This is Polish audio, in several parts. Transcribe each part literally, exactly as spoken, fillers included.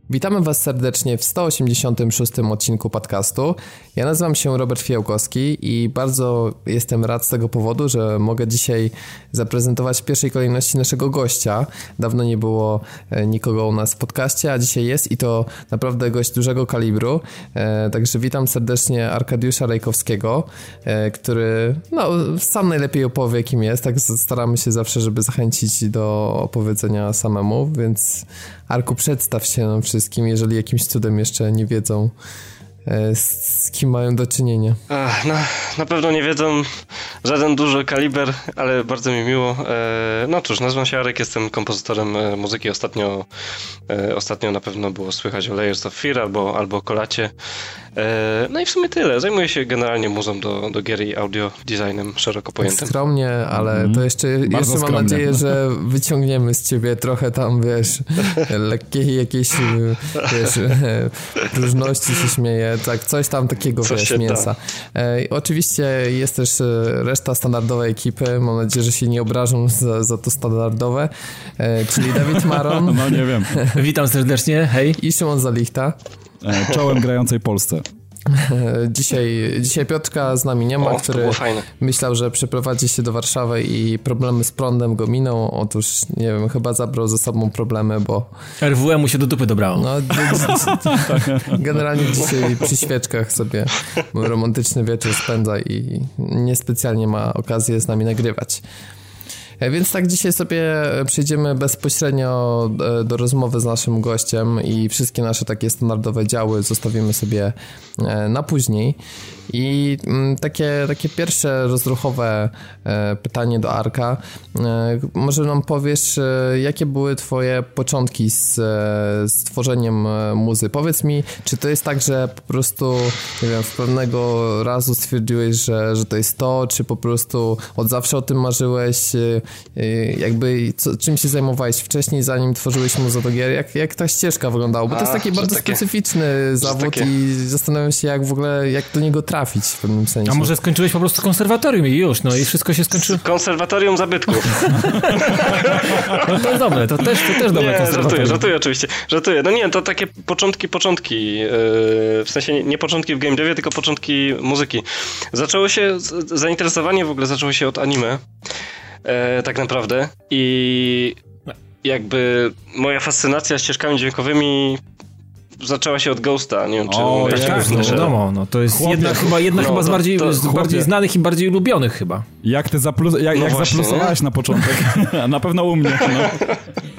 Witamy Was serdecznie w sto osiemdziesiątym szóstym odcinku podcastu. Ja nazywam się Robert Fijałkowski i bardzo jestem rad z tego powodu, że mogę dzisiaj zaprezentować w pierwszej kolejności naszego gościa. Dawno nie było nikogo u nas w podcaście, a dzisiaj jest i to naprawdę gość dużego kalibru. Także witam serdecznie Arkadiusza Rajkowskiego, który no, sam najlepiej opowie, kim jest. Tak staramy się zawsze, żeby zachęcić do opowiedzenia samemu, więc Arku, przedstaw się nam wszystkim, jeżeli jakimś cudem jeszcze nie wiedzą, z, z kim mają do czynienia. Ach, no, na pewno nie wiedzą, żaden duży kaliber, ale bardzo mi miło. E, no cóż, nazywam się Arek, jestem kompozytorem muzyki. Ostatnio, e, ostatnio na pewno było słychać o Layers of Fear albo, albo o Kolacie. E, no i w sumie tyle. Zajmuję się generalnie muzą do, do gier i audio designem szeroko pojętym. Skromnie, ale mm. to jeszcze, jeszcze mam skromnie. nadzieję, że wyciągniemy z ciebie trochę tam, wiesz, lekkiej jakiejś, wiesz, próżności się śmieje, tak, coś tam takiego, coś wiesz, mięsa. E, oczywiście jest też reszta standardowej ekipy, mam nadzieję, że się nie obrażą za, za to standardowe, e, czyli Dawid Maron. No nie wiem. Witam serdecznie, hej. I Szymon Zalichta. E, czołem grającej Polsce. Dzisiaj, dzisiaj Piotrka z nami nie ma, o, który myślał, że przeprowadzi się do Warszawy i problemy z prądem go miną. Otóż, nie wiem, chyba zabrał ze sobą problemy, bo... R W M mu się do dupy dobrało. No, generalnie dzisiaj przy świeczkach sobie romantyczny wieczór spędza i niespecjalnie ma okazję z nami nagrywać. Więc tak dzisiaj sobie przejdziemy bezpośrednio do rozmowy z naszym gościem i wszystkie nasze takie standardowe działy zostawimy sobie na później. I takie, takie pierwsze rozruchowe pytanie do Arka. Może nam powiesz, jakie były twoje początki z, z tworzeniem muzy? Powiedz mi, czy to jest tak, że po prostu, nie wiem, w pewnego razu stwierdziłeś, że, że to jest to, czy po prostu od zawsze o tym marzyłeś? Jakby co, czym się zajmowałeś wcześniej, zanim tworzyłeś muzę do gier? Jak, jak ta ścieżka wyglądała? Bo to jest taki A, bardzo takie, specyficzny zawód takie... i zastanawiam się, jak w ogóle, jak do niego trafić w pewnym sensie. A może skończyłeś po prostu konserwatorium i już, no i wszystko się skończyło? Konserwatorium zabytków. No to jest dobre, to też, to też dobre. Nie, żartuję, żartuję oczywiście. Żartuję. No nie, to takie początki, początki. Yy, w sensie nie początki w game devie, tylko początki muzyki. Zaczęło się, zainteresowanie w ogóle zaczęło się od anime. E, tak naprawdę i jakby moja fascynacja ścieżkami dźwiękowymi zaczęła się od Ghosta, nie wiem czy... O, tak, tak, no wiadomo, no to jest jedna, chyba, jedna no, chyba z bardziej, to, z bardziej znanych i bardziej ulubionych chyba. Jak ty zaplus, jak, no jak właśnie, zaplusowałeś no? na początek? Na pewno u mnie. No.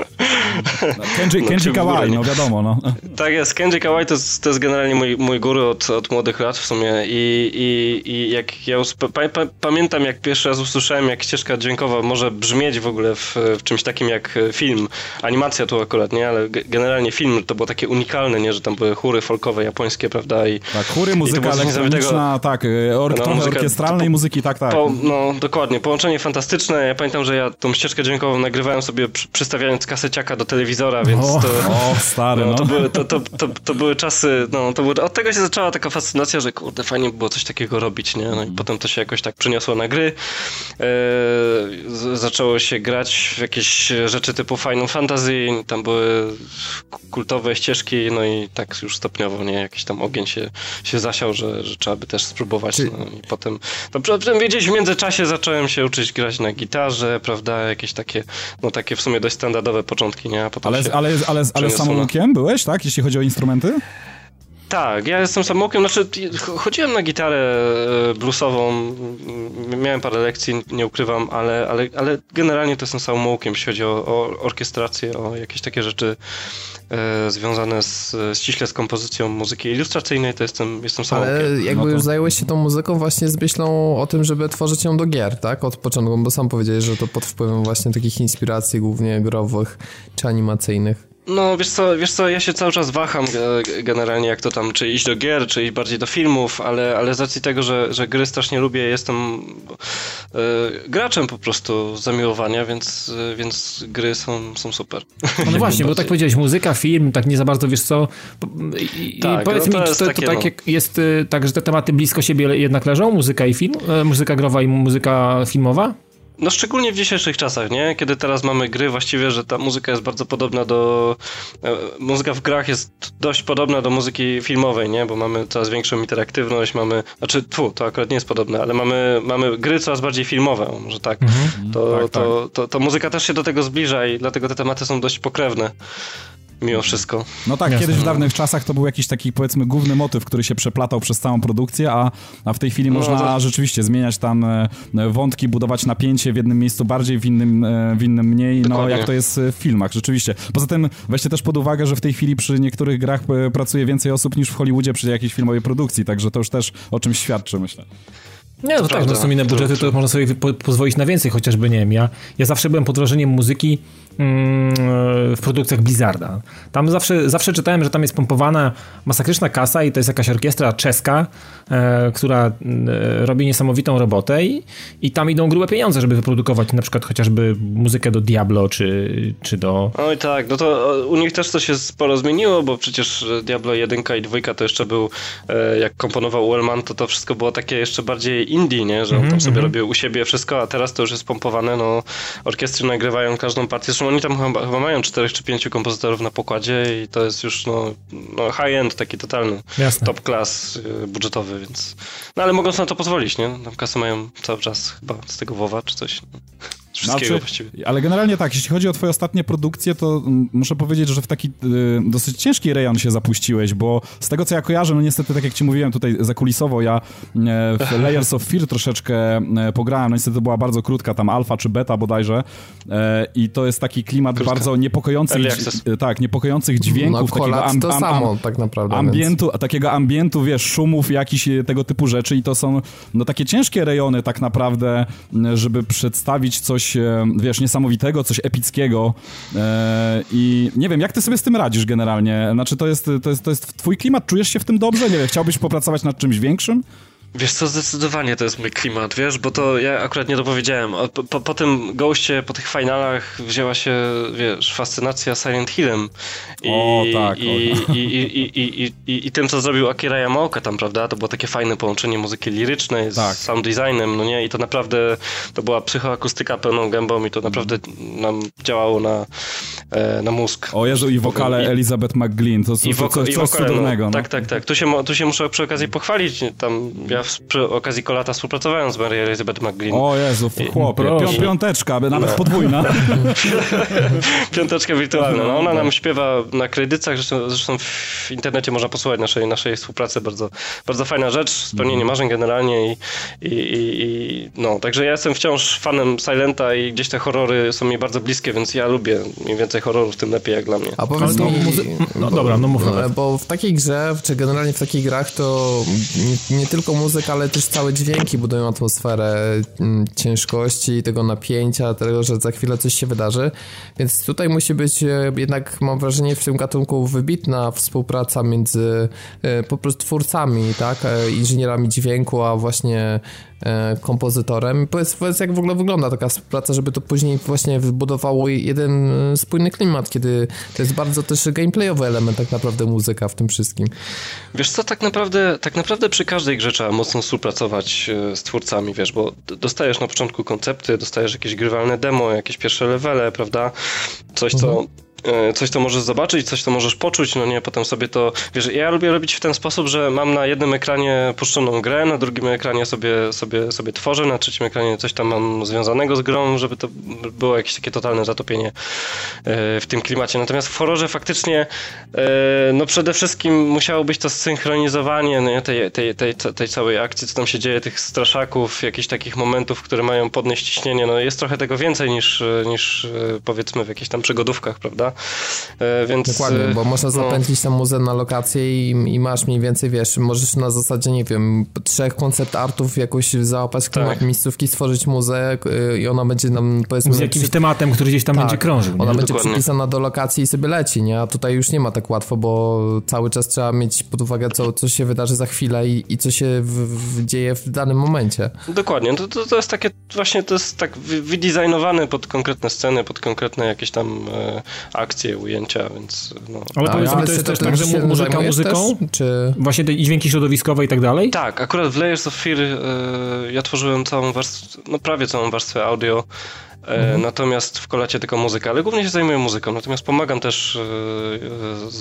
Kenji, no, Kenji Kawai, no wiadomo, no. Tak jest, Kenji Kawai to jest, to jest generalnie mój, mój guru od, od młodych lat w sumie i, i, i jak ja usp- pa, pa, pamiętam jak pierwszy raz usłyszałem, jak ścieżka dźwiękowa może brzmieć w ogóle w, w czymś takim jak film, animacja tu akurat, nie, ale generalnie film to było takie unikalne, nie, że tam były chóry folkowe, japońskie, prawda, i tak, chóry, muzyka elektroniczna, tak, ork- no, muzyka, orkiestralnej po, muzyki, tak, tak. Po, no, dokładnie, połączenie fantastyczne, ja pamiętam, że ja tą ścieżkę dźwiękową nagrywałem sobie przy, przystawiając kaseciaka do telewizora, więc o, to, o, stary, no, no. To, były, to, to, to, to były czasy, no, to były, od tego się zaczęła taka fascynacja, że kurde, fajnie było coś takiego robić, nie, no i potem to się jakoś tak przeniosło na gry, e, z, zaczęło się grać w jakieś rzeczy typu Final Fantasy, tam były kultowe ścieżki, no i tak już stopniowo, nie, jakiś tam ogień się, się zasiał, że, że trzeba by też spróbować, Czy... no i potem, no potem gdzieś w międzyczasie zacząłem się uczyć grać na gitarze, prawda, jakieś takie, no takie w sumie dość standardowe początki, nie, a potem ale, ale, ale, ale samoukiem byłeś, tak, jeśli chodzi o instrumenty? Tak, ja jestem samoukiem, znaczy chodziłem na gitarę bluesową, miałem parę lekcji, nie ukrywam, ale, ale, ale generalnie to jestem samoukiem, jeśli chodzi o, o orkiestrację, o jakieś takie rzeczy e, związane z, ściśle z kompozycją muzyki ilustracyjnej, to jestem, jestem samoukiem. Ale jakby no to... już zająłeś się tą muzyką właśnie z myślą o tym, żeby tworzyć ją do gier, tak? Od początku, bo sam powiedziałeś, że to pod wpływem właśnie takich inspiracji głównie growych czy animacyjnych. No wiesz co, wiesz co, ja się cały czas waham generalnie jak to tam, czy iść do gier, czy iść bardziej do filmów, ale, ale z racji tego, że, że gry strasznie lubię, jestem e, graczem po prostu z zamiłowania, więc, więc gry są, są super. No właśnie, bo tak powiedziałeś, muzyka, film, tak nie za bardzo wiesz co. I, tak, i powiedz no to mi, czy to, takie, to tak no. jest tak, że te tematy blisko siebie jednak leżą? Muzyka i film? Muzyka growa i muzyka filmowa? no szczególnie w dzisiejszych czasach, nie? Kiedy teraz mamy gry, właściwie, że ta muzyka jest bardzo podobna do... E, muzyka w grach jest dość podobna do muzyki filmowej, nie? Bo mamy coraz większą interaktywność, mamy... Znaczy, tfu, to akurat nie jest podobne, ale mamy, mamy gry coraz bardziej filmowe, może tak. Mhm. To, tak, to, tak. To, to, to muzyka też się do tego zbliża i dlatego te tematy są dość pokrewne. Mimo wszystko. No tak, Jasne. Kiedyś w dawnych czasach to był jakiś taki, powiedzmy, główny motyw, który się przeplatał przez całą produkcję, a, a w tej chwili no, można to... rzeczywiście zmieniać tam wątki, budować napięcie w jednym miejscu bardziej, w innym, w innym mniej, Dokładnie. No jak to jest w filmach, rzeczywiście. Poza tym weźcie też pod uwagę, że w tej chwili przy niektórych grach pracuje więcej osób niż w Hollywoodzie przy jakiejś filmowej produkcji, także to już też o czymś świadczy, myślę. Nie, no to tak, no są inne budżety, to można sobie po, pozwolić na więcej, chociażby, nie wiem, ja, ja zawsze byłem pod wrażeniem muzyki mm, w produkcjach Blizzarda. Tam zawsze, zawsze czytałem, że tam jest pompowana masakryczna kasa i to jest jakaś orkiestra czeska, e, która e, robi niesamowitą robotę i, i tam idą grube pieniądze, żeby wyprodukować na przykład chociażby muzykę do Diablo, czy, czy do... Oj tak, no to u nich też to się sporo zmieniło, bo przecież Diablo jeden i dwa to jeszcze był, e, jak komponował Ullman, to to wszystko było takie jeszcze bardziej indie, nie? Że on tam mm-hmm. sobie robił u siebie wszystko, a teraz to już jest pompowane, no orkiestry nagrywają każdą partię, zresztą oni tam chyba, chyba mają czterech czy pięciu kompozytorów na pokładzie i to jest już no, no high-end, taki totalny Jasne. Top class y, budżetowy, więc no ale mogą sobie na to pozwolić, nie? Tam kasy mają cały czas chyba z tego WoWa czy coś. No. Wszystkiego znaczy, właściwie. Ale generalnie tak, jeśli chodzi o twoje ostatnie produkcje, to m, muszę powiedzieć, że w taki y, dosyć ciężki rejon się zapuściłeś, bo z tego, co ja kojarzę, no niestety, tak jak ci mówiłem tutaj zakulisowo, ja e, w Layers of Fear troszeczkę e, pograłem, no niestety to była bardzo krótka, tam alfa czy beta bodajże e, i to jest taki klimat Krótka. bardzo niepokojących, e, tak, niepokojących dźwięków, no, takiego am, to am, samo, am, tak naprawdę, ambientu, więc... takiego ambientu, wiesz, szumów, jakichś tego typu rzeczy i to są no takie ciężkie rejony tak naprawdę, żeby przedstawić coś, wiesz, niesamowitego, coś epickiego e, i nie wiem, jak ty sobie z tym radzisz generalnie? Znaczy, to jest, to jest, to jest twój klimat? Czujesz się w tym dobrze? Nie wiem, chciałbyś popracować nad czymś większym? Wiesz co, zdecydowanie to jest mój klimat, wiesz, bo to ja akurat nie dopowiedziałem. Po, po, po tym Ghostie, po tych finalach wzięła się, wiesz, fascynacja Silent Hillem. I, o, tak. I, o. I, i, i, i, i, i, I tym, co zrobił Akira Yamaoka tam, prawda? To było takie fajne połączenie muzyki lirycznej z tak. sound designem, no nie? I to naprawdę, to była psychoakustyka pełną gębą i to naprawdę nam działało na, na mózg. O Jezu, i wokale I, Elizabeth McGlynn, to, to, to coś, coś cudownego. No, no. Tak, tak, tak. Tu się, tu się muszę przy okazji pochwalić, tam ja przy okazji Kolata współpracowałem z Mary Elizabeth McGlynn. O Jezu, chłopie, Pią, piąteczka, nawet no. podwójna. Piąteczka wirtualna. No, ona nam śpiewa na kredytach, zresztą, zresztą w internecie można posłuchać naszej, naszej współpracy. Bardzo, bardzo fajna rzecz, spełnienie marzeń generalnie i, i, i, i no, także ja jestem wciąż fanem Silenta i gdzieś te horrory są mi bardzo bliskie, więc ja lubię im więcej horrorów, tym lepiej jak dla mnie. A powiedz mi, muzy- no, bo, dobra, no mów no, bo w takiej grze, czy generalnie w takich grach to nie, nie tylko muzyka, ale też całe dźwięki budują atmosferę m, ciężkości i tego napięcia, tego, że za chwilę coś się wydarzy, więc tutaj musi być e, jednak, mam wrażenie, w tym gatunku wybitna współpraca między e, po prostu twórcami, tak, e, inżynierami dźwięku, a właśnie e, kompozytorem. Powiedz, powiedz, jak w ogóle wygląda taka współpraca, żeby to później właśnie wybudowało jeden spójny klimat, kiedy to jest bardzo też gameplayowy element tak naprawdę muzyka w tym wszystkim. Wiesz co, tak naprawdę, tak naprawdę przy każdej grze trzeba mocno współpracować z twórcami, wiesz, bo dostajesz na początku koncepty, dostajesz jakieś grywalne demo, jakieś pierwsze levele, prawda? Coś, co mhm. coś, co możesz zobaczyć, coś, co możesz poczuć, no nie, potem sobie to, wiesz, ja lubię robić w ten sposób, że mam na jednym ekranie puszczoną grę, na drugim ekranie sobie, sobie, sobie tworzę, na trzecim ekranie coś tam mam związanego z grą, żeby to było jakieś takie totalne zatopienie w tym klimacie. Natomiast w horrorze faktycznie, no przede wszystkim musiało być to zsynchronizowanie no nie, tej, tej, tej, tej całej akcji, co tam się dzieje, tych straszaków, jakichś takich momentów, które mają podnieść ciśnienie, no jest trochę tego więcej niż, niż powiedzmy w jakichś tam przygodówkach, prawda? Więc, dokładnie, bo można zapętlić no. tam muzę na lokację i, i masz mniej więcej, wiesz, możesz na zasadzie, nie wiem, trzech koncept artów jakoś załapać klimat tak. miejscówki, stworzyć muzę i ona będzie nam, powiedzmy... Z jakimś przy... tematem, który gdzieś tam tak, będzie krążył. Nie? Ona będzie dokładnie. przypisana do lokacji i sobie leci, nie? A tutaj już nie ma tak łatwo, bo cały czas trzeba mieć pod uwagę, co, co się wydarzy za chwilę i, i co się w, w dzieje w danym momencie. Dokładnie, to, to, to jest takie, właśnie to jest tak wydizajnowane pod konkretne sceny, pod konkretne jakieś tam e, akcje, ujęcia, więc no. Ale powiedz mi, to jest też tak, że muzyka muzyką? Też, czy... Właśnie te dźwięki środowiskowe i tak dalej? Tak, akurat w Layers of Fear y, ja tworzyłem całą warstwę, no prawie całą warstwę audio, Mhm. Natomiast w Kolacie tylko muzyka, ale głównie się zajmuję muzyką, natomiast pomagam też w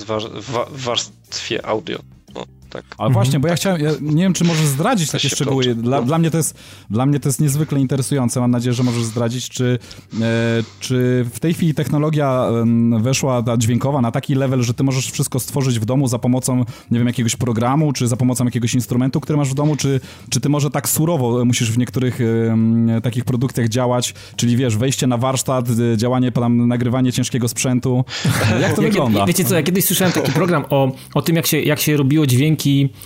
warstwie audio. No, tak. Ale mhm. właśnie, bo ja chciałem, ja nie wiem, czy możesz zdradzić takie szczegóły. Dla, no. dla, mnie to jest, dla mnie to jest niezwykle interesujące. Mam nadzieję, że możesz zdradzić, czy, e, czy w tej chwili technologia e, weszła ta dźwiękowa na taki level, że ty możesz wszystko stworzyć w domu za pomocą, nie wiem, jakiegoś programu, czy za pomocą jakiegoś instrumentu, który masz w domu, czy, czy ty może tak surowo musisz w niektórych e, takich produkcjach działać, czyli wiesz, wejście na warsztat, działanie, tam, nagrywanie ciężkiego sprzętu. Jak to ja, wygląda? Wiecie co, ja kiedyś słyszałem taki program o, o tym, jak się, jak się robiło dźwięki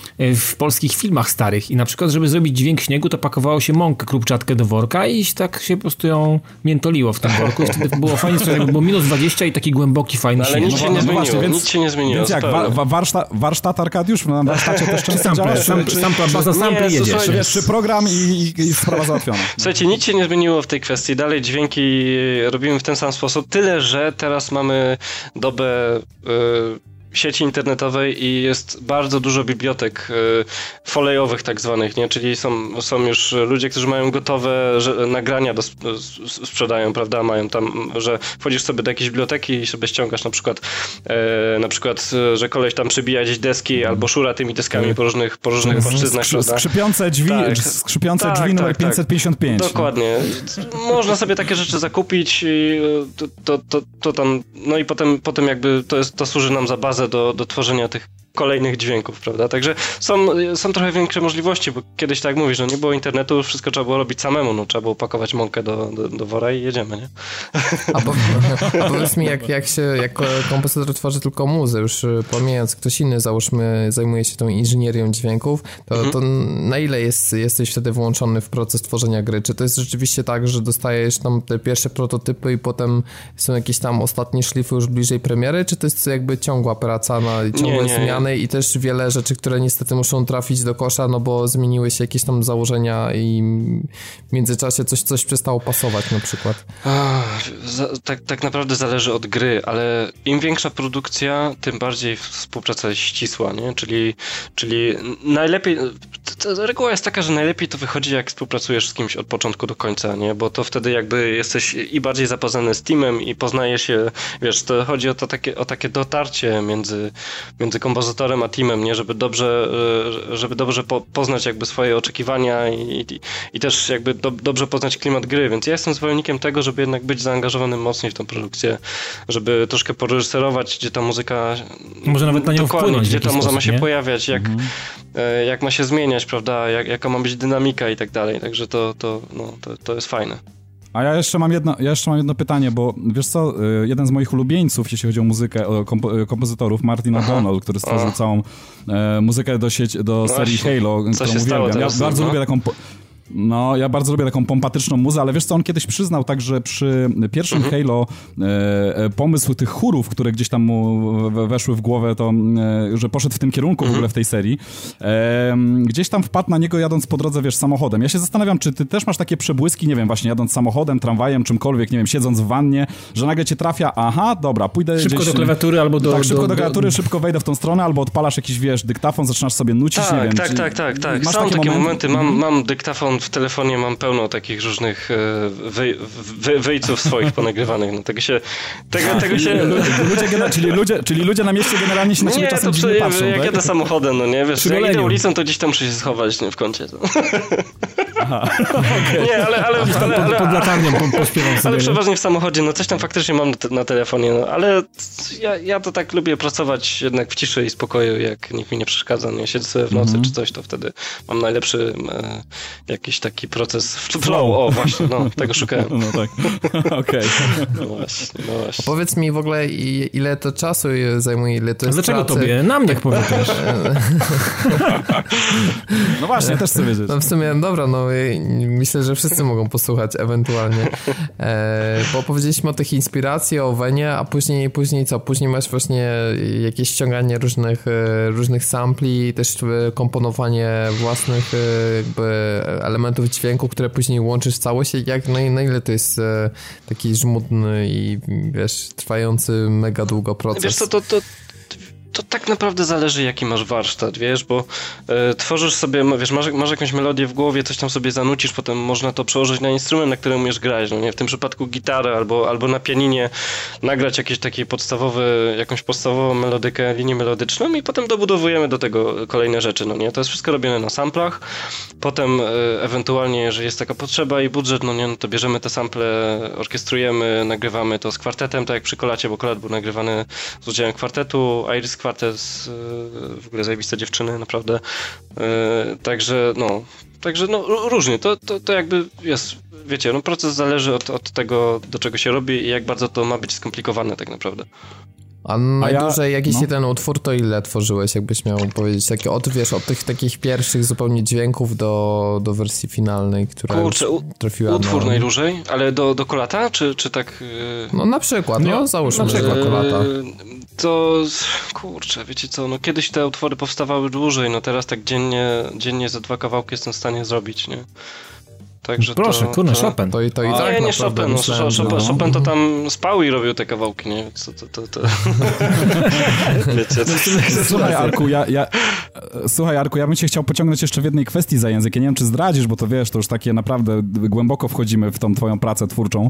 w polskich filmach starych i na przykład, żeby zrobić dźwięk śniegu, to pakowało się mąkę krupczatkę do worka i tak się po prostu ją miętoliło w tym worku i wtedy było fajnie, jakby było minus dwadzieścia i taki głęboki, fajny no, ale śnieg. nic się nie zmieniło, właśnie, więc, nic się nie zmieniło. Więc jak, wa, warsztat, warsztat Arkadiusz, na warsztacie też często działasz? Sam, czy, sam, czy, baza sample jedziesz. Czy, wiesz, czy program i, i, i sprawa załatwiona. Słuchajcie, nic się nie zmieniło w tej kwestii. Dalej dźwięki robimy w ten sam sposób, tyle, że teraz mamy dobę yy, sieci internetowej i jest bardzo dużo bibliotek y, folejowych tak zwanych, nie? Czyli są, są już ludzie, którzy mają gotowe że, nagrania do sp- sprzedają, prawda? Mają tam, że wchodzisz sobie do jakiejś biblioteki i sobie ściągasz na przykład y, na przykład, że koleś tam przybija gdzieś deski mm. albo szura tymi deskami po różnych, po różnych mm. płaszczyznach, Skrzy- Skrzypiące drzwi, tak. skrzypiące tak, drzwi numer tak, pięćset pięćdziesiąt pięć. Dokładnie. Można sobie takie rzeczy zakupić i to, to, to, to tam, no i potem, potem jakby to, jest, to służy nam za bazę Do, do tworzenia tych kolejnych dźwięków, prawda? Także są, są trochę większe możliwości, bo kiedyś tak mówisz, że nie było internetu, wszystko trzeba było robić samemu, no trzeba było pakować mąkę do, do, do wora i jedziemy, nie? A, po, a powiedz mi, jak, jak się, jak kompozytor tworzy tylko muzę, już pomijając ktoś inny, załóżmy, zajmuje się tą inżynierią dźwięków, to, mhm. to na ile jest, jesteś wtedy włączony w proces tworzenia gry? Czy to jest rzeczywiście tak, że dostajesz tam te pierwsze prototypy i potem są jakieś tam ostatnie szlify już bliżej premiery, czy to jest jakby ciągła praca na ciągłe nie, nie, zmiany? I też wiele rzeczy, które niestety muszą trafić do kosza, no bo zmieniły się jakieś tam założenia i w międzyczasie coś, coś przestało pasować na przykład. Ach, za, tak, tak naprawdę zależy od gry, ale im większa produkcja, tym bardziej współpraca jest ścisła, nie? Czyli, czyli najlepiej, to reguła jest taka, że najlepiej to wychodzi, jak współpracujesz z kimś od początku do końca, nie? Bo to wtedy jakby jesteś i bardziej zapoznany z teamem i poznaje się, wiesz, to chodzi o to takie, o takie dotarcie między, między kompozytorem a teamem, nie? Żeby dobrze, żeby dobrze po, poznać jakby swoje oczekiwania i, i, i też jakby do, dobrze poznać klimat gry, więc ja jestem zwolennikiem tego, żeby jednak być zaangażowanym mocniej w tę produkcję, żeby troszkę poreżyserować, gdzie ta muzyka może nawet na nią wpłynąć, gdzie ta muzyka sposób, ma się nie? pojawiać, jak, mhm. jak ma się zmieniać, prawda, jak, jaka ma być dynamika i tak dalej, także to, to, no, to, to jest fajne. A ja jeszcze mam jedno, ja jeszcze mam jedno pytanie, bo wiesz co, jeden z moich ulubieńców, jeśli chodzi o muzykę, o kompo- kompozytorów, Martin O'Donnell, który stworzył Aha. całą e, muzykę do, sieci, do no serii właśnie. Halo, co którą uwielbiam. Ja bardzo no? lubię taką... Po- No, ja bardzo lubię taką pompatyczną muzę, ale wiesz co, on kiedyś przyznał tak, że przy pierwszym mhm. Halo e, pomysł tych chórów, które gdzieś tam mu weszły w głowę, to e, że poszedł w tym kierunku mhm. w ogóle w tej serii, e, gdzieś tam wpadł na niego jadąc po drodze, wiesz, samochodem. Ja się zastanawiam, czy ty też masz takie przebłyski, nie wiem, właśnie jadąc samochodem, tramwajem, czymkolwiek, nie wiem, siedząc w wannie, że nagle cię trafia, aha, dobra, pójdę szybko gdzieś... do klawiatury albo do... Tak, szybko do, do klawiatury, do... szybko wejdę w tą stronę, albo odpalasz jakiś, wiesz, dyktafon, zaczynasz sobie nucić, tak, nie wiem. Tak, czy... tak, tak, tak. Masz Są takie, takie momenty, mam, mhm. mam dyktafon w telefonie, mam pełno takich różnych wy, wy, wyjców swoich ponagrywanych, no tego się... Tego, tego się... Ludzie, czyli, ludzie, czyli ludzie na mieście generalnie się na ciebie czasem dziwnie patrzą, jak tak? jadę samochodem, no nie, wiesz, jak idę ulicą, to gdzieś tam muszę się schować, nie, w kącie. To. Aha, okay. Nie, ale... ale, ale, ale, ale pod latarnią pośpiewam sobie. Ale przeważnie w samochodzie, no coś tam faktycznie mam na, te, na telefonie, no ale ja, ja to tak lubię pracować jednak w ciszy i spokoju, jak nikt mi nie przeszkadza, nie, siedzę sobie w nocy mm-hmm. czy coś, to wtedy mam najlepszy e, jakiś taki proces flow. flow. O, właśnie, no, tego szukałem. No tak, okej. Okay. No właśnie, no właśnie. Powiedz mi w ogóle, ile to czasu zajmuje, ile to jest Dlaczego pracy? tobie? Na mnie powiesz. No właśnie, też chcę wiedzieć. No w sumie, dobra, no myślę, że wszyscy mogą posłuchać ewentualnie. E, bo opowiedzieliśmy o tych inspiracji, o Ovenie, a później, później co? Później masz właśnie jakieś ściąganie różnych, różnych sampli, też komponowanie własnych jakby elementów dźwięku, które później łączysz w całość. Jak, na, na ile to jest taki żmudny i wiesz, trwający mega długo proces? Wiesz co, to, to, to tak naprawdę zależy, jaki masz warsztat, wiesz, bo y, tworzysz sobie, wiesz, masz, masz jakąś melodię w głowie, coś tam sobie zanucisz, potem można to przełożyć na instrument, na którym umiesz grać, no nie, w tym przypadku gitarę albo, albo na pianinie nagrać jakieś takie podstawowe, jakąś podstawową melodykę, linię melodyczną i potem dobudowujemy do tego kolejne rzeczy, no nie, to jest wszystko robione na samplach, potem y, ewentualnie, jeżeli jest taka potrzeba i budżet, no nie, no to bierzemy te sample, orkiestrujemy, nagrywamy to z kwartetem, tak jak przy Kolacie, bo Kolat był nagrywany z udziałem kwartetu, Iris Kwartet, w ogóle zajebiste dziewczyny, naprawdę. Także no, także no różnie, to, to, to jakby jest, wiecie, no proces zależy od, od tego, do czego się robi i jak bardzo to ma być skomplikowane tak naprawdę. A najdłużej ja, jakiś no. jeden utwór, to ile tworzyłeś, jakbyś miał powiedzieć? Takie, od, wiesz, od tych takich pierwszych zupełnie dźwięków do, do wersji finalnej, która Kurczę, już trafiła utwór na... najdłużej, ale do, do Kolata, czy, czy tak... Yy... No na przykład, no, no załóżmy, że do Kolata. Yy, to, kurczę, wiecie co, no kiedyś te utwory powstawały dłużej, no teraz tak dziennie, dziennie ze dwa kawałki jestem w stanie zrobić, nie? Także Proszę, to, kurna, to... Chopin. To i, to i A, tak nie, nie naprawdę Chopin, myślałem, no, Chopin, no. Chopin to tam spał i robił te kawałki, nie? Co, to, to, to... Wiecie, to... Słuchaj, Arku, ja, ja, słuchaj, Arku, ja bym cię chciał pociągnąć jeszcze w jednej kwestii za język. Ja nie wiem, czy zdradzisz, bo to wiesz, to już takie naprawdę głęboko wchodzimy w tą twoją pracę twórczą,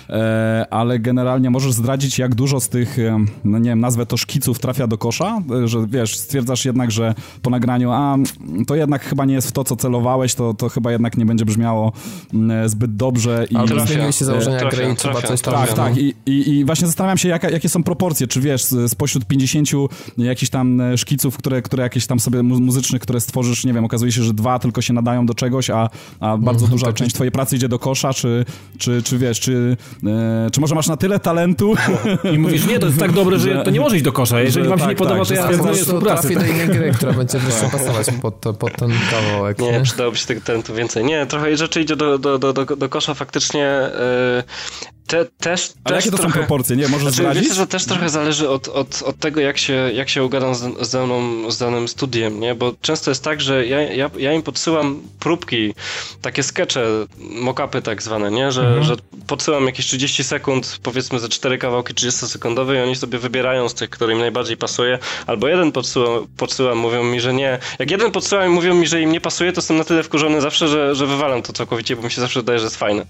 e, ale generalnie możesz zdradzić, jak dużo z tych, no nie wiem, nazwę to szkiców trafia do kosza, że wiesz, stwierdzasz jednak, że po nagraniu, a to jednak chyba nie jest w to, co celowałeś, to, to chyba jednak nie będzie brzmiało zbyt dobrze. I ale zmieniły się założenia trafia, gry i trzeba trafia, coś tam... Tak, tak. I, i, I właśnie zastanawiam się, jaka, jakie są proporcje. Czy wiesz, spośród pięćdziesięciu jakichś tam szkiców, które, które jakieś tam sobie muzycznych, które stworzysz, nie wiem, okazuje się, że dwa tylko się nadają do czegoś, a, a bardzo duża tak część jest. Twojej pracy idzie do kosza, czy, czy, czy wiesz, czy, e, czy może masz na tyle talentu... I mówisz, nie, to jest tak dobre, że to nie może iść do kosza. Jeżeli wam się tak, nie podoba, tak, to ja rozwiązuję współpracę. Trafi do innej gry, która będzie wyżej pasować pod, pod ten kawałek. Nie, nie, przydałoby się tego talentu więcej. Nie, trochę rzeczy idzie do, do, do, do, do kosza faktycznie. Yy, te, też, Ale też jakie to trochę, są proporcje? Nie, możesz znaczy, zdradzić? Wiecie, że też trochę zależy od, od, od tego, jak się, jak się ugadam z, z, daną, z danym studiem, nie? Bo często jest tak, że ja, ja, ja im podsyłam próbki, takie skecze, mock-upy tak zwane, nie? Że, mhm. że podsyłam jakieś trzydzieści sekund, powiedzmy ze cztery kawałki trzydziestosekundowe i oni sobie wybierają z tych, który im najbardziej pasuje, albo jeden podsyłam, podsyłam, mówią mi, że nie. Jak jeden podsyłam i mówią mi, że im nie pasuje, to jestem na tyle wkurzony zawsze, że, że wywalam to całkowicie, bo mi się zawsze wydaje, że jest fajne.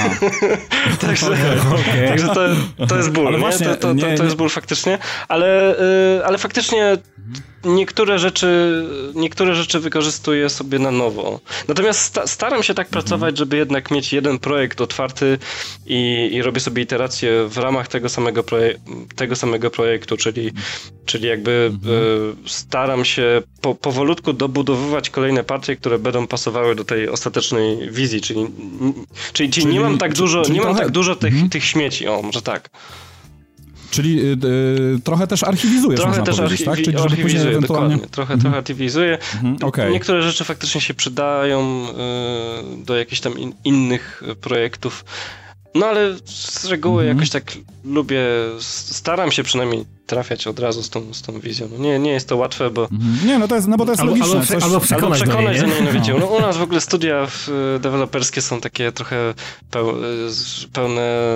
Także... Okay. Także to, to jest ból, właśnie, nie? To, to, nie, to, to jest ból faktycznie, ale, yy, ale faktycznie niektóre rzeczy, niektóre rzeczy wykorzystuję sobie na nowo. Natomiast sta- staram się tak mhm. pracować, żeby jednak mieć jeden projekt otwarty i, i robię sobie iteracje w ramach tego samego, proje- tego samego projektu, czyli, czyli jakby mhm. y, staram się po, powolutku dobudowywać kolejne partie, które będą pasowały do tej ostatecznej wizji, czyli, czyli, czyli, czyli nie mam tak dużo, nie mam tak dużo tych, mhm. tych śmieci, o, może tak. Czyli y, y, trochę też archiwizujesz, trochę można też powiedzieć, archiwi- tak? Czyli żeby później ewentualnie... dokładnie. Trochę, mm-hmm. trochę archiwizuję. Mm-hmm. Okay. Niektóre rzeczy faktycznie się przydają y, do jakichś tam in, innych projektów. No ale z reguły mm-hmm. jakoś tak lubię, staram się przynajmniej trafiać od razu z tą, z tą wizją. No nie, nie jest to łatwe, bo... Mm-hmm. Nie, no to jest, no bo to jest albo, logiczne. Albo, coś... albo przekonać, albo przekonać do niej, do niej, no wiecie. No, u nas w ogóle studia deweloperskie są takie trochę peł, pełne...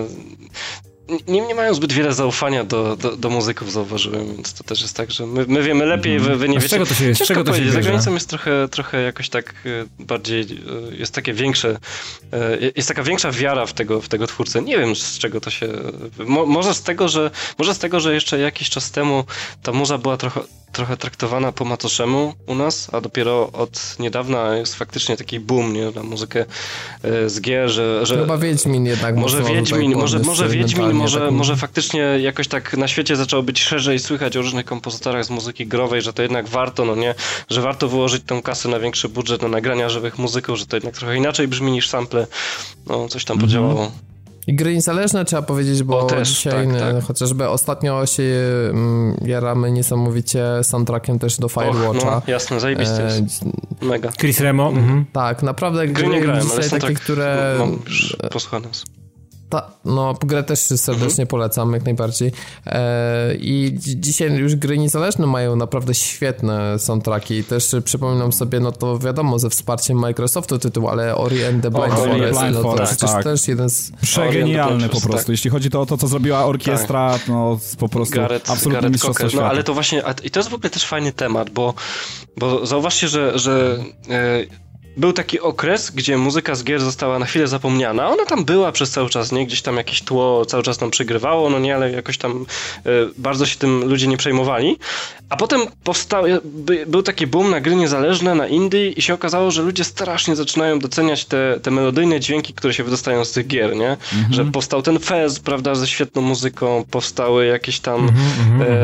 Nie, nie mają zbyt wiele zaufania do, do, do muzyków, zauważyłem, więc to też jest tak, że my, my wiemy lepiej, wy, wy nie A wiecie. Z czego to się, z czego to się Za granicą jest trochę, trochę jakoś tak bardziej, jest takie większe, jest taka większa wiara w tego, w tego twórcę. Nie wiem, z czego to się... Mo, może z tego, że może z tego, że jeszcze jakiś czas temu ta muza była trochę, trochę traktowana po macoszemu u nas, a dopiero od niedawna jest faktycznie taki boom, nie, na muzykę z gier, że... że chyba Wiedźmin jednak może Wiedźmin, może, może Wiedźmin, może, taką... może faktycznie jakoś tak na świecie zaczęło być szerzej słychać o różnych kompozytorach z muzyki growej, że to jednak warto, no nie, że warto wyłożyć tą kasę na większy budżet, na nagrania żywych muzyków, że to jednak trochę inaczej brzmi niż sample, no coś tam mm-hmm. podziałało. I gry niezależne trzeba powiedzieć, bo o, też, dzisiaj tak, tak. chociażby ostatnio się um, jaramy niesamowicie soundtrackiem też do Firewatcha. No, jasne, zajebisty e, jest. Mega. Chris Remo. Mhm. Tak, naprawdę gry nie grałem, dzisiaj ale takie, które... Mam już posłuchane. Ta, no, grę też serdecznie mhm. polecam, jak najbardziej. E, I dzi- dzisiaj już gry niezależne mają naprawdę świetne soundtracki. Też przypominam sobie, no to wiadomo, ze wsparciem Microsoftu tytuł, ale Ori and the Blind Ori Forest, Blind no to Forest, przecież tak. też jeden z... Przegenialny po prostu. Tak. Jeśli chodzi to o to, co zrobiła orkiestra, tak. no po prostu Gareth, absolutnie Gareth mistrzostwo Cocker. świata. No ale to właśnie, a, i to jest w ogóle też fajny temat, bo, bo zauważcie, że, że e, był taki okres, gdzie muzyka z gier została na chwilę zapomniana. Ona tam była przez cały czas, nie? Gdzieś tam jakieś tło cały czas nam przygrywało, no nie, ale jakoś tam e, bardzo się tym ludzie nie przejmowali. A potem powstał, by, był taki boom na gry niezależne, na indie i się okazało, że ludzie strasznie zaczynają doceniać te, te melodyjne dźwięki, które się wydostają z tych gier, nie? Mhm. Że powstał ten fez, prawda, ze świetną muzyką, powstały jakieś tam... Mhm, e,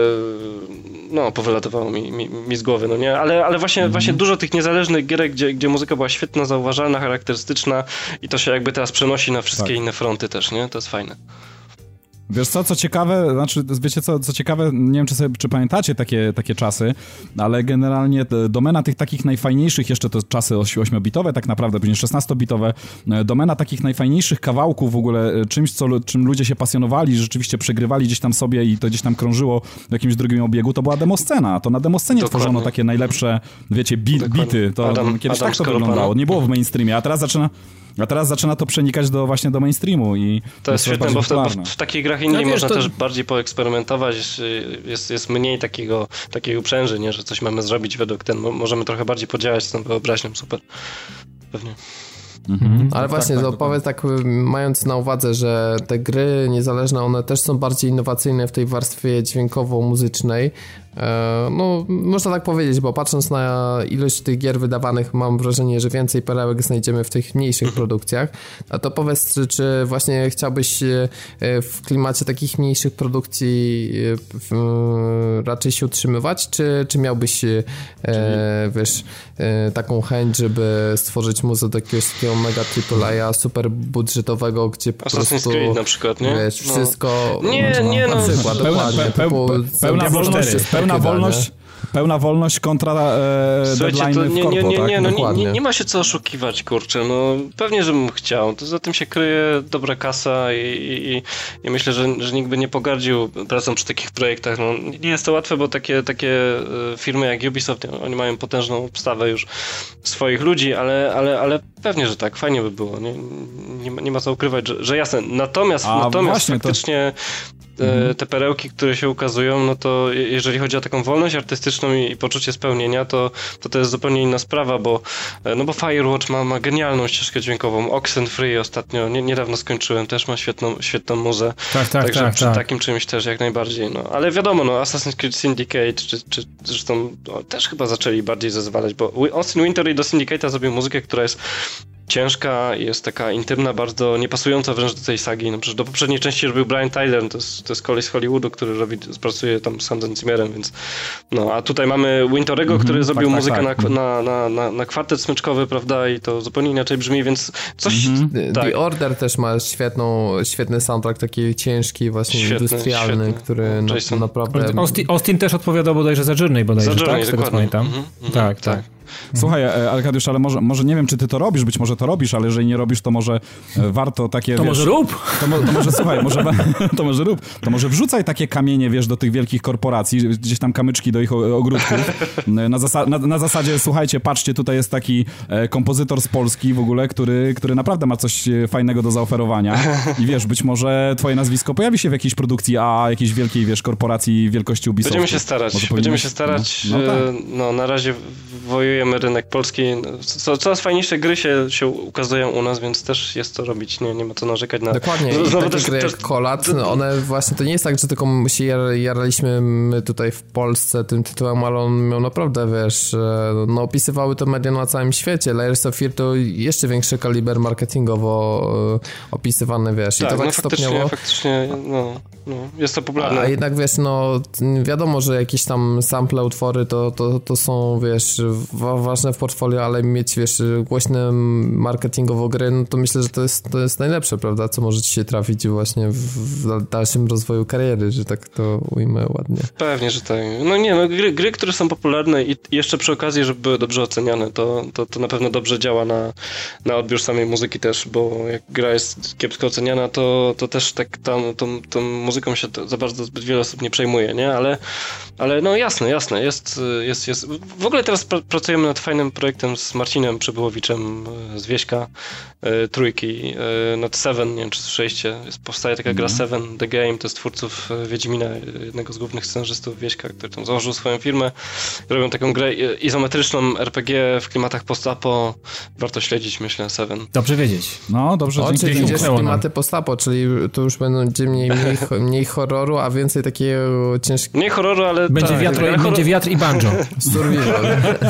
no, powylatywało mi, mi, mi z głowy, no nie? Ale, ale właśnie, mm. właśnie dużo tych niezależnych gierek, gdzie, gdzie muzyka była świetna, zauważalna, charakterystyczna i to się jakby teraz przenosi na wszystkie tak. inne fronty też, nie? To jest fajne. Wiesz co, co ciekawe, znaczy, wiecie co, co ciekawe, nie wiem, czy sobie, czy pamiętacie takie, takie czasy, ale generalnie domena tych takich najfajniejszych, jeszcze to czasy ośmiobitowe tak naprawdę, później szesnastobitowe, domena takich najfajniejszych kawałków w ogóle, czymś, co, czym ludzie się pasjonowali, rzeczywiście przegrywali gdzieś tam sobie i to gdzieś tam krążyło w jakimś drugim obiegu, to była demoscena. To na demoscenie Dokładnie. tworzono takie najlepsze, wiecie, bi- bity. To Adam, kiedyś Adam tak to Skorupana. wyglądało. Nie było w mainstreamie, a teraz zaczyna... A teraz zaczyna to przenikać do właśnie do mainstreamu i to jest świetne, bo w, bo w takich grach indie no, można to... też bardziej poeksperymentować, jest, jest mniej takiego, takiego uprzęży, nie, że coś mamy zrobić według ten, możemy trochę bardziej podziałać z tą wyobraźnią, super, pewnie. Mhm. Ale właśnie, tak, tak, to powiedz tak, mając na uwadze, że te gry niezależne, one też są bardziej innowacyjne w tej warstwie dźwiękowo-muzycznej. No, można tak powiedzieć, bo patrząc na ilość tych gier wydawanych, mam wrażenie, że więcej perełek znajdziemy w tych mniejszych produkcjach. A to powiedz, czy, czy właśnie chciałbyś w klimacie takich mniejszych produkcji raczej się utrzymywać, czy, czy miałbyś e, wiesz, e, taką chęć, żeby stworzyć muzę do jakiegoś takiego mega triple A, super budżetowego, gdzie po Assassin's prostu Creed na przykład, nie? Wiesz, no. wszystko... Nie, no, nie, no. Na przykład, pełna, dokładnie. pe, pe, typu, pełna wolność, pełna wolność, pełna wolność kontra e, Słuchajcie, to nie, w korpo, nie, nie, nie, tak? no, nie, nie, nie ma się co oszukiwać, kurczę, no pewnie, żebym chciał, to za tym się kryje dobra kasa i, i, i myślę, że, że nikt by nie pogardził pracą przy takich projektach, no nie jest to łatwe, bo takie, takie firmy jak Ubisoft, oni mają potężną obstawę już swoich ludzi, ale, ale, ale pewnie, że tak, fajnie by było, nie, nie, ma, nie ma co ukrywać, że, że jasne, natomiast, A natomiast właśnie, faktycznie to... te, te perełki, które się ukazują, no to jeżeli chodzi o taką wolność artystyczną i, i poczucie spełnienia, to, to to jest zupełnie inna sprawa, bo no bo Firewatch ma, ma genialną ścieżkę dźwiękową, Oxenfree ostatnio, nie, niedawno skończyłem, też ma świetną, świetną muzę. Tak, tak, Także tak, przy tak. takim czymś też jak najbardziej, no. Ale wiadomo, no Assassin's Creed Syndicate, czy, czy zresztą no, też chyba zaczęli bardziej zezwalać, bo Austin Wintory do Syndicate'a zrobił muzykę, która jest ciężka, jest taka intymna, bardzo niepasująca wręcz do tej sagi. No przecież do poprzedniej części robił Brian Tyler, to jest, to jest koleś z Hollywoodu, który robi, pracuje tam z Hansem Zimmerem, więc no, a tutaj mamy Wintorego, mm-hmm, który zrobił tak, muzykę tak, tak. Na, na, na, na kwartet smyczkowy, prawda, i to zupełnie inaczej brzmi, więc coś... Mm-hmm. Tak. The Order też ma świetną, świetny soundtrack, taki ciężki, właśnie świetny, industrialny, świetny. który no, na, naprawdę... Austin, Austin też odpowiadał bodajże za Journey, bodajże, za Journey, tak? Z tego co pamiętam. Mm-hmm. Tak, tak. tak. Słuchaj, Arkadiusz, ale może, może nie wiem, czy ty to robisz, być może to robisz, ale jeżeli nie robisz, to może warto takie, To wiesz, może rób! To, to może, słuchaj, może, to może rób, to może wrzucaj takie kamienie, wiesz, do tych wielkich korporacji, gdzieś tam kamyczki do ich ogródków, na, zasa- na, na zasadzie, słuchajcie, patrzcie, tutaj jest taki e, kompozytor z Polski w ogóle, który, który naprawdę ma coś fajnego do zaoferowania i wiesz, być może twoje nazwisko pojawi się w jakiejś produkcji A, jakiejś wielkiej, wiesz, korporacji wielkości Ubisoftu. Będziemy się starać, może będziemy powinien... się starać, no, no, tak. no na razie wojujemy rynek polski. Co, coraz fajniejsze gry się, się ukazują u nas, więc też jest to robić. Nie, nie ma co narzekać na... Dokładnie. I takie też, gry jak Kolat, no one właśnie, to nie jest tak, że tylko się jaraliśmy my tutaj w Polsce tym tytułem, ale on miał naprawdę, wiesz, no opisywały to media na całym świecie. Layers of Fear to jeszcze większy kaliber marketingowo opisywany, wiesz. Tak, I to tak no stopniowo... faktycznie, no, no, jest to popularne. A jednak, wiesz, no wiadomo, że jakieś tam sample utwory to, to, to są, wiesz, wa- ważne w portfolio, ale mieć, wiesz, głośne marketingowo gry, no to myślę, że to jest, to jest najlepsze, prawda, co może ci się trafić właśnie w, w dalszym rozwoju kariery, że tak to ujmę ładnie. Pewnie, że tak. No nie, no gry, gry które są popularne i jeszcze przy okazji, żeby były dobrze oceniane, to, to, to na pewno dobrze działa na, na odbiór samej muzyki też, bo jak gra jest kiepsko oceniana, to, to też tak tam, tą, tą muzyką się to za bardzo zbyt wiele osób nie przejmuje, nie? Ale, ale no jasne, jasne, jest, jest, jest. W ogóle teraz pr- pracujemy nad fajnym projektem z Marcinem Przybyłowiczem z Wieśka, y, trójki, y, nad Seven, nie wiem czy słyszeliście, jest, powstaje taka gra Seven, The Game, to jest twórców Wiedźmina, jednego z głównych scenarzystów Wieśka, który tam założył swoją firmę. Robią taką grę izometryczną er pe gie w klimatach post-apo. Warto śledzić, myślę, Seven. Dobrze wiedzieć. No, dobrze. O, czyli dzięki. idziesz w klimaty post-apo, czyli to już będzie mniej, mniej, mniej horroru, a więcej takiego ciężkiego... Nie horroru, ale... Będzie, tak, wiatr, tak, będzie wiatr i banjo. Survival.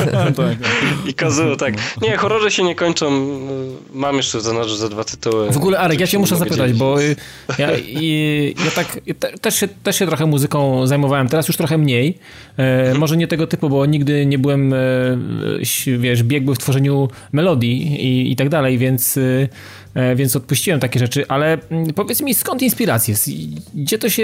I kazuo, tak. Nie, horrory się nie kończą. Mam jeszcze za, za dwa tytuły. W ogóle, Arek, ja cię muszę zapytać, bo ja, i, ja tak ja te, też, się, też się trochę muzyką zajmowałem, teraz już trochę mniej. E, może nie tego typu, bo nigdy nie byłem, e, wiesz, biegły w tworzeniu melodii i, i tak dalej, więc, e, więc odpuściłem takie rzeczy, ale powiedz mi, skąd inspiracje? Gdzie to się,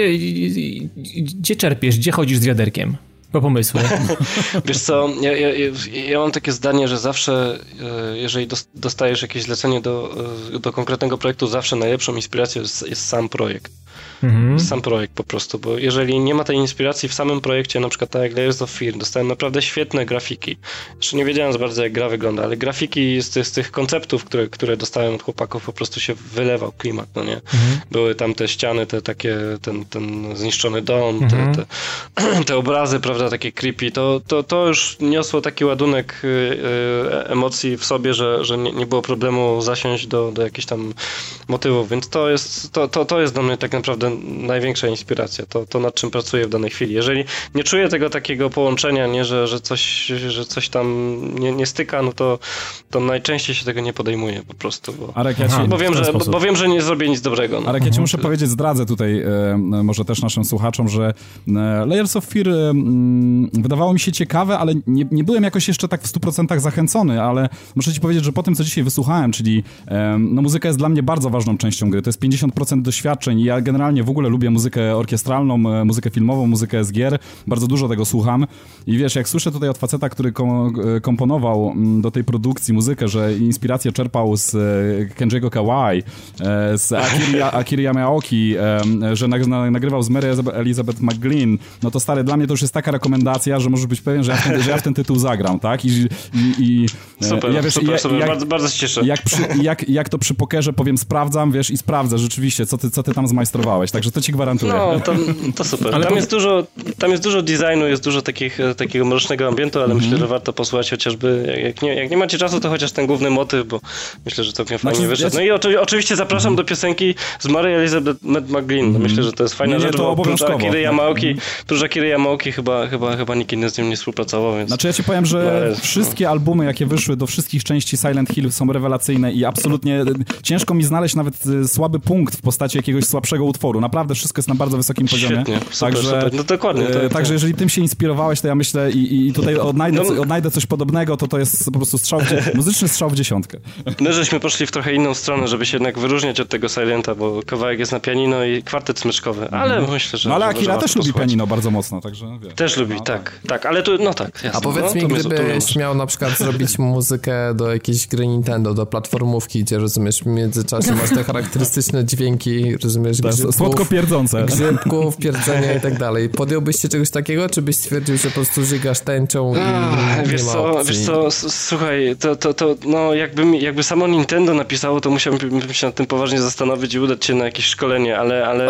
gdzie czerpiesz, gdzie chodzisz z wiaderkiem? Po pomysły. Wiesz co, ja, ja, ja mam takie zdanie, że zawsze, jeżeli dostajesz jakieś zlecenie do, do konkretnego projektu, zawsze najlepszą inspiracją jest, jest sam projekt. Mhm. Sam projekt po prostu, bo jeżeli nie ma tej inspiracji w samym projekcie, na przykład tak jak Layers of Fear, dostałem naprawdę świetne grafiki. Jeszcze nie wiedziałem za bardzo, jak gra wygląda, ale grafiki z tych, z tych konceptów, które, które dostałem od chłopaków, po prostu się wylewał klimat, no nie? Mhm. Były tam te ściany, te takie, ten, ten zniszczony dom, mhm. te, te, te obrazy, prawda, takie creepy, to, to, to już niosło taki ładunek y, y, emocji w sobie, że, że nie, nie było problemu zasiąść do, do jakichś tam motywów, więc to jest, to, to, to jest dla mnie tak naprawdę największa inspiracja, to, to nad czym pracuję w danej chwili. Jeżeli nie czuję tego takiego połączenia, nie, że, że, coś, że coś tam nie, nie styka, no to, to najczęściej się tego nie podejmuję po prostu, bo, Arek, ja ci, bo, wiem, że, bo, bo wiem, że nie zrobię nic dobrego. No. Arek, ja ci muszę powiedzieć, zdradzę tutaj e, może też naszym słuchaczom, że e, Layers of Fear e, m, wydawało mi się ciekawe, ale nie, nie byłem jakoś jeszcze tak w stu procentach zachęcony, ale muszę ci powiedzieć, że po tym, co dzisiaj wysłuchałem, czyli e, no, muzyka jest dla mnie bardzo ważną częścią gry, to jest pięćdziesiąt procent doświadczeń i ja generalnie w ogóle lubię muzykę orkiestralną, muzykę filmową, muzykę z gier, bardzo dużo tego słucham i wiesz, jak słyszę tutaj od faceta, który kom- komponował do tej produkcji muzykę, że inspirację czerpał z Kenji'ego Kawai, z Akiri, Akiri Yamaoki, że nagrywał z Mary Elizabeth McGlynn, no to stary, dla mnie to już jest taka rekomendacja, że możesz być pewien, że ja w ten, że ja w ten tytuł zagram, tak? I, i, i super, ja, wiesz, super, ja, super. Jak, bardzo, bardzo się cieszę. Jak, przy, jak, jak to przy pokerze powiem, sprawdzam, wiesz, i sprawdzę rzeczywiście, co ty, co ty tam zmajstrowałeś, także to ci gwarantuję. No, to, to super. Ale tam, po... jest dużo, tam jest dużo designu, jest dużo takich, takiego mrocznego ambientu, ale mm-hmm. myślę, że warto posłuchać chociażby, jak nie, jak nie macie czasu, to chociaż ten główny motyw, bo myślę, że całkiem fajnie znaczy, wyszedł. No i oczy, oczywiście zapraszam mm-hmm. do piosenki z Mary Elizabeth McGlynn. No, myślę, że to jest fajna nie, nie, rzecz, bo prócz Akiry Yamaoki, prócz Akiry Yamaoki chyba, chyba, chyba nikt inny z nim nie współpracował, więc... Znaczy ja ci powiem, że no, wszystkie no. albumy, jakie wyszły do wszystkich części Silent Hill są rewelacyjne i absolutnie ciężko mi znaleźć nawet słaby punkt w postaci jakiegoś słabszego utworu. Naprawdę wszystko jest na bardzo wysokim poziomie. Świetnie, super, także, super. No dokładnie. Tak, także jeżeli tym się inspirowałeś, to ja myślę i, i tutaj odnajdę, no, odnajdę coś podobnego, to to jest po prostu strzał w, muzyczny strzał w dziesiątkę. My żeśmy poszli w trochę inną stronę, żeby się jednak wyróżniać od tego Silenta, bo kawałek jest na pianino i kwartet smyczkowy, ale mm. myślę, że... No ale że Akira też lubi posłuchać. pianino bardzo mocno, także wiesz. Też lubi, no, tak, tak, tak, ale tu, no tak, jasne. A powiedz no, mi, gdybyś miał na przykład zrobić muzykę do jakiejś gry Nintendo, do platformówki, gdzie rozumiesz, w międzyczasie masz te charakterystyczne dźwięki, rozumiesz, grzybków, słodko pierdzące. Grzybków, pierdzenia i tak dalej. Podjąłbyś się czegoś takiego, czy byś stwierdził, że po prostu żygasz tęczą i A, nie wiesz ma co, opcji? Wiesz co, słuchaj, to, to, to no jakby, mi, jakby samo Nintendo napisało, to musiałbym się nad tym poważnie zastanowić i udać się na jakieś szkolenie, ale... ale...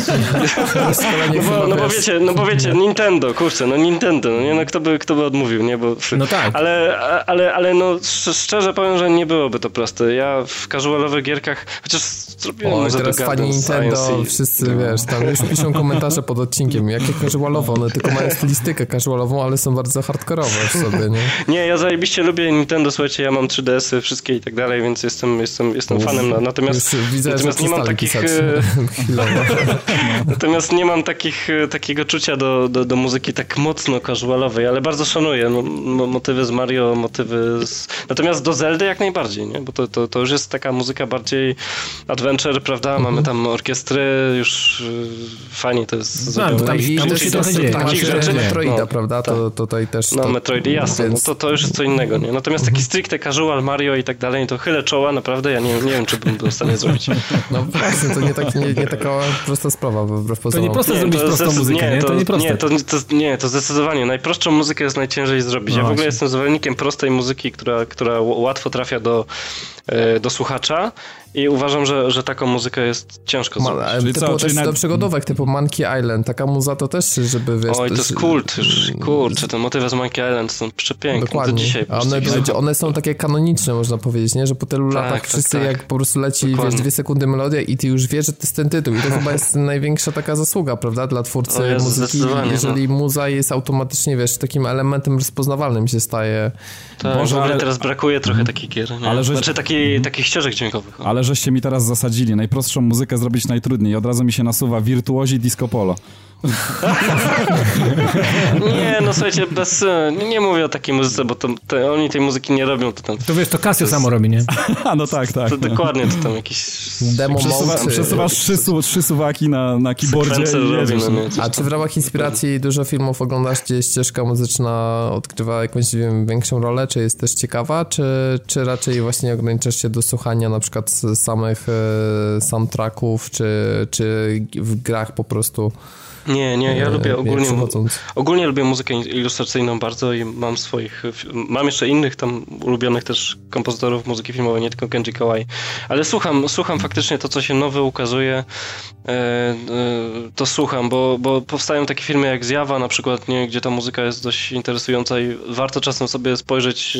no, bo, no bo wiecie, no bo wiecie, Nintendo, kurczę, no Nintendo, no nie, no kto by, kto by odmówił, nie, bo... No tak. Ale, ale, ale no szczerze powiem, że nie byłoby to proste. Ja w casualowych gierkach, chociaż zrobiłem o, za teraz to fani Nintendo bo wszyscy, no. wiesz, tam już piszą komentarze pod odcinkiem, jakie casualowe, one tylko mają stylistykę casualową, ale są bardzo hardkorowe w sobie, nie? Nie, ja zajebiście lubię Nintendo, słuchajcie, ja mam trzy D S y wszystkie i tak dalej, więc jestem, jestem, jestem Uf, fanem, natomiast, widzę, natomiast nie mam takich... natomiast nie mam takich, takiego czucia do, do, do muzyki tak mocno casualowej, ale bardzo szanuję no, motywy z Mario, motywy z... Natomiast do Zeldy jak najbardziej, nie? Bo to, to, to już jest taka muzyka bardziej adventure, prawda? Mamy tam orkiestry, już fajnie to jest zrobione. No, tam I tam się takich, dzieje. takich rzeczy. Metroida, no, prawda? tak. To tutaj też... No, to, Metroidy, jasne. więc... No, to, to już jest co innego, nie? Natomiast taki stricte casual, Mario i tak dalej, to chylę czoła, naprawdę, ja nie, nie wiem, czy bym był w stanie zrobić. No właśnie, to nie, tak, nie, nie taka prosta sprawa, wbrew pozorom. To nie proste zrobić prostą zdes- muzykę, nie? To, to nie proste. Nie to, to, nie, to zdecydowanie. Najprostszą muzykę jest najciężej zrobić. No ja w ogóle właśnie. jestem zwolennikiem prostej muzyki, która, która łatwo trafia do, do słuchacza i uważam, że, że taką muzykę jest ciężko Ma, zrobić. Czyli typu co, też czyli do na... przygodówek, typu Monkey Island, taka muza to też, żeby wiesz... Oj, to też... jest kult, już, kurczę, te motywy z Monkey Island są przepiękne. Dokładnie. Do dzisiaj A one, prostu, one są takie kanoniczne, można powiedzieć, nie? Że po tylu tak, latach tak, wszyscy tak. jak po prostu leci, Dokładnie. wiesz, dwie sekundy melodia i ty już wiesz, że to jest ten tytuł. I to chyba jest największa taka zasługa, prawda, dla twórcy O Jezu, muzyki, zdecydowanie, jeżeli no. muza jest automatycznie, wiesz, takim elementem rozpoznawalnym się staje. Tak, Boże, w ogóle ale- teraz brakuje trochę takich gier, nie? Ale że- Znaczy taki, takich ścieżek dźwiękowych. o. Ale żeście mi teraz zasadzili. Najprostszą muzykę zrobić najtrudniej. Od razu mi się nasuwa wirtuozi disco polo. Nie, no słuchajcie, bez, nie, nie mówię o takiej muzyce, bo to, te, oni tej muzyki nie robią, to tam... To wiesz, to Casio To jest- samo robi, nie? A, no tak, tak. To dokładnie, to tam jakieś... Demo Przesuwa, mode, przesuwasz trzy, su, trzy suwaki na, na keyboardzie sekwencje i robi, jedziesz. no nie, coś A tam. czy w ramach inspiracji dużo filmów oglądasz, gdzie ścieżka muzyczna odgrywa jakąś, nie wiem, większą rolę? Czy jest też ciekawa? Czy, czy raczej właśnie ograniczasz się do słuchania na przykład z samych e, soundtracków, czy, czy w grach po prostu? Nie, nie, ja e, lubię ogólnie, przechodząc? ogólnie lubię muzykę ilustracyjną bardzo i mam swoich, mam jeszcze innych tam ulubionych też kompozytorów muzyki filmowej, nie tylko Kenji Kawai, ale słucham, słucham faktycznie to, co się nowe ukazuje, e, e, to słucham, bo, bo powstają takie filmy jak Zjawa na przykład, nie, gdzie ta muzyka jest dość interesująca i warto czasem sobie spojrzeć,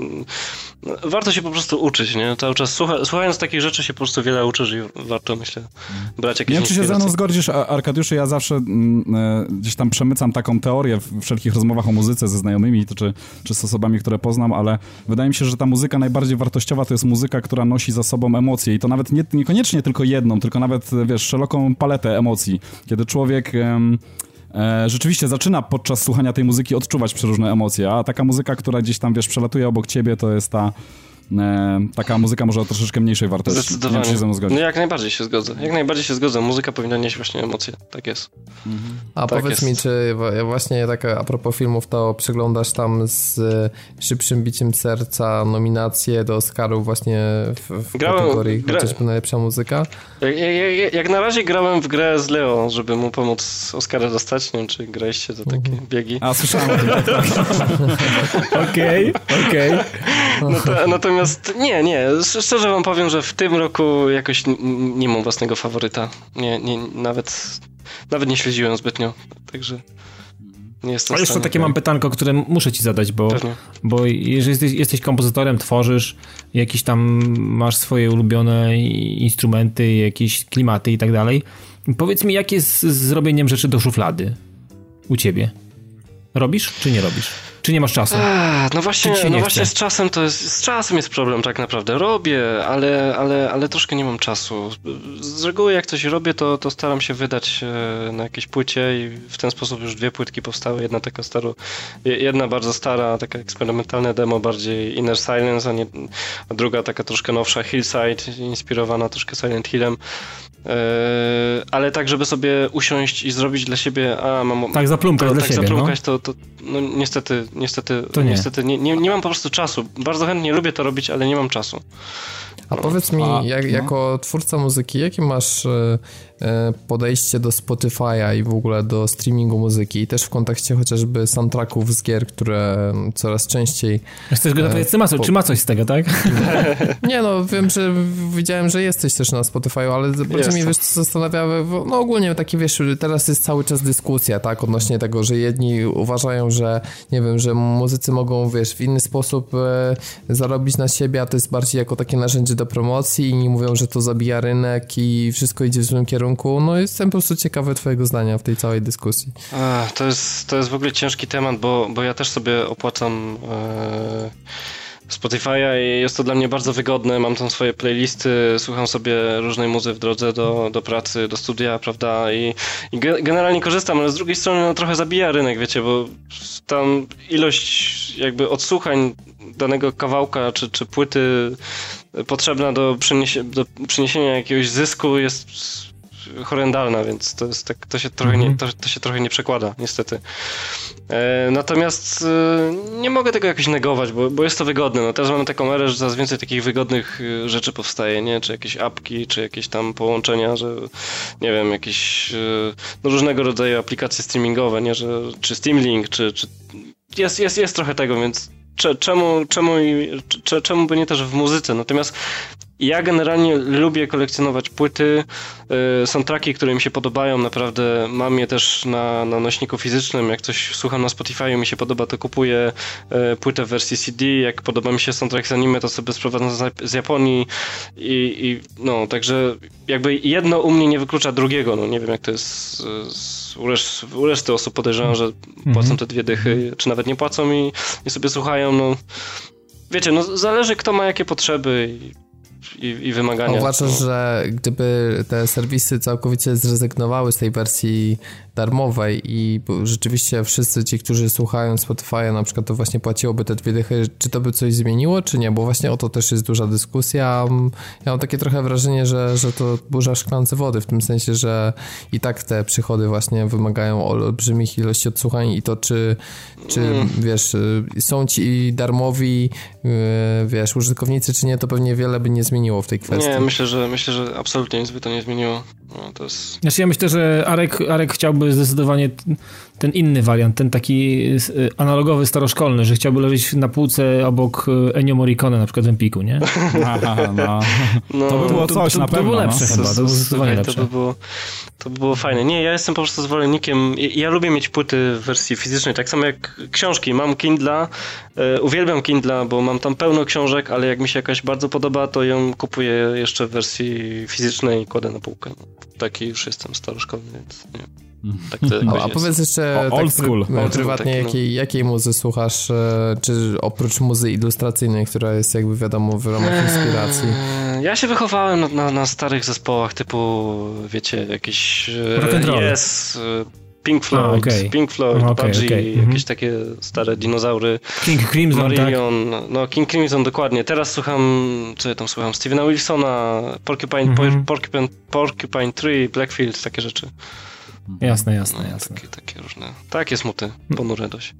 e, warto się po prostu uczyć, nie, cały czas słucha, słuchając takich rzeczy się po prostu wiele uczysz i warto, myślę, brać jakieś Nie wiem, czy się ze mną inspiracje. zgodzisz, A- Arkadiuszu, ja zawsze mm, e, gdzieś tam przemycam taką teorię w wszelkich rozmowach o muzyce ze znajomymi, to czy, czy z osobami, które poznam, ale wydaje mi się, że ta muzyka najbardziej wartościowa to jest muzyka, która nosi za sobą emocje i to nawet nie, niekoniecznie tylko jedną, tylko nawet, wiesz, szeroką paletę emocji. Kiedy człowiek... Em, E, rzeczywiście zaczyna podczas słuchania tej muzyki odczuwać przeróżne emocje, a taka muzyka, która gdzieś tam, wiesz, przelatuje obok ciebie, to jest ta e, taka muzyka może o troszeczkę mniejszej wartości. Zdecydowanie. Nie wiem, czy się ze mną zgodzi. No jak najbardziej się zgodzę. Jak najbardziej się zgodzę. Muzyka powinna nieść właśnie emocje. Tak jest. A Tak powiedz jest. mi, czy wa- właśnie tak a propos filmów, to przeglądasz tam z e, szybszym biciem serca nominacje do Oscarów właśnie w, w Grałem- kategorii gra- chociażby najlepsza muzyka? Jak, jak, jak na razie grałem w grę z Leo, żeby mu pomóc Oscara dostać. Nie wiem, czy graliście to takie biegi. A, słyszałem o tym, tak, tak. Okej, okej. No to, natomiast nie, nie. sz- Szczerze wam powiem, że w tym roku jakoś n- n- nie mam własnego faworyta. Nie, nie, nawet, nawet nie śledziłem zbytnio. Także nie jestem A w jeszcze stanie. takie mam pytanko, które muszę ci zadać, bo, Pewnie. bo jeżeli jesteś, jesteś kompozytorem, tworzysz, jakiś tam masz swoje ulubione instrumenty, jakieś klimaty i tak dalej. Powiedz mi, jak jest z zrobieniem rzeczy do szuflady u ciebie? Robisz, czy nie robisz? Czy nie masz czasu? A, no właśnie, Czy ci się no nie właśnie chce? z czasem to jest, z czasem jest problem tak naprawdę. Robię, ale, ale, ale troszkę nie mam czasu. Z reguły jak coś robię, to, to staram się wydać e, na jakiejś płycie i w ten sposób już dwie płytki powstały. Jedna taka staro, jedna bardzo stara, taka eksperymentalne demo, bardziej Inner Silence, a, nie, a druga taka troszkę nowsza Hillside, inspirowana troszkę Silent Hillem. E, ale tak, żeby sobie usiąść i zrobić dla siebie, a mam... Tak, zaplumkać to, dla tak siebie, zaplumkać, to, to no niestety, niestety, To nie. niestety nie, nie, nie mam po prostu czasu. Bardzo chętnie lubię to robić, ale nie mam czasu. A powiedz mi, A, jak, no. jako twórca muzyki, jakie masz e, e, podejście do Spotify'a i w ogóle do streamingu muzyki? I też w kontekście chociażby soundtracków z gier, które coraz częściej... Chcesz go zapytać, czy ma, co- czy ma coś z tego, tak? Nie no, wiem, że widziałem, że jesteś też na Spotify'u, ale bardziej Jestem. mnie, wiesz, co zastanawiało, bo, no ogólnie takie, wiesz, teraz jest cały czas dyskusja, tak, odnośnie tego, że jedni uważają, że, nie wiem, że muzycy mogą, wiesz, w inny sposób e, zarobić na siebie, a to jest bardziej jako takie narzędzie narzędzie do promocji, inni mówią, że to zabija rynek i wszystko idzie w złym kierunku. No jestem po prostu ciekawy twojego zdania w tej całej dyskusji. A, to jest, to jest w ogóle ciężki temat, bo, bo ja też sobie opłacam e, Spotify'a i jest to dla mnie bardzo wygodne. Mam tam swoje playlisty, słucham sobie różnej muzy w drodze do, do pracy, do studia, prawda? I, i generalnie korzystam, ale z drugiej strony no, trochę zabija rynek, wiecie, bo tam ilość jakby odsłuchań danego kawałka czy, czy płyty potrzebna do, przyniesie, do przyniesienia jakiegoś zysku jest horrendalna, więc to jest tak, to się trochę nie, to, to się trochę nie przekłada, niestety. E, natomiast e, nie mogę tego jakoś negować, bo, bo jest to wygodne. No teraz mamy taką erę, że coraz więcej takich wygodnych rzeczy powstaje, nie? Czy jakieś apki, czy jakieś tam połączenia, że nie wiem, jakieś e, no różnego rodzaju aplikacje streamingowe, nie? Że, czy Steam Link, czy, czy jest, jest, jest trochę tego, więc czemu, czemu, czemu by nie też w muzyce? Natomiast ja generalnie lubię kolekcjonować płyty, są traki, które mi się podobają, naprawdę mam je też na, na nośniku fizycznym, jak coś słucham na Spotify'u, mi się podoba, to kupuję płytę w wersji C D, jak podoba mi się soundtrack z anime, to sobie sprowadzam z Japonii i, i no, także jakby jedno u mnie nie wyklucza drugiego, no nie wiem jak to jest z, u, resz, u reszty osób, podejrzewam, że płacą te dwie dychy, czy nawet nie płacą i, i sobie słuchają, no wiecie, no zależy kto ma jakie potrzeby i I, i wymagania. A uważasz, no. że gdyby te serwisy całkowicie zrezygnowały z tej wersji darmowej i rzeczywiście wszyscy ci, którzy słuchają Spotify'a na przykład, to właśnie płaciłoby te dwie dychy, czy to by coś zmieniło, czy nie? Bo właśnie o to też jest duża dyskusja. Ja mam takie trochę wrażenie, że, że to burza w szklance wody, w tym sensie, że i tak te przychody właśnie wymagają olbrzymich ilości odsłuchań i to czy, czy mm. wiesz, są ci darmowi wiesz, użytkownicy, czy nie, to pewnie wiele by nie zmieniło w tej kwestii. Nie, myślę, że myślę, że absolutnie nic by to nie zmieniło. No, to jest... Znaczy ja myślę, że Arek, Arek chciałby zdecydowanie ten inny wariant, ten taki analogowy, staroszkolny, że chciałby leżeć na półce obok Ennio Morricone na przykład w Empiku, nie? Aha, no. No, to by było coś to, na to, pewno. To było lepsze no. chyba, to było zdecydowanie lepsze. To by było, to by było fajne. Nie, ja jestem po prostu zwolennikiem, ja, ja lubię mieć płyty w wersji fizycznej, tak samo jak książki. Mam Kindla, e, uwielbiam Kindla, bo mam tam pełno książek, ale jak mi się jakaś bardzo podoba, to ją kupuję jeszcze w wersji fizycznej i kładę na półkę. Taki już jestem staroszkolny, więc nie. Tak a, a powiedz jeszcze o, old tak, school. Pr- prywatnie, tak, jakiej, no. jakiej muzy słuchasz, czy oprócz muzy ilustracyjnej, która jest jakby wiadomo w ramach inspiracji? Ja się wychowałem na, na, na starych zespołach typu, wiecie, jakieś Yes, Pink Floyd, a, okay. Pink Floyd, okay, Budgie, okay. jakieś mm-hmm. takie stare dinozaury. King Crimson, Marillion, tak? No King Crimson, dokładnie. Teraz słucham, co ja tam słucham, Stevena Wilsona, Porcupine, mm-hmm. Porcupine, Porcupine Tree, Blackfield, takie rzeczy. Jasne, jasne, no, jasne. Takie, takie różne. Takie smuty, ponure dość.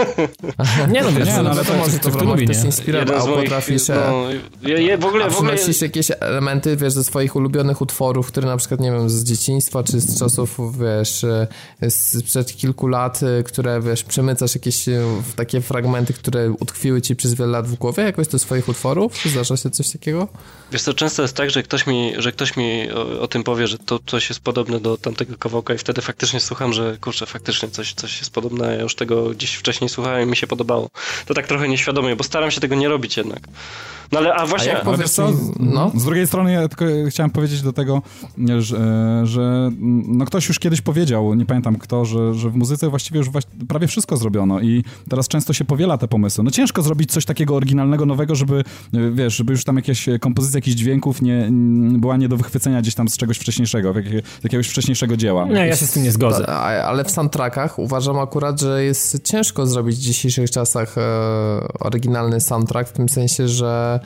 Nie no, wiesz, nie, no, ale to może to w ramach też inspirować, a potrafisz no, je, je, w ogóle, a w ogóle... przynosisz jakieś elementy, wiesz, ze swoich ulubionych utworów, które na przykład, nie wiem, z dzieciństwa, czy z czasów, wiesz, sprzed kilku lat, które, wiesz, przemycasz jakieś takie fragmenty, które utkwiły ci przez wiele lat w głowie, jakoś do swoich utworów? Zdarza się coś takiego? Wiesz, to często jest tak, że ktoś mi, że ktoś mi o, o tym powie, że to coś jest podobne do tamtego kawałka i wtedy faktycznie słucham, że kurczę, faktycznie coś, coś jest podobne, ja już tego gdzieś wcześniej słuchałem i mi się podobało. To tak trochę nieświadomie, bo staram się tego nie robić jednak. No ale, a właśnie... A jak powiesz co, no? Z drugiej strony ja tylko chciałem powiedzieć do tego, że, że no ktoś już kiedyś powiedział, nie pamiętam kto, że, że w muzyce właściwie już prawie wszystko zrobiono i teraz często się powiela te pomysły. No ciężko zrobić coś takiego oryginalnego, nowego, żeby, wiesz, żeby już tam jakieś kompozycja jakichś dźwięków nie, była nie do wychwycenia gdzieś tam z czegoś wcześniejszego, z jakiegoś wcześniejszego dzieła. Nie, ja się z tym nie zgodzę. Ale w soundtrackach uważam akurat, że jest ciężko zrobić w dzisiejszych czasach e, oryginalny soundtrack, w tym sensie, że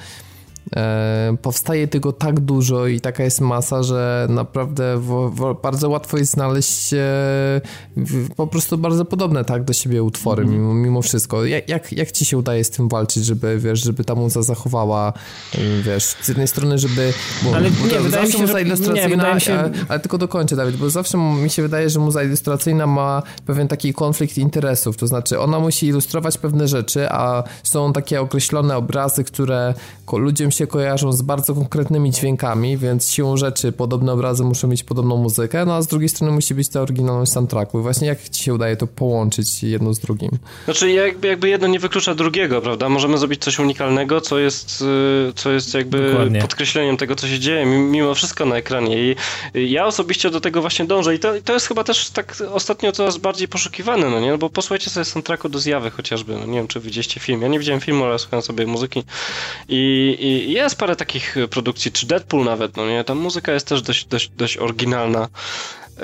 E, powstaje tego tak dużo i taka jest masa, że naprawdę w, w, bardzo łatwo jest znaleźć e, w, po prostu bardzo podobne tak do siebie utwory mm. mimo, mimo wszystko. Jak, jak, jak ci się udaje z tym walczyć, żeby, wiesz, żeby ta muza zachowała, wiesz, z jednej strony, żeby... Bo, ale bo nie, to, wydaje mi się, muza ilustracyjna, nie, wydaje mi się... Ale, ale tylko dokończę, Dawid, bo zawsze mi się wydaje, że muza ilustracyjna ma pewien taki konflikt interesów, to znaczy ona musi ilustrować pewne rzeczy, a są takie określone obrazy, które ludziom się się kojarzą z bardzo konkretnymi dźwiękami, więc siłą rzeczy podobne obrazy muszą mieć podobną muzykę, no a z drugiej strony musi być ta oryginalność soundtracku. I właśnie jak ci się udaje to połączyć jedno z drugim? Znaczy jakby, jakby jedno nie wyklucza drugiego, prawda? Możemy zrobić coś unikalnego, co jest, co jest jakby Dokładnie. podkreśleniem tego, co się dzieje mimo wszystko na ekranie. I ja osobiście do tego właśnie dążę i to, i to jest chyba też tak ostatnio coraz bardziej poszukiwane, no nie? No bo posłuchajcie sobie soundtracku do Zjawy chociażby, no nie wiem, czy widzieliście film. Ja nie widziałem filmu, ale słuchałem sobie muzyki i, i jest parę takich produkcji, czy Deadpool nawet, no nie? Ta muzyka jest też dość, dość, dość oryginalna. Yy,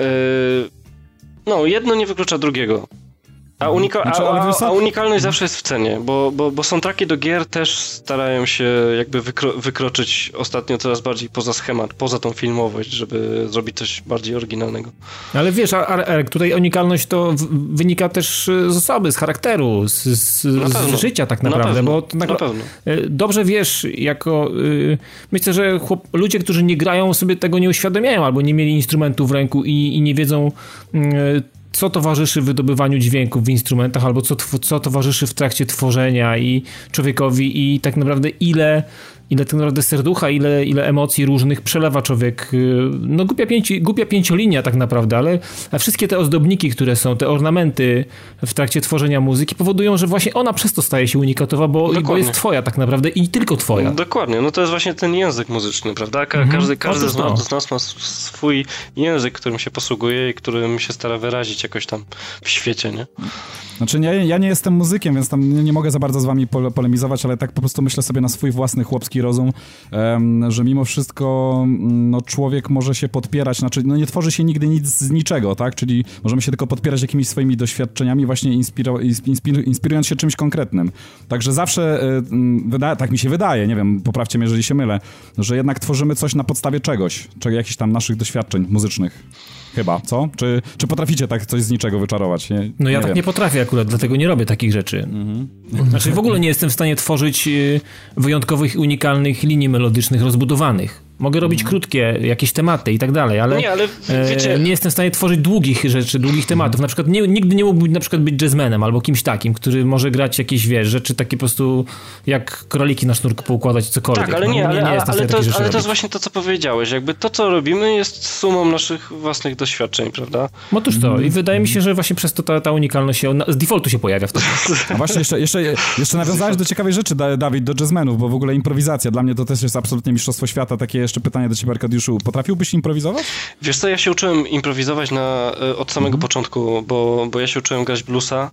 no, jedno nie wyklucza drugiego. A, unika- znaczy, a, a, a unikalność zawsze jest w cenie, bo, bo, bo soundtracki do gier też starają się jakby wykro- wykroczyć ostatnio coraz bardziej poza schemat, poza tą filmowość, żeby zrobić coś bardziej oryginalnego. Ale wiesz, Arek, tutaj unikalność to w- wynika też z osoby, z charakteru, z, z, z życia tak naprawdę, na pewno, bo to, na pewno. Dobrze wiesz, jako yy, myślę, że chłop, ludzie, którzy nie grają, sobie tego nie uświadamiają, albo nie mieli instrumentu w ręku i, i nie wiedzą yy, co towarzyszy wydobywaniu dźwięków w instrumentach, albo co, co towarzyszy w trakcie tworzenia i człowiekowi i tak naprawdę ile, ile tak naprawdę serducha, ile, ile emocji różnych przelewa człowiek. No głupia, pięci, głupia pięciolinia tak naprawdę, ale wszystkie te ozdobniki, które są, te ornamenty w trakcie tworzenia muzyki powodują, że właśnie ona przez to staje się unikatowa, bo, bo jest twoja tak naprawdę i tylko twoja. Dokładnie, no to jest właśnie ten język muzyczny, prawda? Ka- mhm. Każdy, każdy z, nas, z nas ma swój język, którym się posługuje i którym się stara wyrazić jakoś tam w świecie, nie? Znaczy ja, ja nie jestem muzykiem, więc tam nie, nie mogę za bardzo z wami pole, polemizować, ale tak po prostu myślę sobie na swój własny chłopski rozum, um, że mimo wszystko no, człowiek może się podpierać, znaczy no, nie tworzy się nigdy nic z niczego, tak? Czyli możemy się tylko podpierać jakimiś swoimi doświadczeniami, właśnie inspiro, inspir, inspirując się czymś konkretnym. Także zawsze, y, wyda, tak mi się wydaje, nie wiem, poprawcie mnie, jeżeli się mylę, że jednak tworzymy coś na podstawie czegoś, czego, jakichś tam naszych doświadczeń muzycznych. Chyba, co? Czy, czy potraficie tak coś z niczego wyczarować? Nie, no ja nie tak wiem. nie potrafię akurat, dlatego nie robię takich rzeczy. Mhm. Znaczy w ogóle nie jestem w stanie tworzyć wyjątkowych, unikalnych linii melodycznych rozbudowanych. Mogę robić mm. krótkie, jakieś tematy i tak dalej, ale, nie, ale wiecie... e, nie jestem w stanie tworzyć długich rzeczy, długich tematów. Na przykład nie, nigdy nie mógłbym na przykład być jazzmenem albo kimś takim, który może grać jakieś, wiesz, rzeczy takie po prostu jak króliki na sznurku poukładać cokolwiek. Tak, ale nie, no, ale, nie, nie ale, ale, to, ale to jest robić. właśnie to, co powiedziałeś. Jakby to, co robimy, jest sumą naszych własnych doświadczeń, prawda? Otóż to. I wydaje mi się, że właśnie przez to ta, ta unikalność się z defaultu się pojawia wtedy. A właśnie jeszcze, jeszcze, jeszcze nawiązałeś do ciekawej rzeczy, Dawid, do jazzmenów, bo w ogóle improwizacja. Dla mnie to też jest absolutnie mistrzostwo świata. Takie jeszcze pytanie do ciebie, Arkadiuszu. Potrafiłbyś improwizować? Wiesz co, ja się uczyłem improwizować na, od samego mhm. początku, bo, bo ja się uczyłem grać bluesa.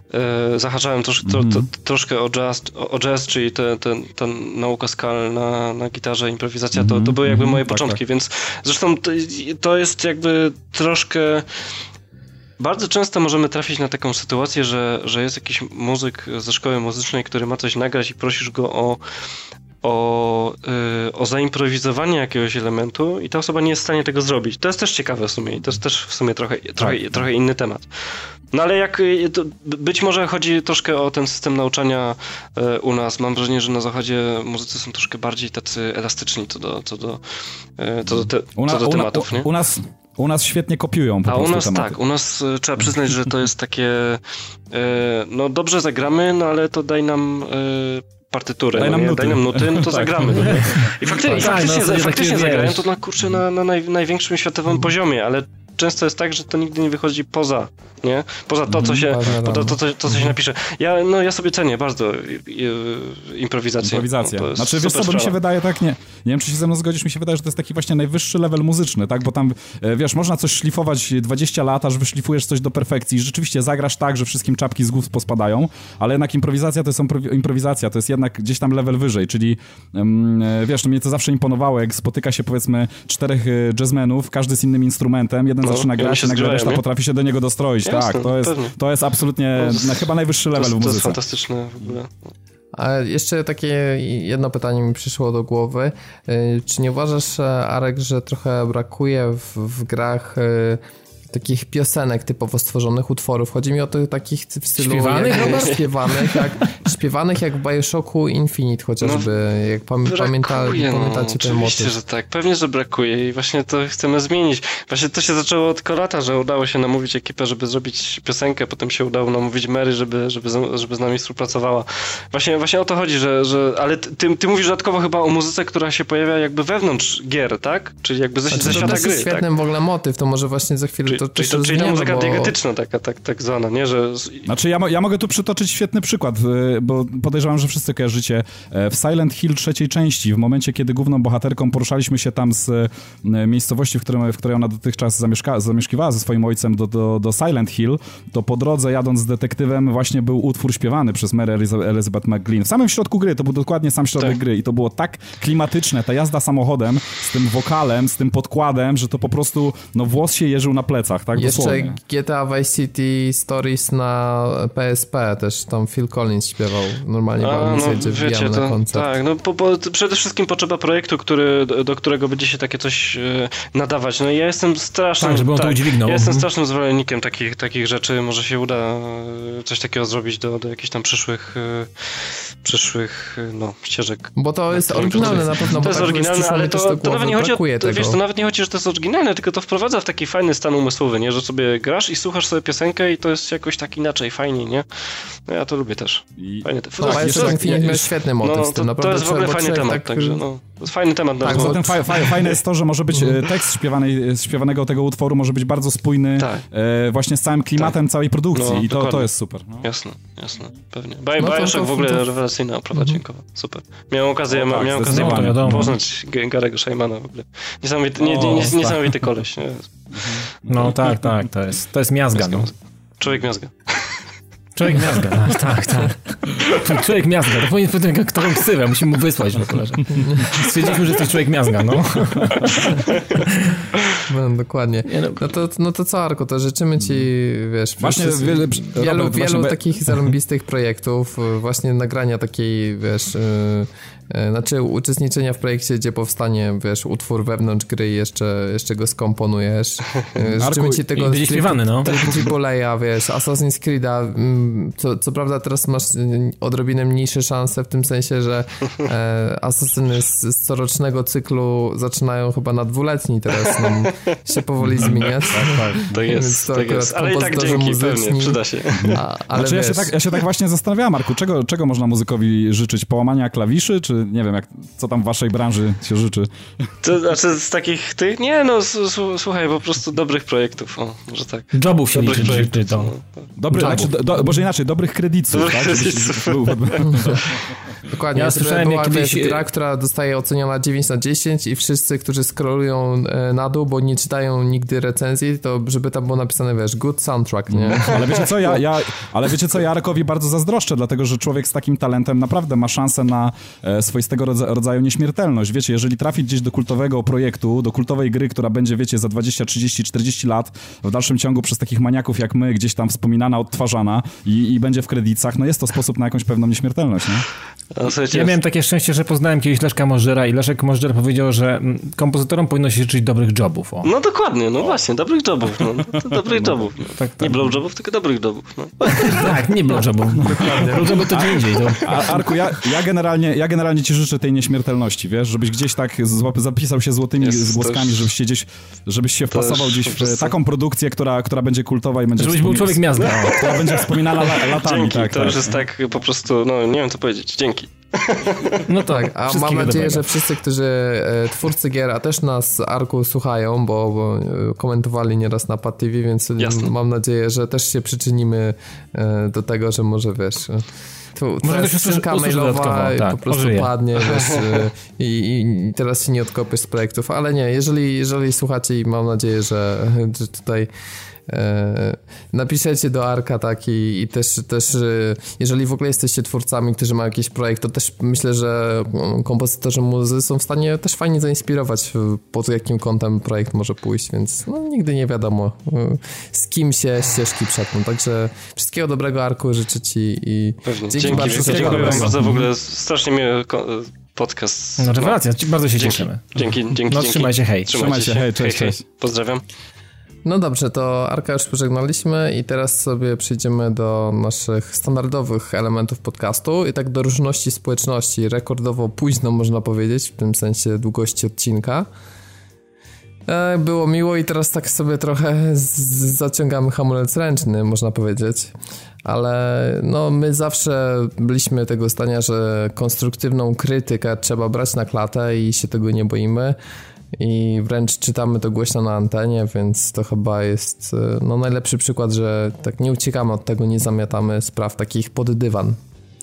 E, zahaczałem trosz, tro, to, troszkę o jazz, o, o jazz, czyli te, te, ta nauka skal na, na gitarze, improwizacja, mm-hmm. to, to były jakby moje mm-hmm. początki, tak, tak. Więc zresztą to, to jest jakby troszkę... Bardzo często możemy trafić na taką sytuację, że, że jest jakiś muzyk ze szkoły muzycznej, który ma coś nagrać i prosisz go o O, yy, o zaimprowizowanie jakiegoś elementu i ta osoba nie jest w stanie tego zrobić. To jest też ciekawe w sumie i to jest też w sumie trochę, trochę, tak. trochę inny temat. No ale jak to, być może chodzi troszkę o ten system nauczania yy, u nas. Mam wrażenie, że na zachodzie muzycy są troszkę bardziej tacy elastyczni co do, co do, yy, co do, te, u na, co do u tematów. Na, u, nie? u nas U nas świetnie kopiują po A prostu u nas tematy. tak, u nas y, trzeba przyznać, że to jest takie y, no dobrze zagramy, no ale to daj nam y, partyturę, daj, no, nam nie? daj nam nuty, no to tak. zagramy. No, I fakty, tak, i faktycznie, no, faktycznie tak zagrają to na, kurczę, na, na naj, największym światowym poziomie, ale często jest tak, że to nigdy nie wychodzi poza, nie? Poza to, co się, to, to, to, to, co się napisze. Ja, no, ja sobie cenię bardzo improwizację. Improwizację. No, znaczy, wiesz co, bo mi się wydaje tak, nie, nie wiem, czy się ze mną zgodzisz, mi się wydaje, że to jest taki właśnie najwyższy level muzyczny, tak? Bo tam, wiesz, można coś szlifować dwadzieścia lat, aż wyszlifujesz coś do perfekcji i rzeczywiście zagrasz tak, że wszystkim czapki z głów pospadają, ale jednak improwizacja to jest improwizacja, to jest jednak gdzieś tam level wyżej, czyli um, wiesz, no mnie to zawsze imponowało, jak spotyka się powiedzmy czterech jazzmenów, każdy z innym instrumentem, jeden no, zaczyna grać, nagle reszta nie? potrafi się do niego dostroić. Jasne, tak, to jest, to jest absolutnie to jest, chyba najwyższy level to, w muzyce. To jest fantastyczne w ogóle. A jeszcze takie jedno pytanie mi przyszło do głowy. Czy nie uważasz, Arek, że trochę brakuje w, w grach takich piosenek typowo stworzonych utworów? Chodzi mi o tych takich w stylu śpiewanych, jak, śpiewanych tak, śpiewanych jak w Bioshocku Infinite chociażby, no, jak pam- pamięta, pamiętacie ten motyw. Oczywiście, że tak. Pewnie, że brakuje i właśnie to chcemy zmienić. Właśnie to się zaczęło od Kolata, że udało się namówić ekipę, żeby zrobić piosenkę, potem się udało namówić Mary, żeby, żeby, żeby z nami współpracowała. Właśnie, właśnie o to chodzi, że, że ale ty, ty mówisz dodatkowo chyba o muzyce, która się pojawia jakby wewnątrz gier, tak? Czyli jakby ze, znaczy, ze świata gry. To jest świetny tak? w ogóle motyw, to może właśnie za chwilę czyli, to czyli, to, czyli ta muzyka bo... diegetyczna taka, tak, tak zwana, nie? Że... Znaczy ja, mo- ja mogę tu przytoczyć świetny przykład, bo podejrzewam, że wszyscy kojarzycie. W Silent Hill trzeciej części, w momencie, kiedy główną bohaterką poruszaliśmy się tam z miejscowości, w, którym, w której ona dotychczas zamieszka- zamieszkiwała ze swoim ojcem do, do, do Silent Hill, to po drodze jadąc z detektywem właśnie był utwór śpiewany przez Mary Elizabeth McGlynn. W samym środku gry, to był dokładnie sam środek tak. gry i to było tak klimatyczne, ta jazda samochodem z tym wokalem, z tym podkładem, że to po prostu, no włos się jeżył na plecach, tak Jeszcze dosłownie. G T A Vice City Stories na P S P też, tam Phil Collins śpiewał normalnie w audycji, gdzie wbijamy na koncert. Tak, no po, po, przede wszystkim potrzeba projektu, który, do, do którego będzie się takie coś e, nadawać. No i ja jestem strasznym... Tak, żeby on tak, to udźwignął. Ja jestem strasznym zwolennikiem takich, takich rzeczy. Może się uda coś takiego zrobić do, do jakichś tam przyszłych e, przyszłych, no, ścieżek. Bo to jest oryginalne na pewno. To jest tak oryginalne, ale to, to, to nawet nie chodzi o, tego. wiesz, to nawet nie chodzi, że to jest oryginalne, tylko to wprowadza w taki fajny stan umysłowy, nie? Że sobie grasz i słuchasz sobie piosenkę i to jest jakoś tak inaczej, fajniej, nie? No ja to lubię też. Fajny te... No, tak, jest to jest świetny motyw no, z tym, to, to jest w ogóle fajny temat, tak... także no, to jest fajny temat. Tak, na zatem fa- fa- fajne jest to, że może być tekst śpiewanej, śpiewanego tego utworu może być bardzo spójny tak. e, właśnie z całym klimatem tak. całej produkcji no, i to, to jest super. No. Jasne, jasne, pewnie. Baj, no, Bioshock w ogóle to... rewelacyjna oprawa mm-hmm. dźwiękowa, super. Miałem okazję, o, tak, miałem okazję no, poznać Garego Szajmana w ogóle. Niesamowity, nie, nie, nie, niesamowity koleś. Nie? No tak, tak, to jest, to jest miazga. No. Człowiek miazga. Człowiek miazga, tak, tak. Człowiek miazga, to powinien powiedzieć którą ksywę, musimy mu wysłać w ogóle. Stwierdziliśmy, że jesteś człowiek miazga, no. No, dokładnie. No to, no to co, Arku, to życzymy ci, wiesz, właśnie wszyscy, wiele, wielu, Robert, wielu właśnie takich zarąbistych projektów, właśnie nagrania takiej, wiesz, yy, znaczy uczestniczenia w projekcie, gdzie powstanie, wiesz, utwór wewnątrz gry i jeszcze, jeszcze go skomponujesz. Życzymy Arku, ci tego będzie śpiewany, no. Triple-A, wiesz, Assassin's Creed'a, co, co prawda teraz masz odrobinę mniejsze szanse w tym sensie, że e, Assassiny z, z corocznego cyklu zaczynają chyba na dwuletni teraz nam się powoli zmieniać. Tak, tak. To jest, to tak jest. Ale i tak dzięki, muzyczni, pewnie, przyda się. A, ale znaczy, ja, się tak, ja się tak właśnie zastanawiałem, Marku, czego, czego można muzykowi życzyć? Połamania klawiszy, czy nie wiem, jak, co tam w waszej branży się życzy? To znaczy z takich tych, nie no, s- s- słuchaj, po prostu dobrych projektów, o, może tak. Jobów się liczy, projektów, to. no. Dobry, znaczy, do, do, może inaczej, dobrych kredytów, dobrych tak? kredytów. Był, Dokładnie, ja słyszałem była kiedyś... wiesz, gra, która dostaje oceniona dziewięć na dziesięć i wszyscy, którzy scrollują na dół, bo nie czytają nigdy recenzji, to żeby tam było napisane, wiesz, good soundtrack, nie? Ale wiecie co, ja, ja, ale wiecie co, ja Arkowi bardzo zazdroszczę, dlatego, że człowiek z takim talentem naprawdę ma szansę na e, swoistego rodza- rodzaju nieśmiertelność. Wiecie, jeżeli trafi gdzieś do kultowego projektu, do kultowej gry, która będzie, wiecie, za dwadzieścia, trzydzieści, czterdzieści lat w dalszym ciągu przez takich maniaków jak my gdzieś tam wspominana, odtwarzana i, i będzie w kredytach, no jest to sposób na jakąś pewną nieśmiertelność, nie? Ja miałem takie szczęście, że poznałem kiedyś Leszka Możdżera i Leszek Możdżer powiedział, że kompozytorom powinno się życzyć dobrych jobów. O. No dokładnie, no właśnie, dobrych jobów. No. To dobrych no, jobów. No. Tak, tak. Nie blowjobów, tylko dobrych jobów. No. Tak, nie blowjobów. Blowjobów to gdzie indziej. To... A, Arku, ja, ja, generalnie, ja generalnie ci życzę tej nieśmiertelności, wiesz, żebyś gdzieś tak złap, zapisał się złotymi Jest zgłoskami, też, żebyś się gdzieś, żebyś się wpasował gdzieś w prostu... taką produkcję, która, która będzie kultowa i będzie żebyś był człowiek miasta. Która będzie wspominana la, latami. Dzięki, tak, to tak. już jest tak po prostu, no nie wiem co powiedzieć, dzięki. No tak, a mam nadzieję, dobrego. że wszyscy, którzy e, twórcy gier, a też nas Arku słuchają, bo, bo e, komentowali nieraz na Pad T V, więc Jasne. mam nadzieję, że też się przyczynimy e, do tego, że może wiesz... Tu twoja skrzynka mailowa tak, po prostu ożyje. padnie wiesz, i, i teraz się nie odkopiesz z projektów, ale nie, jeżeli, jeżeli słuchacie i mam nadzieję, że, że tutaj e, napiszecie do Arka tak i, i też, też jeżeli w ogóle jesteście twórcami, którzy mają jakiś projekt, to też myślę, że kompozytorzy muzy są w stanie też fajnie zainspirować, pod jakim kątem projekt może pójść, więc no, nigdy nie wiadomo z kim się ścieżki przetną, także wszystkiego dobrego, Arku, życzę ci i Pewnie. dzięki Dzięki bardzo. Dziękuję wam bardzo, w ogóle strasznie mnie podcast. No rewelacja, bardzo się dzięki, cieszymy. Dzięki, dzięki. No dzięki. trzymajcie, hej. Trzymajcie, hej, cześć, hej, cześć. Pozdrawiam. No dobrze, to Arka już pożegnaliśmy i teraz sobie przejdziemy do naszych standardowych elementów podcastu i tak do różności społeczności, rekordowo późno można powiedzieć, w tym sensie długości odcinka. Było miło i teraz tak sobie trochę z- zaciągamy hamulec ręczny, można powiedzieć, ale no my zawsze byliśmy tego zdania, że konstruktywną krytykę trzeba brać na klatę i się tego nie boimy i wręcz czytamy to głośno na antenie, więc to chyba jest no najlepszy przykład, że tak nie uciekamy od tego, nie zamiatamy spraw takich pod dywan.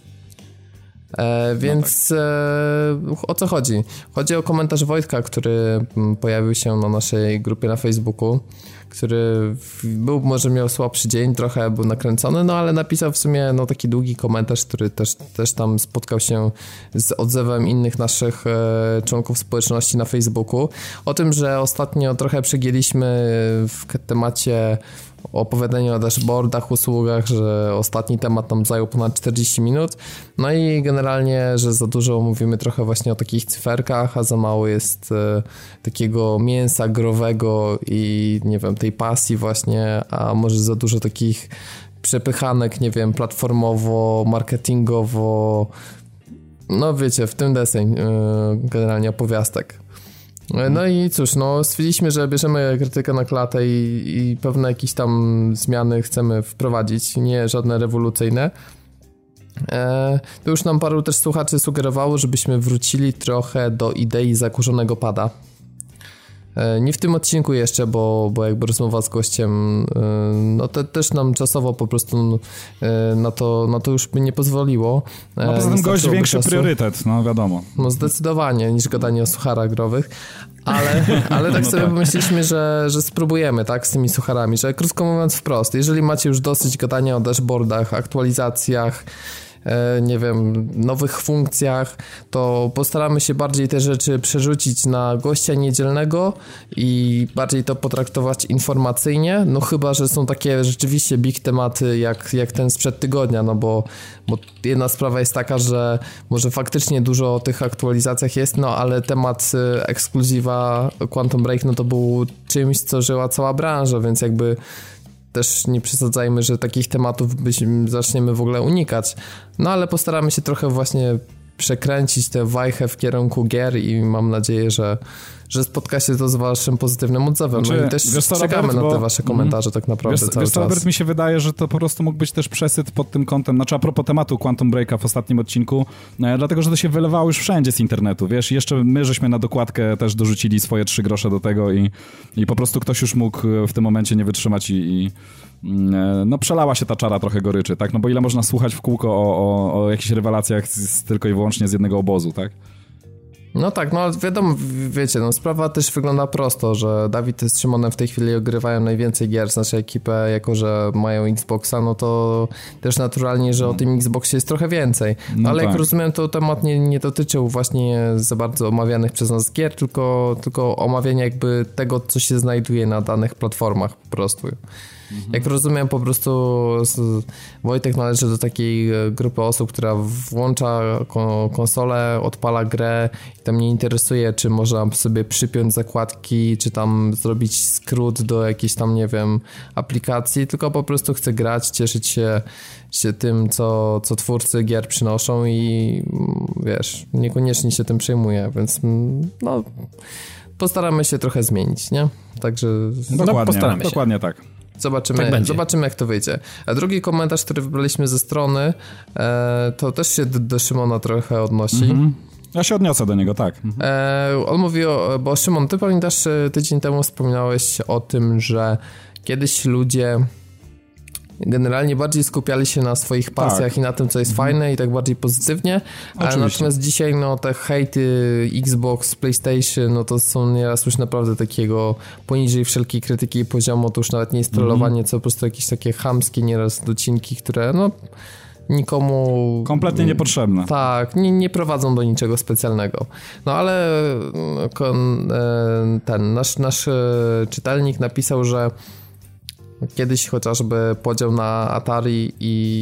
E, więc no tak. e, o co chodzi? Chodzi o komentarz Wojtka, który pojawił się na naszej grupie na Facebooku, który był, może miał słabszy dzień, trochę był nakręcony, no ale napisał w sumie no, taki długi komentarz, który też, też tam spotkał się z odzewem innych naszych e, członków społeczności na Facebooku. O tym, że ostatnio trochę przegięliśmy w temacie opowiadanie o dashboardach, usługach, że ostatni temat nam zajął ponad czterdzieści minut, no i generalnie, że za dużo mówimy trochę właśnie o takich cyferkach, a za mało jest e, takiego mięsa growego i nie wiem, tej pasji właśnie, a może za dużo takich przepychanek, nie wiem, platformowo, marketingowo, no wiecie, w tym deseń e, generalnie opowiastek. No i cóż, no stwierdziliśmy, że bierzemy krytykę na klatę i, i pewne jakieś tam zmiany chcemy wprowadzić, nie żadne rewolucyjne. E, to już nam paru też słuchaczy sugerowało, żebyśmy wrócili trochę do idei zakurzonego pada. E, nie w tym odcinku jeszcze, bo, bo jakby rozmowa z gościem, e, no te, też nam czasowo po prostu e, na, to, na to już by nie pozwoliło. E, no poza tym gość większy czasu. Priorytet, no wiadomo. No zdecydowanie, niż gadanie o sucharach growych. Ale, ale tak no sobie tak. pomyśleliśmy, że, że spróbujemy, tak, z tymi sucharami, że krótko mówiąc wprost, jeżeli macie już dosyć gadania o dashboardach, aktualizacjach, e, nie wiem, nowych funkcjach, to postaramy się bardziej te rzeczy przerzucić na gościa niedzielnego i bardziej to potraktować informacyjnie, no chyba, że są takie rzeczywiście big tematy jak, jak ten sprzed tygodnia, no bo, bo jedna sprawa jest taka, że może faktycznie dużo o tych aktualizacjach jest, no ale temat ekskluzywa Quantum Break, no to był czymś, co żyła cała branża, więc jakby też nie przesadzajmy, że takich tematów byśmy zaczniemy w ogóle unikać. No ale postaramy się trochę właśnie przekręcić tę wajchę w kierunku gier i mam nadzieję, że, że spotka się to z waszym pozytywnym odzewem. Znaczy, no i też czekamy na te wasze komentarze mm, tak naprawdę wiesz, cały wiesz, czas. Robert, mi się wydaje, że to po prostu mógł być też przesyt pod tym kątem, znaczy a propos tematu Quantum Breaka w ostatnim odcinku, e, dlatego, że to się wylewało już wszędzie z internetu, wiesz, i jeszcze my żeśmy na dokładkę też dorzucili swoje trzy grosze do tego i, i po prostu ktoś już mógł w tym momencie nie wytrzymać i, i no przelała się ta czara trochę goryczy, tak? No bo ile można słuchać w kółko o, o, o jakichś rewelacjach z, z, tylko i wyłącznie z jednego obozu, tak? No tak, no wiadomo, wiecie, no sprawa też wygląda prosto, że Dawid z Szymonem w tej chwili ogrywają najwięcej gier z naszej ekipy, jako że mają Xboxa, no to też naturalnie, że o tym Xboxie jest trochę więcej. No ale tak. Jak rozumiem, to temat nie, nie dotyczył właśnie za bardzo omawianych przez nas gier, tylko, tylko omawiania jakby tego, co się znajduje na danych platformach po prostu. Mhm. Jak rozumiem, po prostu Wojtek należy do takiej grupy osób, która włącza konsolę, odpala grę i tam nie interesuje, czy można sobie przypiąć zakładki, czy tam zrobić skrót do jakiejś tam, nie wiem, aplikacji, tylko po prostu chce grać, cieszyć się, się tym, co, co twórcy gier przynoszą i wiesz, niekoniecznie się tym przejmuje, więc no postaramy się trochę zmienić, nie? Także dokładnie, no, postaramy się. Dokładnie tak. Zobaczymy, tak zobaczymy, jak to wyjdzie. A drugi komentarz, który wybraliśmy ze strony, e, to też się do, do Szymona trochę odnosi. Mm-hmm. Ja się odniosę do niego, tak. Mhm. E, on mówi o, bo Szymon, ty pamiętasz, tydzień temu wspominałeś o tym, że kiedyś ludzie generalnie bardziej skupiali się na swoich pasjach tak. i na tym, co jest mhm. fajne i tak bardziej pozytywnie, ale natomiast dzisiaj no te hejty Xbox, PlayStation, no to są nieraz już naprawdę takiego poniżej wszelkiej krytyki poziomu, to już nawet nie jest trollowanie, mhm. co po prostu jakieś takie chamskie nieraz docinki, które no nikomu... Kompletnie niepotrzebne. Tak, nie, nie prowadzą do niczego specjalnego. No ale ten nasz, nasz czytelnik napisał, że Kiedyś chociażby podział na Atari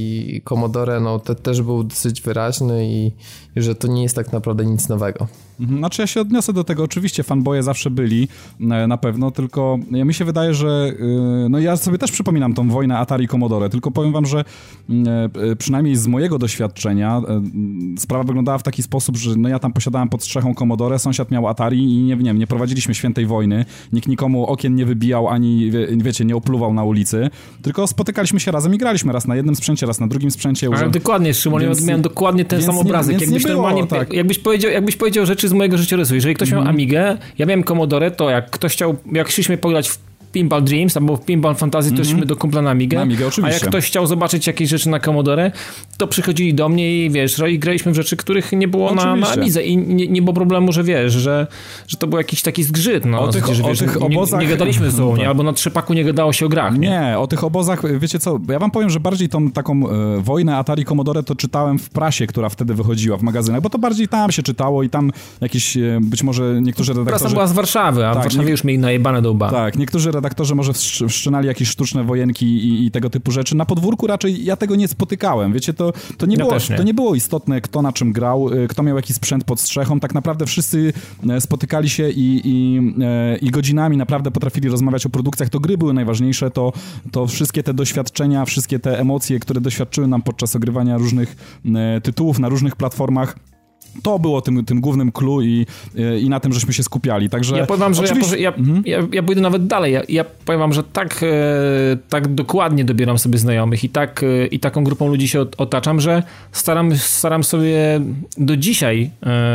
i Commodore, no to też był dosyć wyraźny i, i że to nie jest tak naprawdę nic nowego. Znaczy ja się odniosę do tego, oczywiście fanboye zawsze byli, na pewno, tylko ja mi się wydaje, że no ja sobie też przypominam tą wojnę Atari Commodore, tylko powiem wam, że przynajmniej z mojego doświadczenia sprawa wyglądała w taki sposób, że no ja tam posiadałem pod strzechą Commodore, sąsiad miał Atari i nie, nie, nie prowadziliśmy świętej wojny, nikt nikomu okien nie wybijał, ani wie, wiecie, nie opluwał na ulicy, tylko spotykaliśmy się razem i graliśmy raz na jednym sprzęcie, raz na drugim sprzęcie. Ale dokładnie, Szymon, więc, ja miałem dokładnie ten sam obrazek. Jakbyś, było, normalnie, tak. jakbyś, powiedział, jakbyś powiedział rzeczy z mojego życiorysu. Jeżeli ktoś mm. miał Amigę, ja miałem Commodore, to jak ktoś chciał, jak szliśmy pograć w Pinball Dreams albo w Pinball Fantasy, to mm-hmm. szliśmy do kumpla na Amigę, na Amigę a jak ktoś chciał zobaczyć jakieś rzeczy na Commodore, to przychodzili do mnie i wiesz, i graliśmy w rzeczy, których nie było na, na Amidze i nie, nie było problemu, że wiesz, że, że to był jakiś taki zgrzyt, no, o tych, znaczy, że, o wiesz, tych obozach... nie, nie gadaliśmy ze sobą, nie? Albo na trzepaku nie gadało się o grach. Nie? nie, o tych obozach, wiecie co, ja wam powiem, że bardziej tą taką e, wojnę Atari Commodore to czytałem w prasie, która wtedy wychodziła w magazynach, bo to bardziej tam się czytało i tam jakieś, e, być może niektórzy redaktorzy... Prasa była z Warszawy, a tak, w Warszawie nie... już mieli najebane do łba. Tak, niektórzy redaktorzy może wszczynali jakieś sztuczne wojenki i, i tego typu rzeczy. Na podwórku raczej ja tego nie spotykałem. Wiecie, to, to, nie, ja było, nie. to nie było istotne, kto na czym grał, kto miał jakiś sprzęt pod strzechą. Tak naprawdę wszyscy spotykali się i, i, i godzinami naprawdę potrafili rozmawiać o produkcjach. To gry były najważniejsze, to, to wszystkie te doświadczenia, wszystkie te emocje, które doświadczyły nam podczas ogrywania różnych tytułów na różnych platformach. To było tym, tym głównym clue i, i na tym, żeśmy się skupiali. Także ja powiem wam, że oczywiście... ja, mhm. ja, ja pójdę nawet dalej. Ja, ja powiem wam, że tak, e, tak dokładnie dobieram sobie znajomych i, tak, e, i taką grupą ludzi się otaczam, że staram, staram sobie do dzisiaj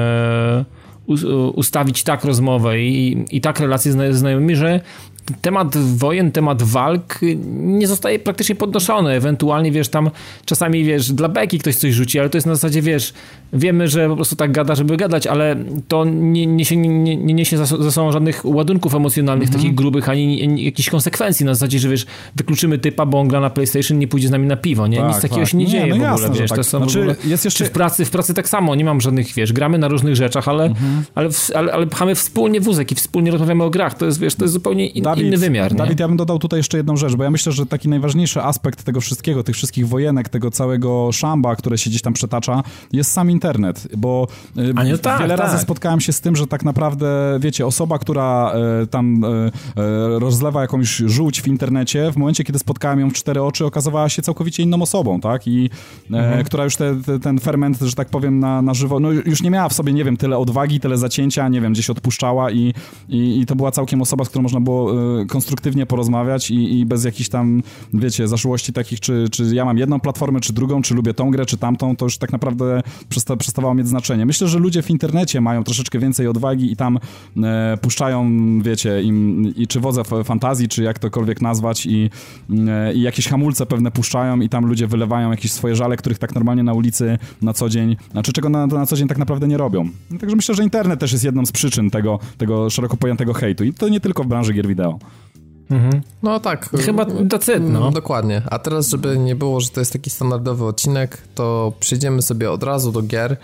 e, u, ustawić tak rozmowę i, i tak relacje z znajomymi, że temat wojen, temat walk nie zostaje praktycznie podnoszony. Ewentualnie, wiesz, tam czasami, wiesz, dla beki ktoś coś rzuci, ale to jest na zasadzie, wiesz, wiemy, że po prostu tak gada, żeby gadać, ale to nie niesie, nie, nie niesie za, za sobą żadnych ładunków emocjonalnych, mhm. takich grubych, ani, ani jakichś konsekwencji na zasadzie, że wiesz, wykluczymy typa, bo on gra na PlayStation, nie pójdzie z nami na piwo, nie? Tak, Nic takiego tak. się nie, nie dzieje no w ogóle, jasne, wiesz. Tak. To są znaczy, w ogóle, jest jeszcze... w pracy, w pracy tak samo, nie mam żadnych, wiesz, gramy na różnych rzeczach, ale, mhm. ale, ale, ale pchamy wspólnie wózek i wspólnie rozmawiamy o grach. To jest, wiesz, to jest zupełnie in, Dawid, inny wymiar, nie? Dawid, ja bym dodał tutaj jeszcze jedną rzecz, bo ja myślę, że taki najważniejszy aspekt tego wszystkiego, tych wszystkich wojenek, tego całego szamba, które się gdzieś tam przetacza, jest sam internet, bo A nie, tak, wiele tak. razy spotkałem się z tym, że tak naprawdę, wiecie, osoba, która e, tam e, e, rozlewa jakąś żółć w internecie, w momencie, kiedy spotkałem ją w cztery oczy, okazywała się całkowicie inną osobą, tak? I e, mhm. która już te, te, ten ferment, że tak powiem, na, na żywo, no już nie miała w sobie, nie wiem, tyle odwagi, tyle zacięcia, nie wiem, gdzieś odpuszczała i, i, i to była całkiem osoba, z którą można było e, konstruktywnie porozmawiać i, i bez jakichś tam, wiecie, zaszłości takich, czy, czy ja mam jedną platformę, czy drugą, czy lubię tą grę, czy tamtą, to już tak naprawdę przesta- przestawało mieć znaczenie. Myślę, że ludzie w internecie mają troszeczkę więcej odwagi i tam e, puszczają, wiecie, im, i czy wodze fantazji, czy jak tokolwiek nazwać i, e, i jakieś hamulce pewne puszczają i tam ludzie wylewają jakieś swoje żale, których tak normalnie na ulicy na co dzień, znaczy czego na, na co dzień tak naprawdę nie robią. Także myślę, że internet też jest jedną z przyczyn tego, tego szeroko pojętego hejtu i to nie tylko w branży gier wideo. Mhm. No tak. Chyba decyd, no. Dokładnie. A teraz, żeby nie było, że to jest taki standardowy odcinek, to przejdziemy sobie od razu do gier,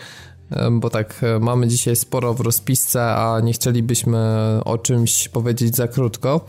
bo tak, mamy dzisiaj sporo w rozpisce, a nie chcielibyśmy o czymś powiedzieć za krótko.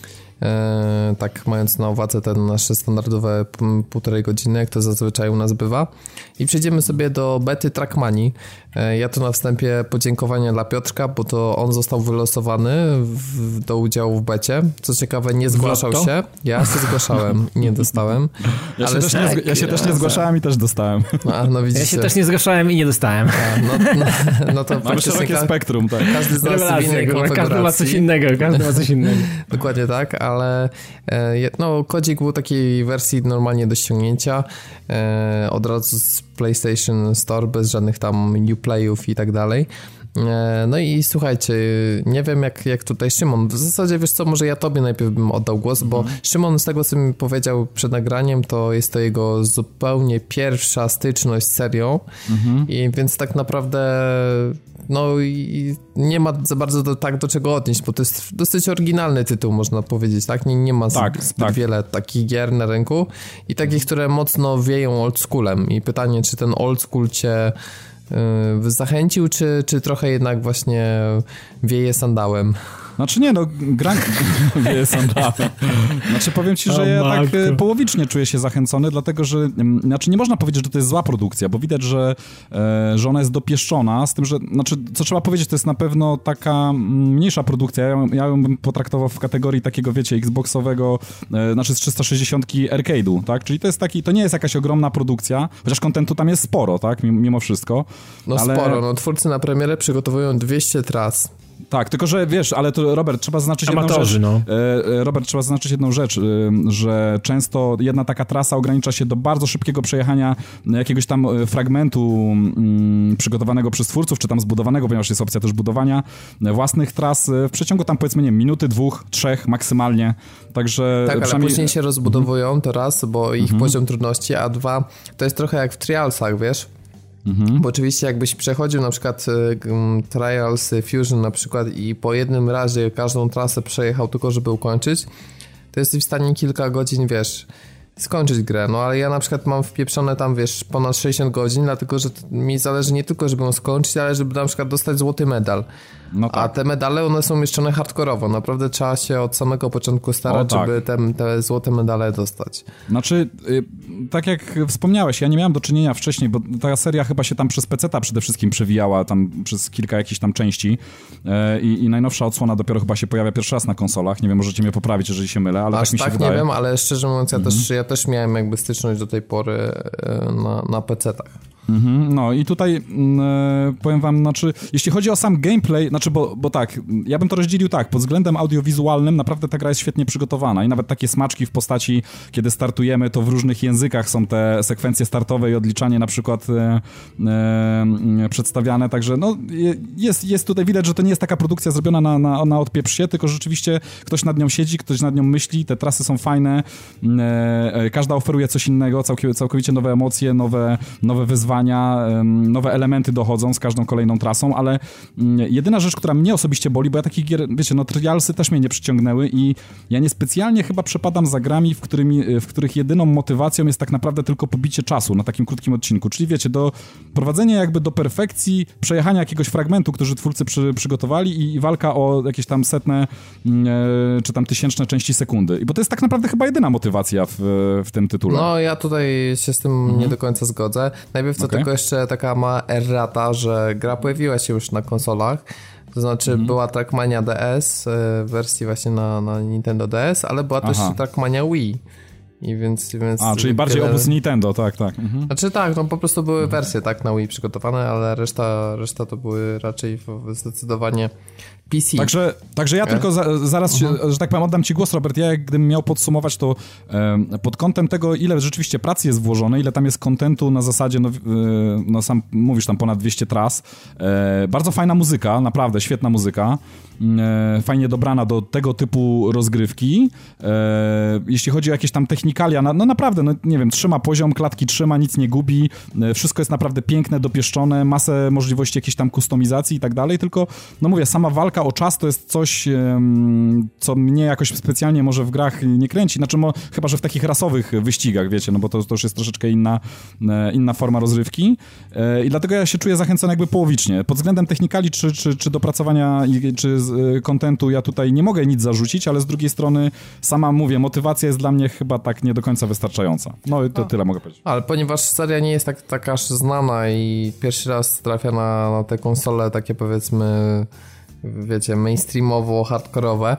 E, tak mając na uwadze te nasze standardowe p- półtorej godziny, jak to zazwyczaj u nas bywa. I przejdziemy sobie do bety Trackmanii. E, ja tu na wstępie podziękowania dla Piotrka, bo to on został wylosowany w, do udziału w becie. Co ciekawe, nie zgłaszał się. Ja się zgłaszałem i nie dostałem. Ja się, też, nie, ja się też nie zgłaszałem i też dostałem. A, no widzicie. Ja się też nie zgłaszałem i nie dostałem. A, no, no, no to mamy szerokie ka- spektrum, tak. Każdy z nas w innej konfiguracji. Każdy ma coś innego, każdy ma coś innego. Dokładnie tak, ale no, kodzik był takiej wersji normalnie do ściągnięcia od razu z PlayStation Store, bez żadnych tam Uplayów i tak dalej. No i słuchajcie, nie wiem jak, jak tutaj Szymon, w zasadzie wiesz co, może ja tobie najpierw bym oddał głos, bo mhm. Szymon z tego co mi powiedział przed nagraniem, to jest to jego zupełnie pierwsza styczność z serią mhm. i więc tak naprawdę no i nie ma za bardzo do, tak do czego odnieść, bo to jest dosyć oryginalny tytuł, można powiedzieć, tak? Nie, nie ma tak, zbyt tak. wiele takich gier na rynku i takich, które mocno wieją oldschoolem i pytanie, czy ten oldschool cię yy, zachęcił, czy, czy trochę jednak właśnie wieje sandałem? Znaczy nie, no, gra... Znaczy powiem ci, że ja tak połowicznie czuję się zachęcony, dlatego że, znaczy nie można powiedzieć, że to jest zła produkcja, bo widać, że, że ona jest dopieszczona, z tym, że, znaczy, co trzeba powiedzieć, to jest na pewno taka mniejsza produkcja, ja, ja ją bym potraktował w kategorii takiego, wiecie, xboxowego, znaczy z trzysta sześćdziesiątki arcade'u, tak, czyli to jest taki, to nie jest jakaś ogromna produkcja, chociaż kontentu tam jest sporo, tak, mimo wszystko. No ale... sporo, no twórcy na premierę przygotowują dwieście tras. Tak, tylko że wiesz, ale to Robert, trzeba zaznaczyć Amatorzy, jedną rzecz. No. Robert, trzeba zaznaczyć jedną rzecz, że często jedna taka trasa ogranicza się do bardzo szybkiego przejechania jakiegoś tam fragmentu przygotowanego przez twórców, czy tam zbudowanego, ponieważ jest opcja też budowania własnych tras w przeciągu tam powiedzmy, nie wiem, minuty, dwóch, trzech maksymalnie. Także tak, ale przynajmniej... później się rozbudowują, to raz, bo ich mhm. poziom trudności, a dwa, to jest trochę jak w Trialsach, wiesz? Mhm. Bo oczywiście jakbyś przechodził na przykład um, Trials Fusion na przykład i po jednym razie każdą trasę przejechał tylko, żeby ukończyć, to jesteś w stanie kilka godzin, wiesz, skończyć grę, no ale ja na przykład mam wpieprzone tam, wiesz, ponad sześćdziesiąt godzin, dlatego, że mi zależy nie tylko, żeby ją skończyć, ale żeby na przykład dostać złoty medal. No tak. A te medale, one są umieszczone hardkorowo. Naprawdę trzeba się od samego początku starać, o, tak. żeby te, te złote medale dostać. Znaczy, y, tak jak wspomniałeś, ja nie miałem do czynienia wcześniej, bo ta seria chyba się tam przez peceta przede wszystkim przewijała, tam przez kilka jakichś tam części y, i najnowsza odsłona dopiero chyba się pojawia pierwszy raz na konsolach. Nie wiem, możecie mnie poprawić, jeżeli się mylę, ale Aż tak mi się tak wydaje. nie wiem, ale szczerze mówiąc, ja, mhm. też, ja też miałem jakby styczność do tej pory y, na, na pecetach. Mhm, no i tutaj e, powiem wam, znaczy, jeśli chodzi o sam gameplay, znaczy, bo, bo tak, ja bym to rozdzielił tak, pod względem audiowizualnym naprawdę ta gra jest świetnie przygotowana i nawet takie smaczki w postaci, kiedy startujemy, to w różnych językach są te sekwencje startowe i odliczanie na przykład e, e, przedstawiane, także no jest, jest tutaj widać, że to nie jest taka produkcja zrobiona na, na, na odpieprz się, tylko rzeczywiście ktoś nad nią siedzi, ktoś nad nią myśli, te trasy są fajne, e, każda oferuje coś innego, całkowicie, całkowicie nowe emocje, nowe, nowe wyzwania, nowe elementy dochodzą z każdą kolejną trasą, ale jedyna rzecz, która mnie osobiście boli, bo ja takich gier, wiecie, no Trialsy też mnie nie przyciągnęły i ja niespecjalnie chyba przepadam za grami, w, którymi, w których jedyną motywacją jest tak naprawdę tylko pobicie czasu na takim krótkim odcinku, czyli wiecie, do prowadzenia jakby do perfekcji przejechania jakiegoś fragmentu, który twórcy przy, przygotowali i, i walka o jakieś tam setne e, czy tam tysięczne części sekundy. I bo to jest tak naprawdę chyba jedyna motywacja w, w tym tytule. No ja tutaj się z tym mhm. nie do końca zgodzę. Najpierw co okay. tylko jeszcze taka ma errata, że gra pojawiła się już na konsolach, to znaczy mm. była Trackmania D S w wersji właśnie na, na Nintendo D S, ale była Aha. też Trackmania Wii. I więc, więc A, czyli bardziej obóz Nintendo, tak, tak. Mhm. Znaczy tak, no po prostu były wersje tak na Wii przygotowane, ale reszta, reszta to były raczej zdecydowanie P C. Także, także ja tylko za, zaraz, się, uh-huh. że tak powiem, oddam ci głos, Robert. Ja jak gdybym miał podsumować to e, pod kątem tego, ile rzeczywiście pracy jest włożone, ile tam jest kontentu na zasadzie, no, e, no sam mówisz tam ponad dwieście tras. E, bardzo fajna muzyka, naprawdę świetna muzyka. E, fajnie dobrana do tego typu rozgrywki. E, jeśli chodzi o jakieś tam technikalia, no, no naprawdę, no nie wiem, trzyma poziom, klatki trzyma, nic nie gubi. E, wszystko jest naprawdę piękne, dopieszczone, masę możliwości jakiejś tam kustomizacji i tak dalej, tylko, no mówię, sama walka o czas to jest coś, co mnie jakoś specjalnie może w grach nie kręci, znaczy mo, chyba, że w takich rasowych wyścigach, wiecie, no bo to, to już jest troszeczkę inna, inna forma rozrywki i dlatego ja się czuję zachęcony jakby połowicznie. Pod względem technikali czy, czy, czy dopracowania czy kontentu ja tutaj nie mogę nic zarzucić, ale z drugiej strony sama mówię, motywacja jest dla mnie chyba tak nie do końca wystarczająca. No i to A, tyle mogę powiedzieć. Ale ponieważ seria nie jest tak, taka aż znana i pierwszy raz trafia na, na te konsole takie powiedzmy wiecie, mainstreamowo, hardkorowe,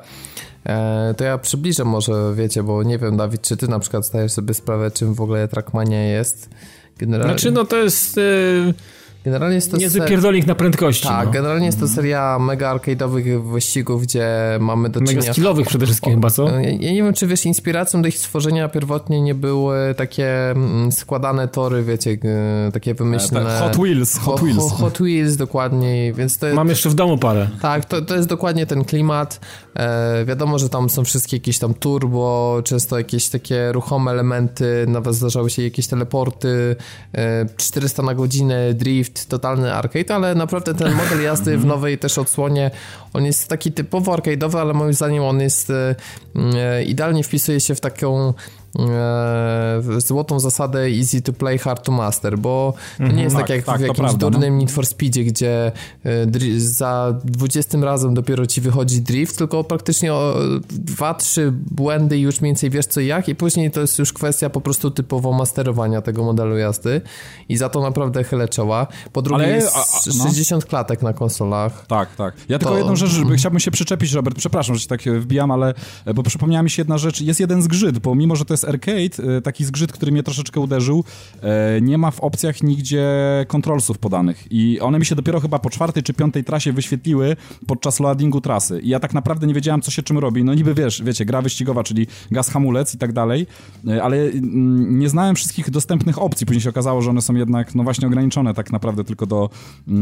e, to ja przybliżę może, wiecie, bo nie wiem, Dawid, czy ty na przykład zdajesz sobie sprawę, czym w ogóle Trackmania jest? Generalnie... Znaczy, no to jest... Yy... Generalnie jest to niezły ser... pierdolik na prędkości. Tak, no. generalnie jest to seria mega arcade'owych wyścigów, gdzie mamy do czynienia... Mega skillowych przede wszystkim o, chyba, co? Ja, ja nie wiem, czy wiesz, inspiracją do ich stworzenia pierwotnie nie były takie mm, składane tory, wiecie, y, takie wymyślne... Hot Wheels, Hot Wheels. Hot, hot Wheels, dokładnie, więc to jest... Mam jeszcze w domu parę. Tak, to, to jest dokładnie ten klimat. E, wiadomo, że tam są wszystkie jakieś tam turbo, często jakieś takie ruchome elementy, nawet zdarzały się jakieś teleporty, e, czterysta na godzinę, drift, totalny arcade, ale naprawdę ten model jazdy w nowej też odsłonie, on jest taki typowo arcade'owy, ale moim zdaniem on jest e, idealnie wpisuje się w taką e, złotą zasadę easy to play, hard to master, bo to nie jest tak, tak jak tak, w jakimś prawda, durnym no. Need for Speedzie, gdzie e, dri- za dwudziestym razem dopiero ci wychodzi drift, tylko praktycznie o dwa, trzy błędy i już mniej więcej wiesz co i jak, i później to jest już kwestia po prostu typowo masterowania tego modelu jazdy i za to naprawdę chylę czoła. Po drugie Ale, jest a, a, no. sześćdziesiąt klatek na konsolach. Tak, tak. Ja To- tylko jedną rzecz, żeby, chciałbym się przyczepić, Robert, przepraszam, że ci tak wbijam, ale bo przypomniała mi się jedna rzecz, jest jeden zgrzyt, bo mimo, że to jest arcade, taki zgrzyt, który mnie troszeczkę uderzył, nie ma w opcjach nigdzie kontrolsów podanych i one mi się dopiero chyba po czwartej czy piątej trasie wyświetliły podczas loadingu trasy i ja tak naprawdę nie wiedziałem, co się czym robi, no niby wiesz, wiecie, gra wyścigowa, czyli gaz, hamulec i tak dalej, ale nie znałem wszystkich dostępnych opcji, później się okazało, że one są jednak, no właśnie ograniczone tak naprawdę tylko do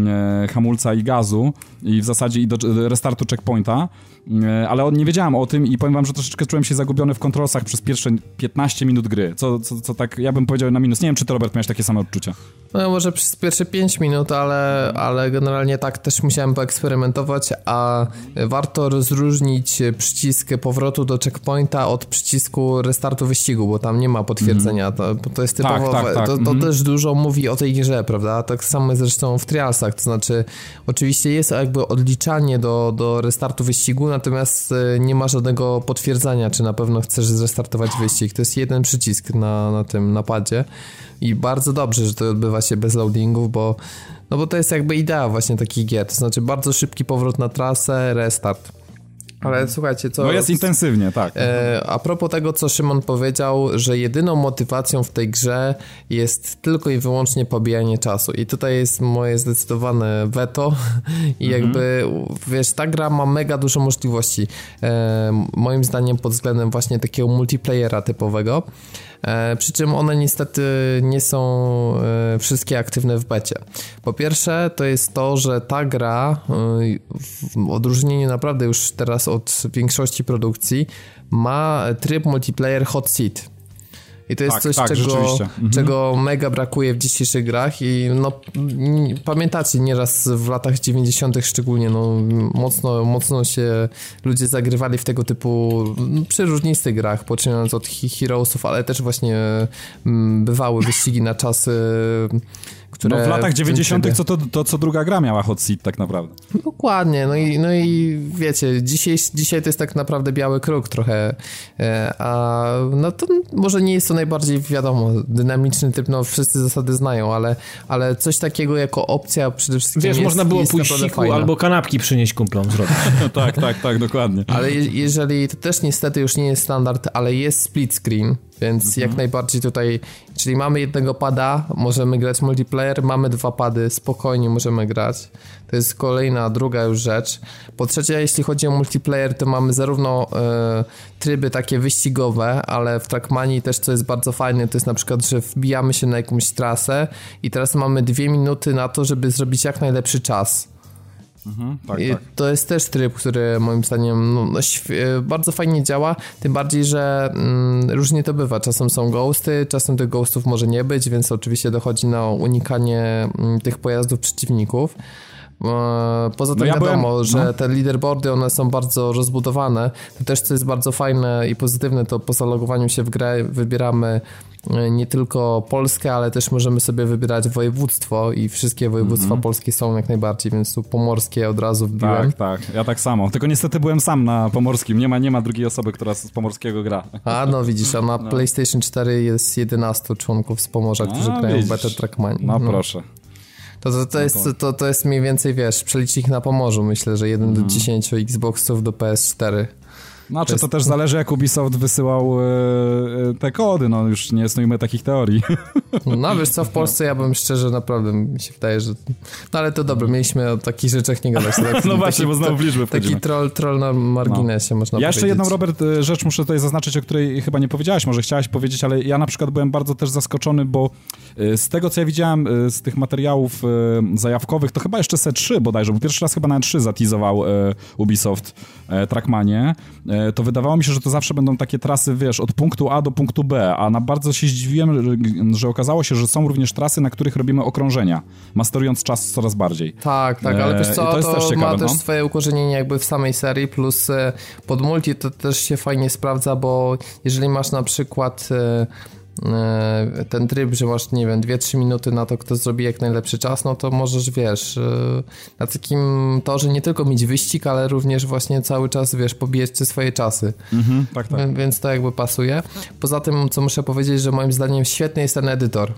e, hamulca i gazu i w zasadzie i do restartu checkpointa, e, ale nie wiedziałem o tym i powiem wam, że troszeczkę czułem się zagubiony w kontrolsach przez pierwsze piętnaście minut gry, co, co, co tak, ja bym powiedział na minus. Nie wiem, czy ty, Robert, miałeś takie same odczucia. No może przez pierwsze pięć minut, ale, ale generalnie tak też musiałem poeksperymentować, a warto rozróżnić przycisk powrotu do checkpointa od przycisku restartu wyścigu, bo tam nie ma potwierdzenia. To, to jest typowo, Tak, tak, tak. to, to Mhm. też dużo mówi o tej grze, prawda? Tak samo jest zresztą w Trialsach, to znaczy oczywiście jest jakby odliczanie do, do restartu wyścigu, natomiast nie ma żadnego potwierdzenia, czy na pewno chcesz zrestartować wyścig. To jest jeden przycisk na, na tym napadzie i bardzo dobrze, że to odbywa się bez loadingów, bo no bo to jest jakby idea właśnie takich gier, to znaczy bardzo szybki powrót na trasę, restart. Ale słuchajcie, co... No jest intensywnie, tak. E, a propos tego, co Szymon powiedział, że jedyną motywacją w tej grze jest tylko i wyłącznie pobijanie czasu. I tutaj jest moje zdecydowane weto i jakby, wiesz, ta gra ma mega dużo możliwości. E, moim zdaniem pod względem właśnie takiego multiplayera typowego. E, przy czym one niestety nie są e, wszystkie aktywne w becie. Po pierwsze to jest to, że ta gra e, w odróżnieniu naprawdę już teraz od większości produkcji ma tryb multiplayer hot seat. I to jest Tak, coś, tak, czego, mhm. czego mega brakuje w dzisiejszych grach i no n- pamiętacie nieraz w latach dziewięćdziesiątych szczególnie, no mocno, mocno się ludzie zagrywali w tego typu no, przeróżnistych grach, poczynając od he- Heroesów, ale też właśnie m, bywały wyścigi na czasy, które... No w latach w tym dziewięćdziesiątych trybie- co to, to co druga gra miała hot seat tak naprawdę. Dokładnie, no i, no i wiecie, dzisiaj, dzisiaj to jest tak naprawdę biały kruk trochę, e, a no to może nie jest to najbardziej, wiadomo, dynamiczny typ, no wszyscy zasady znają, ale, ale coś takiego jako opcja przede wszystkim Wiesz, jest, można było jest pójść naprawdę siku fajna. albo kanapki przynieść kumplom zrobić. tak, tak, tak, dokładnie. Ale je, jeżeli, to też niestety już nie jest standard, ale jest split screen, więc Mhm. jak najbardziej tutaj, czyli mamy jednego pada, możemy grać multiplayer, mamy dwa pady, spokojnie możemy grać. To jest kolejna, druga już rzecz. Po trzecie, jeśli chodzi o multiplayer, to mamy zarówno e, tryby takie wyścigowe, ale w Trackmanii też, co jest bardzo fajne, to jest na przykład, że wbijamy się na jakąś trasę i teraz mamy dwie minuty na to, żeby zrobić jak najlepszy czas. Mhm, tak, I tak. to jest też tryb, który moim zdaniem no, no, świe- bardzo fajnie działa, tym bardziej, że mm, różnie to bywa. Czasem są ghosty, czasem tych ghostów może nie być, więc oczywiście dochodzi na unikanie mm, tych pojazdów przeciwników. E, Poza tym No ja wiadomo, byłem- że no. te leaderboardy, one są bardzo rozbudowane. To też, co jest bardzo fajne i pozytywne, to po zalogowaniu się w grę wybieramy e, nie tylko Polskę, ale też możemy sobie wybierać województwo i wszystkie województwa Mhm. polskie są jak najbardziej, więc tu pomorskie od razu wbiłem. Tak, tak, ja tak samo. Tylko niestety byłem sam na Pomorskim. Nie ma, nie ma drugiej osoby, która z Pomorskiego gra. A no widzisz, a na PlayStation cztery jest jedenastu członków z Pomorza, którzy A, grają w widzisz. Better Trackmanii. No proszę. To, to, to, jest, to, to jest mniej więcej, wiesz, przelicznik na Pomorzu, myślę, że jeden do dziesięciu Xboxów do P S cztery. Znaczy, To jest- to też zależy, jak Ubisoft wysyłał e, e, te kody, no już nie snujmy takich teorii. No wiesz co, w Polsce ja bym szczerze, naprawdę mi się wydaje, że... No ale to dobra, mieliśmy o takich rzeczach nie gadać. Tak, No właśnie, bo znowu w liczbę Taki wchodzimy. troll, troll na marginesie, można Ja powiedzieć. jeszcze jedną, Robert, e, rzecz muszę tutaj zaznaczyć, o której chyba nie powiedziałaś, może chciałaś powiedzieć, ale ja na przykład byłem bardzo też zaskoczony, bo e, z tego, co ja widziałem e, z tych materiałów e, zajawkowych, to chyba jeszcze S E trzy bodajże, bo pierwszy raz chyba na E trzy zatizował e, Ubisoft e, Trackmanie. E, to wydawało mi się, że to zawsze będą takie trasy, wiesz, od punktu A do punktu B, a na bardzo się zdziwiłem, że, że okazało się, że są również trasy, na których robimy okrążenia, masterując czas coraz bardziej. Tak, tak, ale wiesz co, to, jest to też ciekawe, ma też no? swoje ukorzenienie jakby w samej serii, plus pod multi to też się fajnie sprawdza, bo jeżeli masz na przykład ten tryb, że masz, nie wiem, dwie trzy minuty na to, kto zrobi jak najlepszy czas, no to możesz, wiesz, na takim torze nie tylko mieć wyścig, ale również właśnie cały czas, wiesz, pobijać te swoje czasy. Mhm, tak, tak. Więc to jakby pasuje. Poza tym, co muszę powiedzieć, że moim zdaniem świetny jest ten edytor.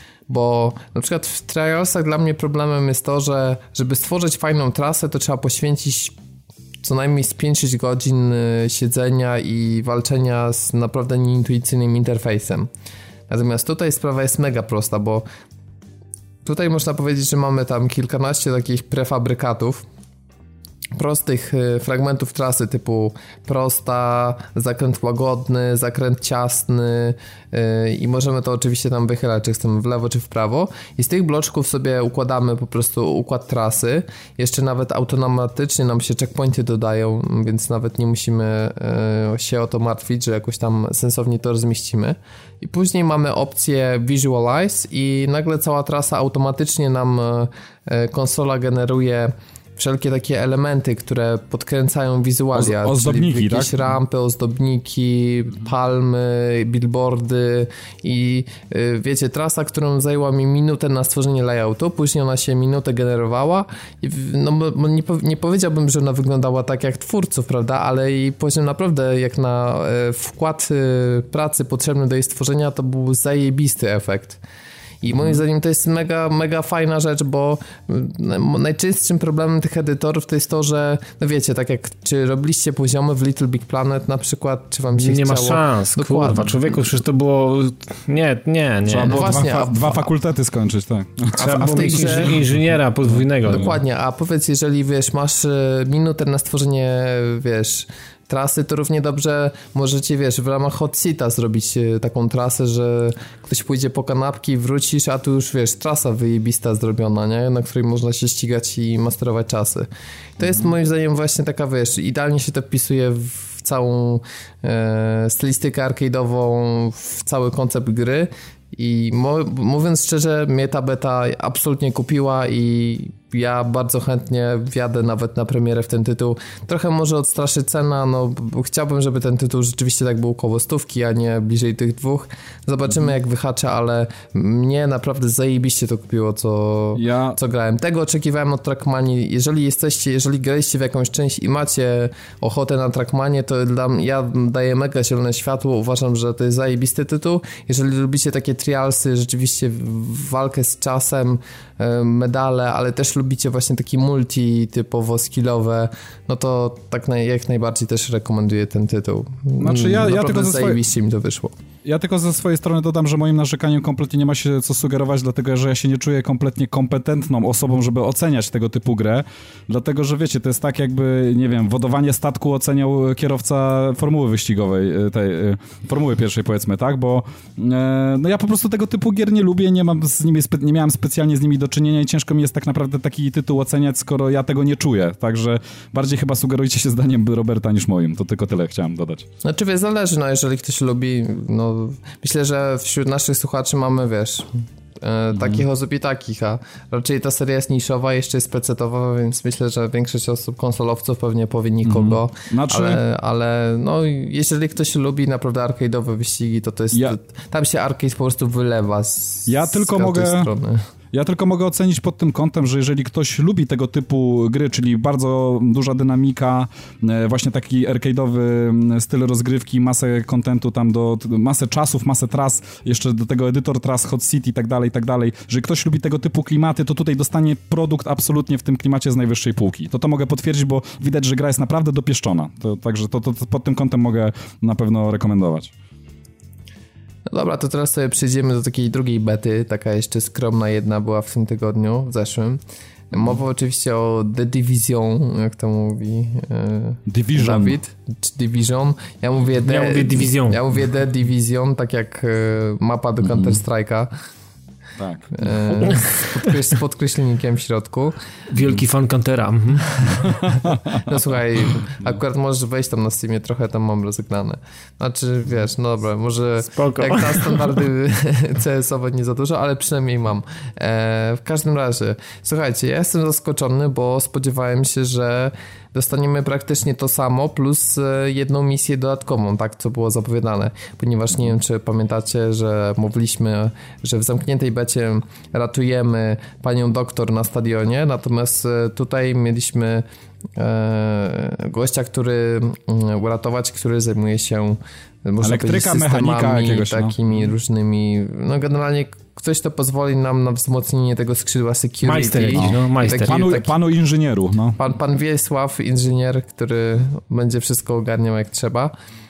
Bo na przykład w Trialsach dla mnie problemem jest to, że żeby stworzyć fajną trasę, to trzeba poświęcić co najmniej z pięć sześć godzin siedzenia i walczenia z naprawdę nieintuicyjnym interfejsem. Natomiast tutaj sprawa jest mega prosta, bo tutaj można powiedzieć, że mamy tam kilkanaście takich prefabrykatów, prostych fragmentów trasy typu prosta, zakręt łagodny, zakręt ciasny yy, i możemy to oczywiście tam wychylać, czy chcemy w lewo, czy w prawo i z tych bloczków sobie układamy po prostu układ trasy. Jeszcze nawet automatycznie nam się checkpointy dodają, więc nawet nie musimy yy, się o to martwić, że jakoś tam sensownie to rozmieścimy. I później mamy opcję Visualize i nagle cała trasa automatycznie nam yy, konsola generuje wszelkie takie elementy, które podkręcają wizualia, o, ozdobniki, czyli jakieś tak? rampy, ozdobniki, palmy, billboardy i yy, wiecie, trasa, którą zajęła mi minutę na stworzenie layoutu, później ona się minutę generowała i no, nie, nie powiedziałbym, że ona wyglądała tak jak twórców, prawda, ale i poziom naprawdę jak na yy, wkład yy, pracy potrzebny do jej stworzenia, to był zajebisty efekt. I moim zdaniem to jest mega, mega fajna rzecz, bo najczęstszym problemem tych edytorów to jest to, że no wiecie, tak jak czy robiliście poziomy w Little Big Planet na przykład, czy wam się nie chciało... Nie ma szans, Dokładnie. Kurwa, człowieku, przecież to było... Nie, nie, nie. Trzeba było no właśnie, dwa, a, dwa fakultety skończyć, tak. Trzeba a, a było w tej mieć grze... inżyniera podwójnego. Dokładnie, a powiedz, jeżeli wiesz, masz minutę na stworzenie, wiesz... trasy, to równie dobrze możecie, wiesz, w ramach hot seata zrobić taką trasę, że ktoś pójdzie po kanapki, wrócisz, a tu już, wiesz, trasa wyjebista zrobiona, nie? Na której można się ścigać i masterować czasy. To jest moim zdaniem właśnie taka, wiesz, idealnie się to wpisuje w całą e, stylistykę arcade'ową, w cały koncept gry i mo- mówiąc szczerze, mnie ta beta absolutnie kupiła i ja bardzo chętnie wjadę nawet na premierę w ten tytuł. Trochę może odstraszy cena, no bo chciałbym, żeby ten tytuł rzeczywiście tak był koło stówki, a nie bliżej tych dwóch. Zobaczymy jak wyhaczę, ale mnie naprawdę zajebiście to kupiło, co, ja... co grałem. Tego oczekiwałem od Trackmanii. Jeżeli jesteście, jeżeli graliście w jakąś część i macie ochotę na Trackmanie, to dla mnie, ja daję mega zielone światło. Uważam, że to jest zajebisty tytuł. Jeżeli lubicie takie trialsy, rzeczywiście walkę z czasem, medale, ale też lubicie właśnie takie multi typowo skillowe, no to tak naj, jak najbardziej też rekomenduję ten tytuł. Znaczy ja, ja tylko ze zajebiście swoje... mi to wyszło. Ja tylko ze swojej strony dodam, że moim narzekaniem kompletnie nie ma się co sugerować, dlatego że ja się nie czuję kompletnie kompetentną osobą, żeby oceniać tego typu grę, dlatego że wiecie, to jest tak jakby, nie wiem, wodowanie statku oceniał kierowca formuły wyścigowej, tej formuły pierwszej powiedzmy, tak, bo e, no ja po prostu tego typu gier nie lubię, nie mam z nimi, spe, nie miałem specjalnie z nimi do czynienia i ciężko mi jest tak naprawdę taki tytuł oceniać, skoro ja tego nie czuję, także bardziej chyba sugerujcie się zdaniem Roberta niż moim, to tylko tyle chciałem dodać. Znaczy wiesz, zależy, no jeżeli ktoś lubi, no myślę, że wśród naszych słuchaczy mamy, wiesz, e, takich mm. osób i takich, a raczej ta seria jest niszowa, jeszcze jest pecetowa, więc myślę, że większość osób, konsolowców pewnie powie nikogo, mm. znaczy... ale, ale no jeżeli ktoś lubi naprawdę arcade'owe wyścigi, to to jest, ja... tam się arcade po prostu wylewa z, ja tylko z mogę... strony. Ja tylko mogę ocenić pod tym kątem, że jeżeli ktoś lubi tego typu gry, czyli bardzo duża dynamika, właśnie taki arcade'owy styl rozgrywki, masę kontentu tam do, masę czasów, masę tras, jeszcze do tego edytor tras, hot seat i tak dalej, i tak dalej. Jeżeli ktoś lubi tego typu klimaty, to tutaj dostanie produkt absolutnie w tym klimacie z najwyższej półki. To to mogę potwierdzić, bo widać, że gra jest naprawdę dopieszczona. To, także to, to, to pod tym kątem mogę na pewno rekomendować. No dobra, to teraz sobie przejdziemy do takiej drugiej bety, taka jeszcze skromna jedna była w tym tygodniu, w zeszłym. Mowa oczywiście o The Division, jak to mówi e, Division. Dawid, czy Division. Ja mówię The, ja mówię Division. Ja mówię The Division, tak jak e, mapa do Counter-Strike'a. Tak. E, z, podkreś, z podkreślnikiem w środku. Wielki fan Kantera. Mhm. No słuchaj, akurat możesz wejść tam na Steamie, trochę tam mam rozegrane. Znaczy, wiesz, no dobra, może Spoko. jak na standardy C S-owe nie za dużo, ale przynajmniej mam. E, w każdym razie, słuchajcie, ja jestem zaskoczony, bo spodziewałem się, że dostaniemy praktycznie to samo, plus jedną misję dodatkową, tak, co było zapowiadane, ponieważ nie wiem, czy pamiętacie, że mówiliśmy, że w zamkniętej becie ratujemy panią doktor na stadionie, natomiast tutaj mieliśmy e, gościa, który uratować, który zajmuje się elektryka, mechanika jakiegoś, takimi no. różnymi, no generalnie ktoś, to pozwoli nam na wzmocnienie tego skrzydła security. Majster jakiś, no, majster. Taki, Panu, taki, panu inżynieru, no. Pan, pan Wiesław, inżynier, który będzie wszystko ogarniał jak trzeba.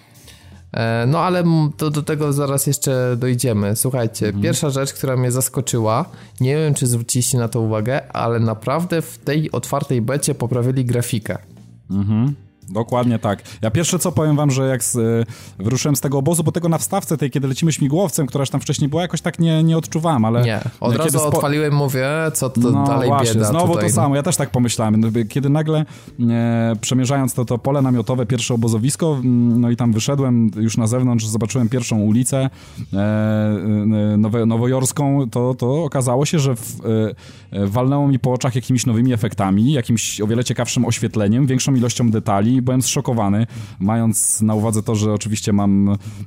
E, no ale do, do tego zaraz jeszcze dojdziemy. Słuchajcie, mhm. pierwsza rzecz, która mnie zaskoczyła, nie wiem, czy zwróciliście na to uwagę, ale naprawdę w tej otwartej becie poprawili grafikę. Mhm. Dokładnie tak. Ja pierwsze co powiem wam, że jak z, y, wyruszyłem z tego obozu, bo tego na wstawce tej, kiedy lecimy śmigłowcem, która już tam wcześniej była, jakoś tak nie, nie odczuwałem, ale... Nie, od razu spo... odpaliłem, mówię, co to no, dalej właśnie, bieda znowu tutaj. to samo, ja też tak pomyślałem. Kiedy nagle e, przemierzając to, to pole namiotowe, pierwsze obozowisko, no i tam wyszedłem już na zewnątrz, zobaczyłem pierwszą ulicę e, nowe, nowojorską, to, to okazało się, że w, e, walnęło mi po oczach jakimiś nowymi efektami, jakimś o wiele ciekawszym oświetleniem, większą ilością detali, byłem zszokowany, mając na uwadze to, że oczywiście mam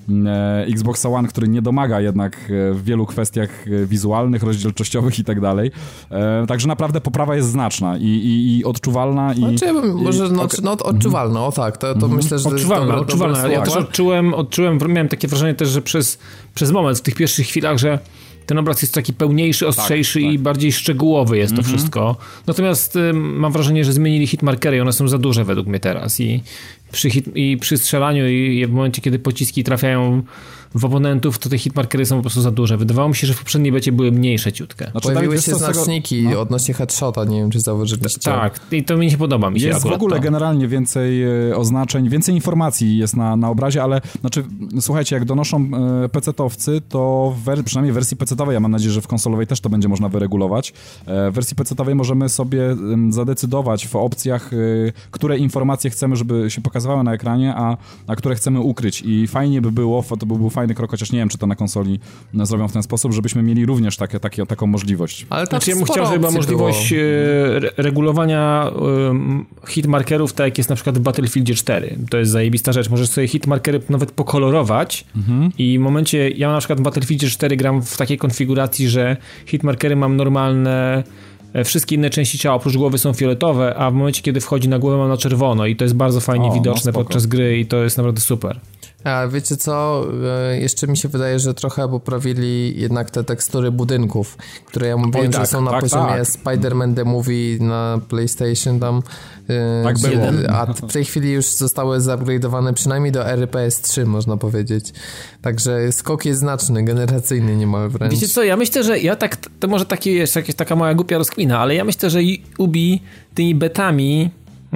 e, Xbox One, który nie domaga jednak w wielu kwestiach wizualnych, rozdzielczościowych i tak dalej. E, także naprawdę poprawa jest znaczna i, i, i odczuwalna. I, znaczy, może i, no, okay. no, odczuwalna, o tak, to, to mm-hmm. myślę, że odczuwalna, jest odczuwalna. dobre Ja też odczułem, odczułem, miałem takie wrażenie też, że przez, przez moment, w tych pierwszych chwilach, że ten obraz jest taki pełniejszy, ostrzejszy tak, tak. i bardziej szczegółowy jest to mm-hmm. wszystko. Natomiast y, mam wrażenie, że zmienili hitmarkery i one są za duże według mnie teraz. I przy, hit, i przy strzelaniu i w momencie, kiedy pociski trafiają w oponentów, to te hitmarkery są po prostu za duże. Wydawało mi się, że w poprzedniej becie były mniejsze ciutkę. Znaczy, pojawiły się znaczniki tego... no. odnośnie headshota, nie wiem, czy zauważyliście. Tak, i to mi się podoba. Mi się jest w ogóle to. generalnie więcej oznaczeń, więcej informacji jest na, na obrazie, ale znaczy, słuchajcie, jak donoszą pecetowcy, to w wer- przynajmniej w wersji pecetowej, ja mam nadzieję, że w konsolowej też to będzie można wyregulować. W wersji pecetowej możemy sobie zadecydować w opcjach, które informacje chcemy, żeby się pokazywały na ekranie, a, a które chcemy ukryć. I fajnie by było, to by był fajny krok, chociaż nie wiem, czy to na konsoli zrobią w ten sposób, żebyśmy mieli również takie, takie, taką możliwość. Ale znaczy, ja bym chciał, żeby była możliwość re- regulowania um, hitmarkerów, tak jak jest na przykład w Battlefieldzie cztery. To jest zajebista rzecz. Możesz sobie hitmarkery nawet pokolorować mhm. i w momencie, ja na przykład w Battlefieldzie cztery gram w takiej konfiguracji, że hitmarkery mam normalne, wszystkie inne części ciała oprócz głowy są fioletowe, a w momencie, kiedy wchodzi na głowę, mam na czerwono i to jest bardzo fajnie o, widoczne no podczas gry i to jest naprawdę super. A wiecie co, jeszcze mi się wydaje, że trochę poprawili jednak te tekstury budynków, które ja mówiłem, tak, że są na tak, poziomie tak. Spider-Man The Movie na PlayStation tam. Tak było. A w tej chwili już zostały zupgrade'owane przynajmniej do R P S trzy, można powiedzieć. Także skok jest znaczny, generacyjny niemal wręcz. Wiecie co, ja myślę, że ja tak, to może taki jest jakaś taka moja głupia rozkmina, ale ja myślę, że Ubi tymi betami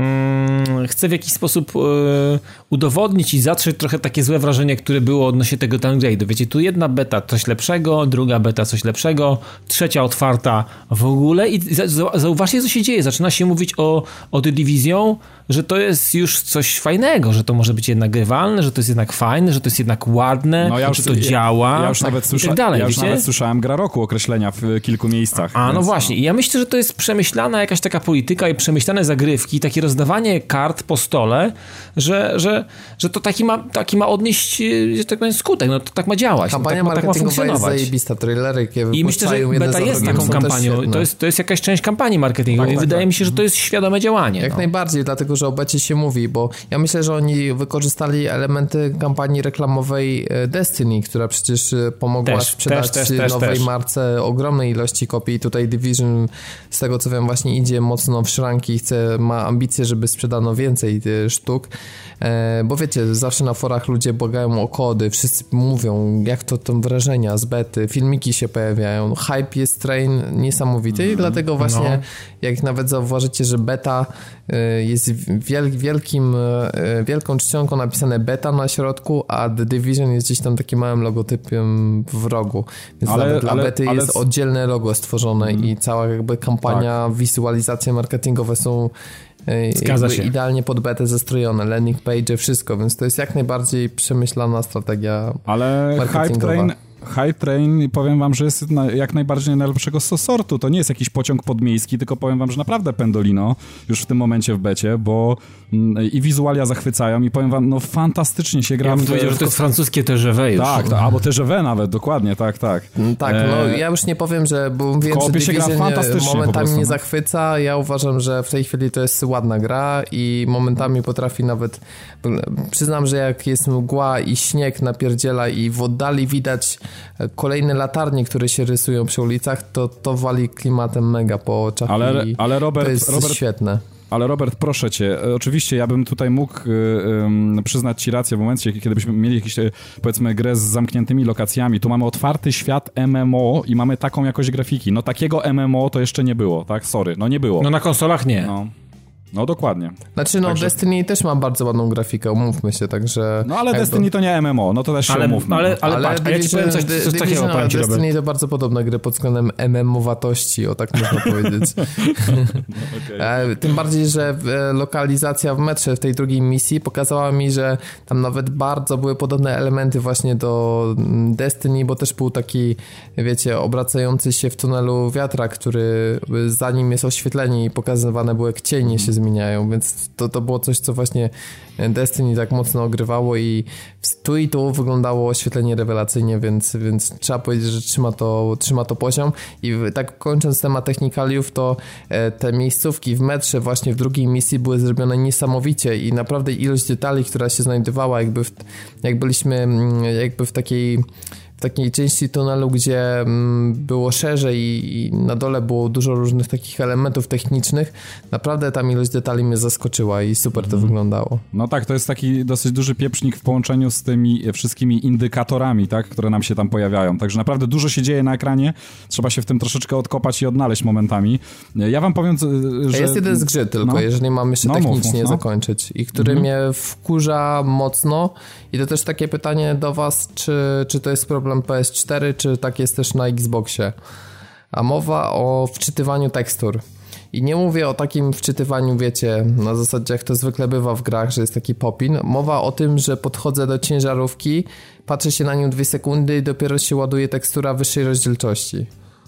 Hmm, chcę w jakiś sposób e, udowodnić i zatrzeć trochę takie złe wrażenie, które było odnośnie tego downgrade'u. Wiecie, tu jedna beta coś lepszego, druga beta coś lepszego, trzecia otwarta w ogóle i za, zauważcie, co się dzieje. Zaczyna się mówić o, o The Division, że to jest już coś fajnego, że to może być jednak grywalne, że to jest jednak fajne, że to jest jednak ładne, no ja już, że to ja, działa. Ja już, nawet, tak, słysza, tak dalej, ja już wiecie? nawet słyszałem gra roku określenia w kilku miejscach. A, a no właśnie. I ja myślę, że to jest przemyślana jakaś taka polityka i przemyślane zagrywki, takie rozdawanie kart po stole, że, że, że to taki ma, taki ma odnieść, że tak powiem, skutek. No to tak ma działać. Kampania no, tak, marketingowa tak ma jest zajebista. Trailery, jakie i myślę, że beta jest taką kampanią. To jest, to jest jakaś część kampanii marketingowej. Tak, tak, wydaje tak. mi się, że to jest świadome działanie. Jak no. najbardziej, dlatego, że o becie się mówi, bo ja myślę, że oni wykorzystali elementy kampanii reklamowej Destiny, która przecież pomogła też, sprzedać też, też, też, nowej też. marce ogromnej ilości kopii. Tutaj Division, z tego co wiem, właśnie idzie mocno w szranki i chce, ma ambitne ambicje, żeby sprzedano więcej sztuk, bo wiecie, zawsze na forach ludzie błagają o kody, wszyscy mówią, jak to tam wrażenia z bety, filmiki się pojawiają, hype jest train niesamowity mm, i dlatego właśnie, no. jak nawet zauważycie, że beta jest wiel, wielkim, wielką czcionką napisane beta na środku, a The Division jest gdzieś tam takim małym logotypem w rogu, więc ale, nawet dla ale, bety ale... jest oddzielne logo stworzone mm. i cała jakby kampania, tak. wizualizacje marketingowe są Zgadza się. idealnie pod betę zestrojone, landing page, wszystko, więc to jest jak najbardziej przemyślana strategia ale marketingowa. Hype Train, Hype Train, powiem wam, że jest na, jak najbardziej najlepszego sortu. To nie jest jakiś pociąg podmiejski, tylko powiem wam, że naprawdę Pendolino już w tym momencie w becie, bo mm, i wizualia zachwycają i powiem wam, no fantastycznie się gra. Ja bym powiedział, że to jest francuskie T G V już. Tak, to, albo T G V nawet, dokładnie, tak, tak. Tak, no e... ja już nie powiem, że bo wiem, że Division momentami nie zachwyca. Ja uważam, że w tej chwili to jest ładna gra i momentami potrafi nawet, przyznam, że jak jest mgła i śnieg napierdziela i w oddali widać kolejne latarnie, które się rysują przy ulicach, to to wali klimatem mega po oczach ale, i ale Robert, to jest Robert, świetne. Ale Robert, proszę cię, oczywiście ja bym tutaj mógł y, y, przyznać ci rację w momencie, kiedy byśmy mieli jakieś, powiedzmy, grę z zamkniętymi lokacjami. Tu mamy otwarty świat M M O i mamy taką jakość grafiki. No takiego M M O to jeszcze nie było, tak? Sorry, no nie było. No na konsolach nie. No. No dokładnie. Znaczy no także... Destiny też ma bardzo ładną grafikę, umówmy się, także... No ale Destiny to... to nie M M O, no to też się ale, umówmy. Ale, ale, ale patrz, ja ci powiem coś, coś takiego, powiem ci, Destiny Robert. To bardzo podobne gry pod względem M M O-watości, o tak można powiedzieć. no, okay. Tym bardziej, że lokalizacja w metrze w tej drugiej misji pokazała mi, że tam nawet bardzo były podobne elementy właśnie do Destiny, bo też był taki, wiecie, obracający się w tunelu wiatrak, który za nim jest oświetlenie i pokazywane były jak cienie się zmieniają, więc to, to było coś, co właśnie Destiny tak mocno ogrywało i tu i tu wyglądało oświetlenie rewelacyjnie, więc, więc trzeba powiedzieć, że trzyma to, trzyma to poziom i tak kończąc temat technikaliów, to te miejscówki w metrze właśnie w drugiej misji były zrobione niesamowicie i naprawdę ilość detali, która się znajdowała jakby, w, jak byliśmy jakby w takiej w takiej części tunelu, gdzie mm, było szerzej i, i na dole było dużo różnych takich elementów technicznych. Naprawdę tam ilość detali mnie zaskoczyła i super to mm. wyglądało. No tak, to jest taki dosyć duży pieprznik w połączeniu z tymi wszystkimi indykatorami, tak, które nam się tam pojawiają. Także naprawdę dużo się dzieje na ekranie. Trzeba się w tym troszeczkę odkopać i odnaleźć momentami. Ja wam powiem, że... Jest jeden zgrzyt tylko, no. jeżeli mam jeszcze no, technicznie mów, mów, no. zakończyć i który mm. mnie wkurza mocno i to też takie pytanie do was, czy, czy to jest problem P S cztery, czy tak jest też na Xboxie. A mowa o wczytywaniu tekstur. I nie mówię o takim wczytywaniu, wiecie, na zasadzie jak to zwykle bywa w grach, że jest taki popin. Mowa o tym, że podchodzę do ciężarówki, patrzę się na nią dwie sekundy i dopiero się ładuje tekstura wyższej rozdzielczości.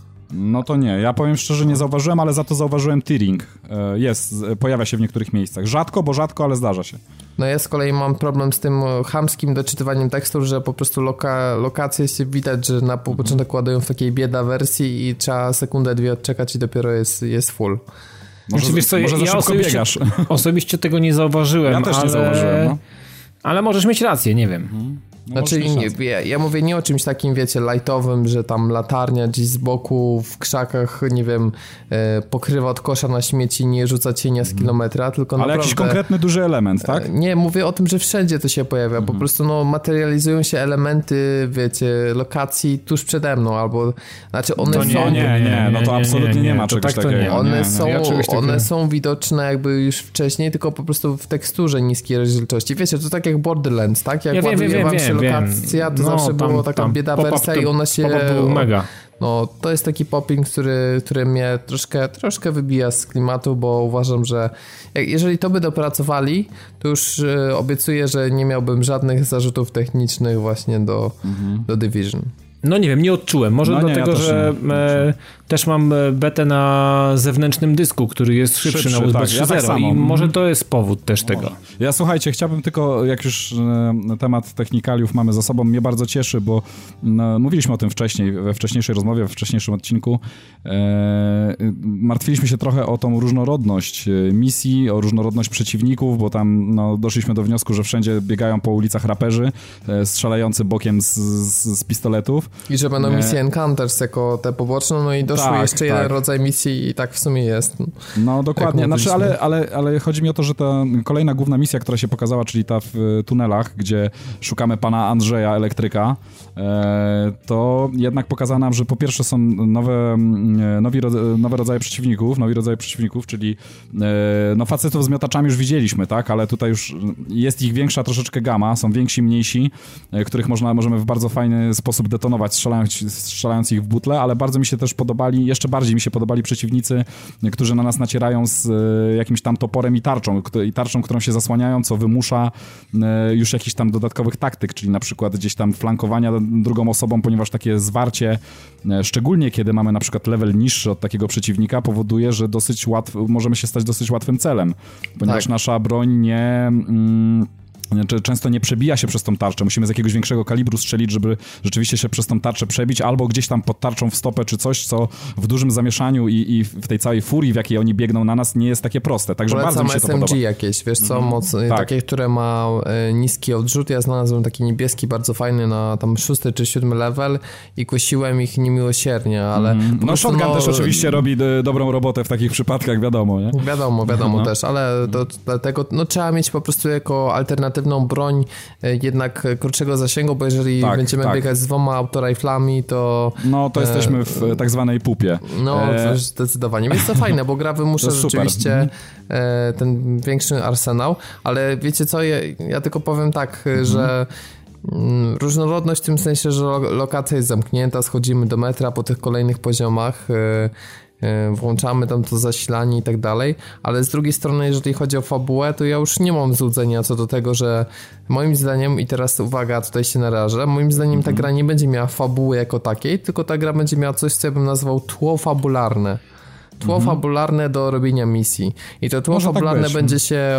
No to nie, ja powiem szczerze, nie zauważyłem, ale za to zauważyłem tearing. Jest, pojawia się w niektórych miejscach. Rzadko, bo rzadko, ale zdarza się. No ja z kolei mam problem z tym chamskim doczytywaniem tekstur, że po prostu loka, lokacje się widać, że na początek ładują w takiej bieda wersji i trzeba sekundę, dwie odczekać i dopiero jest, jest full. Może, znaczy, wiesz co, może ja, za szybko osobiście, biegasz. Osobiście tego nie zauważyłem. Ja też ale... nie zauważyłem, no. Ale możesz mieć rację, nie wiem. Mhm. No znaczy nie, ja, ja mówię nie o czymś takim, wiecie, lightowym, że tam latarnia gdzieś z boku w krzakach, nie wiem, e, pokrywa od kosza na śmieci, nie rzuca cienia z kilometra, tylko ale naprawdę... jakiś konkretny duży element, tak? E, nie, mówię o tym, że wszędzie to się pojawia, mhm. po prostu no materializują się elementy, wiecie, lokacji tuż przede mną, albo, znaczy one to są... Nie, nie, nie, no to absolutnie nie, nie, nie ma czegoś tak takiego. One, nie, nie. Są, Ja one są widoczne jakby już wcześniej, tylko po prostu w teksturze niskiej rozdzielczości. Wiecie, to tak jak Borderlands, tak? Jak ja ładuje wiem, wam wiem, się wiem, lokacja, to no, zawsze tam, było taka tam, bieda wersja i ona się... był mega. No, to jest taki popping, który, który mnie troszkę, troszkę wybija z klimatu, bo uważam, że jak, jeżeli to by dopracowali, to już y, obiecuję, że nie miałbym żadnych zarzutów technicznych właśnie do, mhm. do Division. No nie wiem, nie odczułem. Może no dlatego, nie, ja że nie, e, też mam betę na zewnętrznym dysku, który jest szybszy, szybszy na U S B tak, trzy ja zero tak i może to jest powód też tego. Ja słuchajcie, chciałbym tylko, jak już e, temat technikaliów mamy za sobą, mnie bardzo cieszy, bo no, mówiliśmy o tym wcześniej, we wcześniejszej rozmowie, we wcześniejszym odcinku. E, martwiliśmy się trochę o tą różnorodność misji, o różnorodność przeciwników, bo tam no, doszliśmy do wniosku, że wszędzie biegają po ulicach raperzy, e, strzelający bokiem z, z, z pistoletów. I że będą misje Encounters jako te poboczne, no i doszło doszły tak, jeszcze tak. jeden rodzaj misji i tak w sumie jest. No dokładnie, znaczy, ale, ale, ale chodzi mi o to, że ta kolejna główna misja, która się pokazała, czyli ta w tunelach, gdzie szukamy pana Andrzeja, elektryka, e, to jednak pokazała nam, że po pierwsze są nowe, nowi, nowe rodzaje przeciwników, nowi rodzaje przeciwników, czyli e, no facetów z miotaczami już widzieliśmy, tak, ale tutaj już jest ich większa troszeczkę gama, są więksi, mniejsi, e, których można, możemy w bardzo fajny sposób detonować, strzelając, strzelając ich w butle, ale bardzo mi się też podobali, jeszcze bardziej mi się podobali przeciwnicy, którzy na nas nacierają z e, jakimś tam toporem i tarczą, i tarczą, którą się zasłaniają, co wymusza e, już jakichś tam dodatkowych taktyk, czyli na przykład gdzieś tam flankowania drugą osobą, ponieważ takie zwarcie, e, szczególnie kiedy mamy na przykład level niższy od takiego przeciwnika, powoduje, że dosyć łatwo, możemy się stać dosyć łatwym celem, ponieważ tak. nasza broń nie... Mm, często nie przebija się przez tą tarczę. Musimy z jakiegoś większego kalibru strzelić, żeby rzeczywiście się przez tą tarczę przebić, albo gdzieś tam pod tarczą w stopę czy coś, co w dużym zamieszaniu i, i w tej całej furii, w jakiej oni biegną na nas, nie jest takie proste. Także Polecam bardzo mi się S M G to podoba. jakieś, wiesz co, mm-hmm. moc, tak. takie, które ma e, niski odrzut. Ja znalazłem taki niebieski, bardzo fajny na tam szósty czy siódmy level i kosiłem ich niemiłosiernie, ale... Mm-hmm. No prostu, shotgun no, też oczywiście robi d- dobrą robotę w takich przypadkach, wiadomo, nie? Wiadomo, wiadomo no. też, ale do, dlatego no, trzeba mieć po prostu jako alternatywną broń jednak krótszego zasięgu, bo jeżeli tak, będziemy tak. biegać z dwoma autoriflami, to... No to jesteśmy e, w tak zwanej pupie. No, e... zdecydowanie. Więc to fajne, bo gra wymusza rzeczywiście e, ten większy arsenał, ale wiecie co, ja, ja tylko powiem tak, mhm. że mm, różnorodność w tym sensie, że lo, lokacja jest zamknięta, schodzimy do metra po tych kolejnych poziomach, e, włączamy tam to zasilanie i tak dalej, ale z drugiej strony, jeżeli chodzi o fabułę, to ja już nie mam złudzenia co do tego, że moim zdaniem, i teraz uwaga, tutaj się narażę, moim zdaniem mm-hmm. ta gra nie będzie miała fabuły jako takiej, tylko ta gra będzie miała coś, co ja bym nazwał tło fabularne. Tło mm-hmm. fabularne do robienia misji. I to tło Może fabularne tak będzie się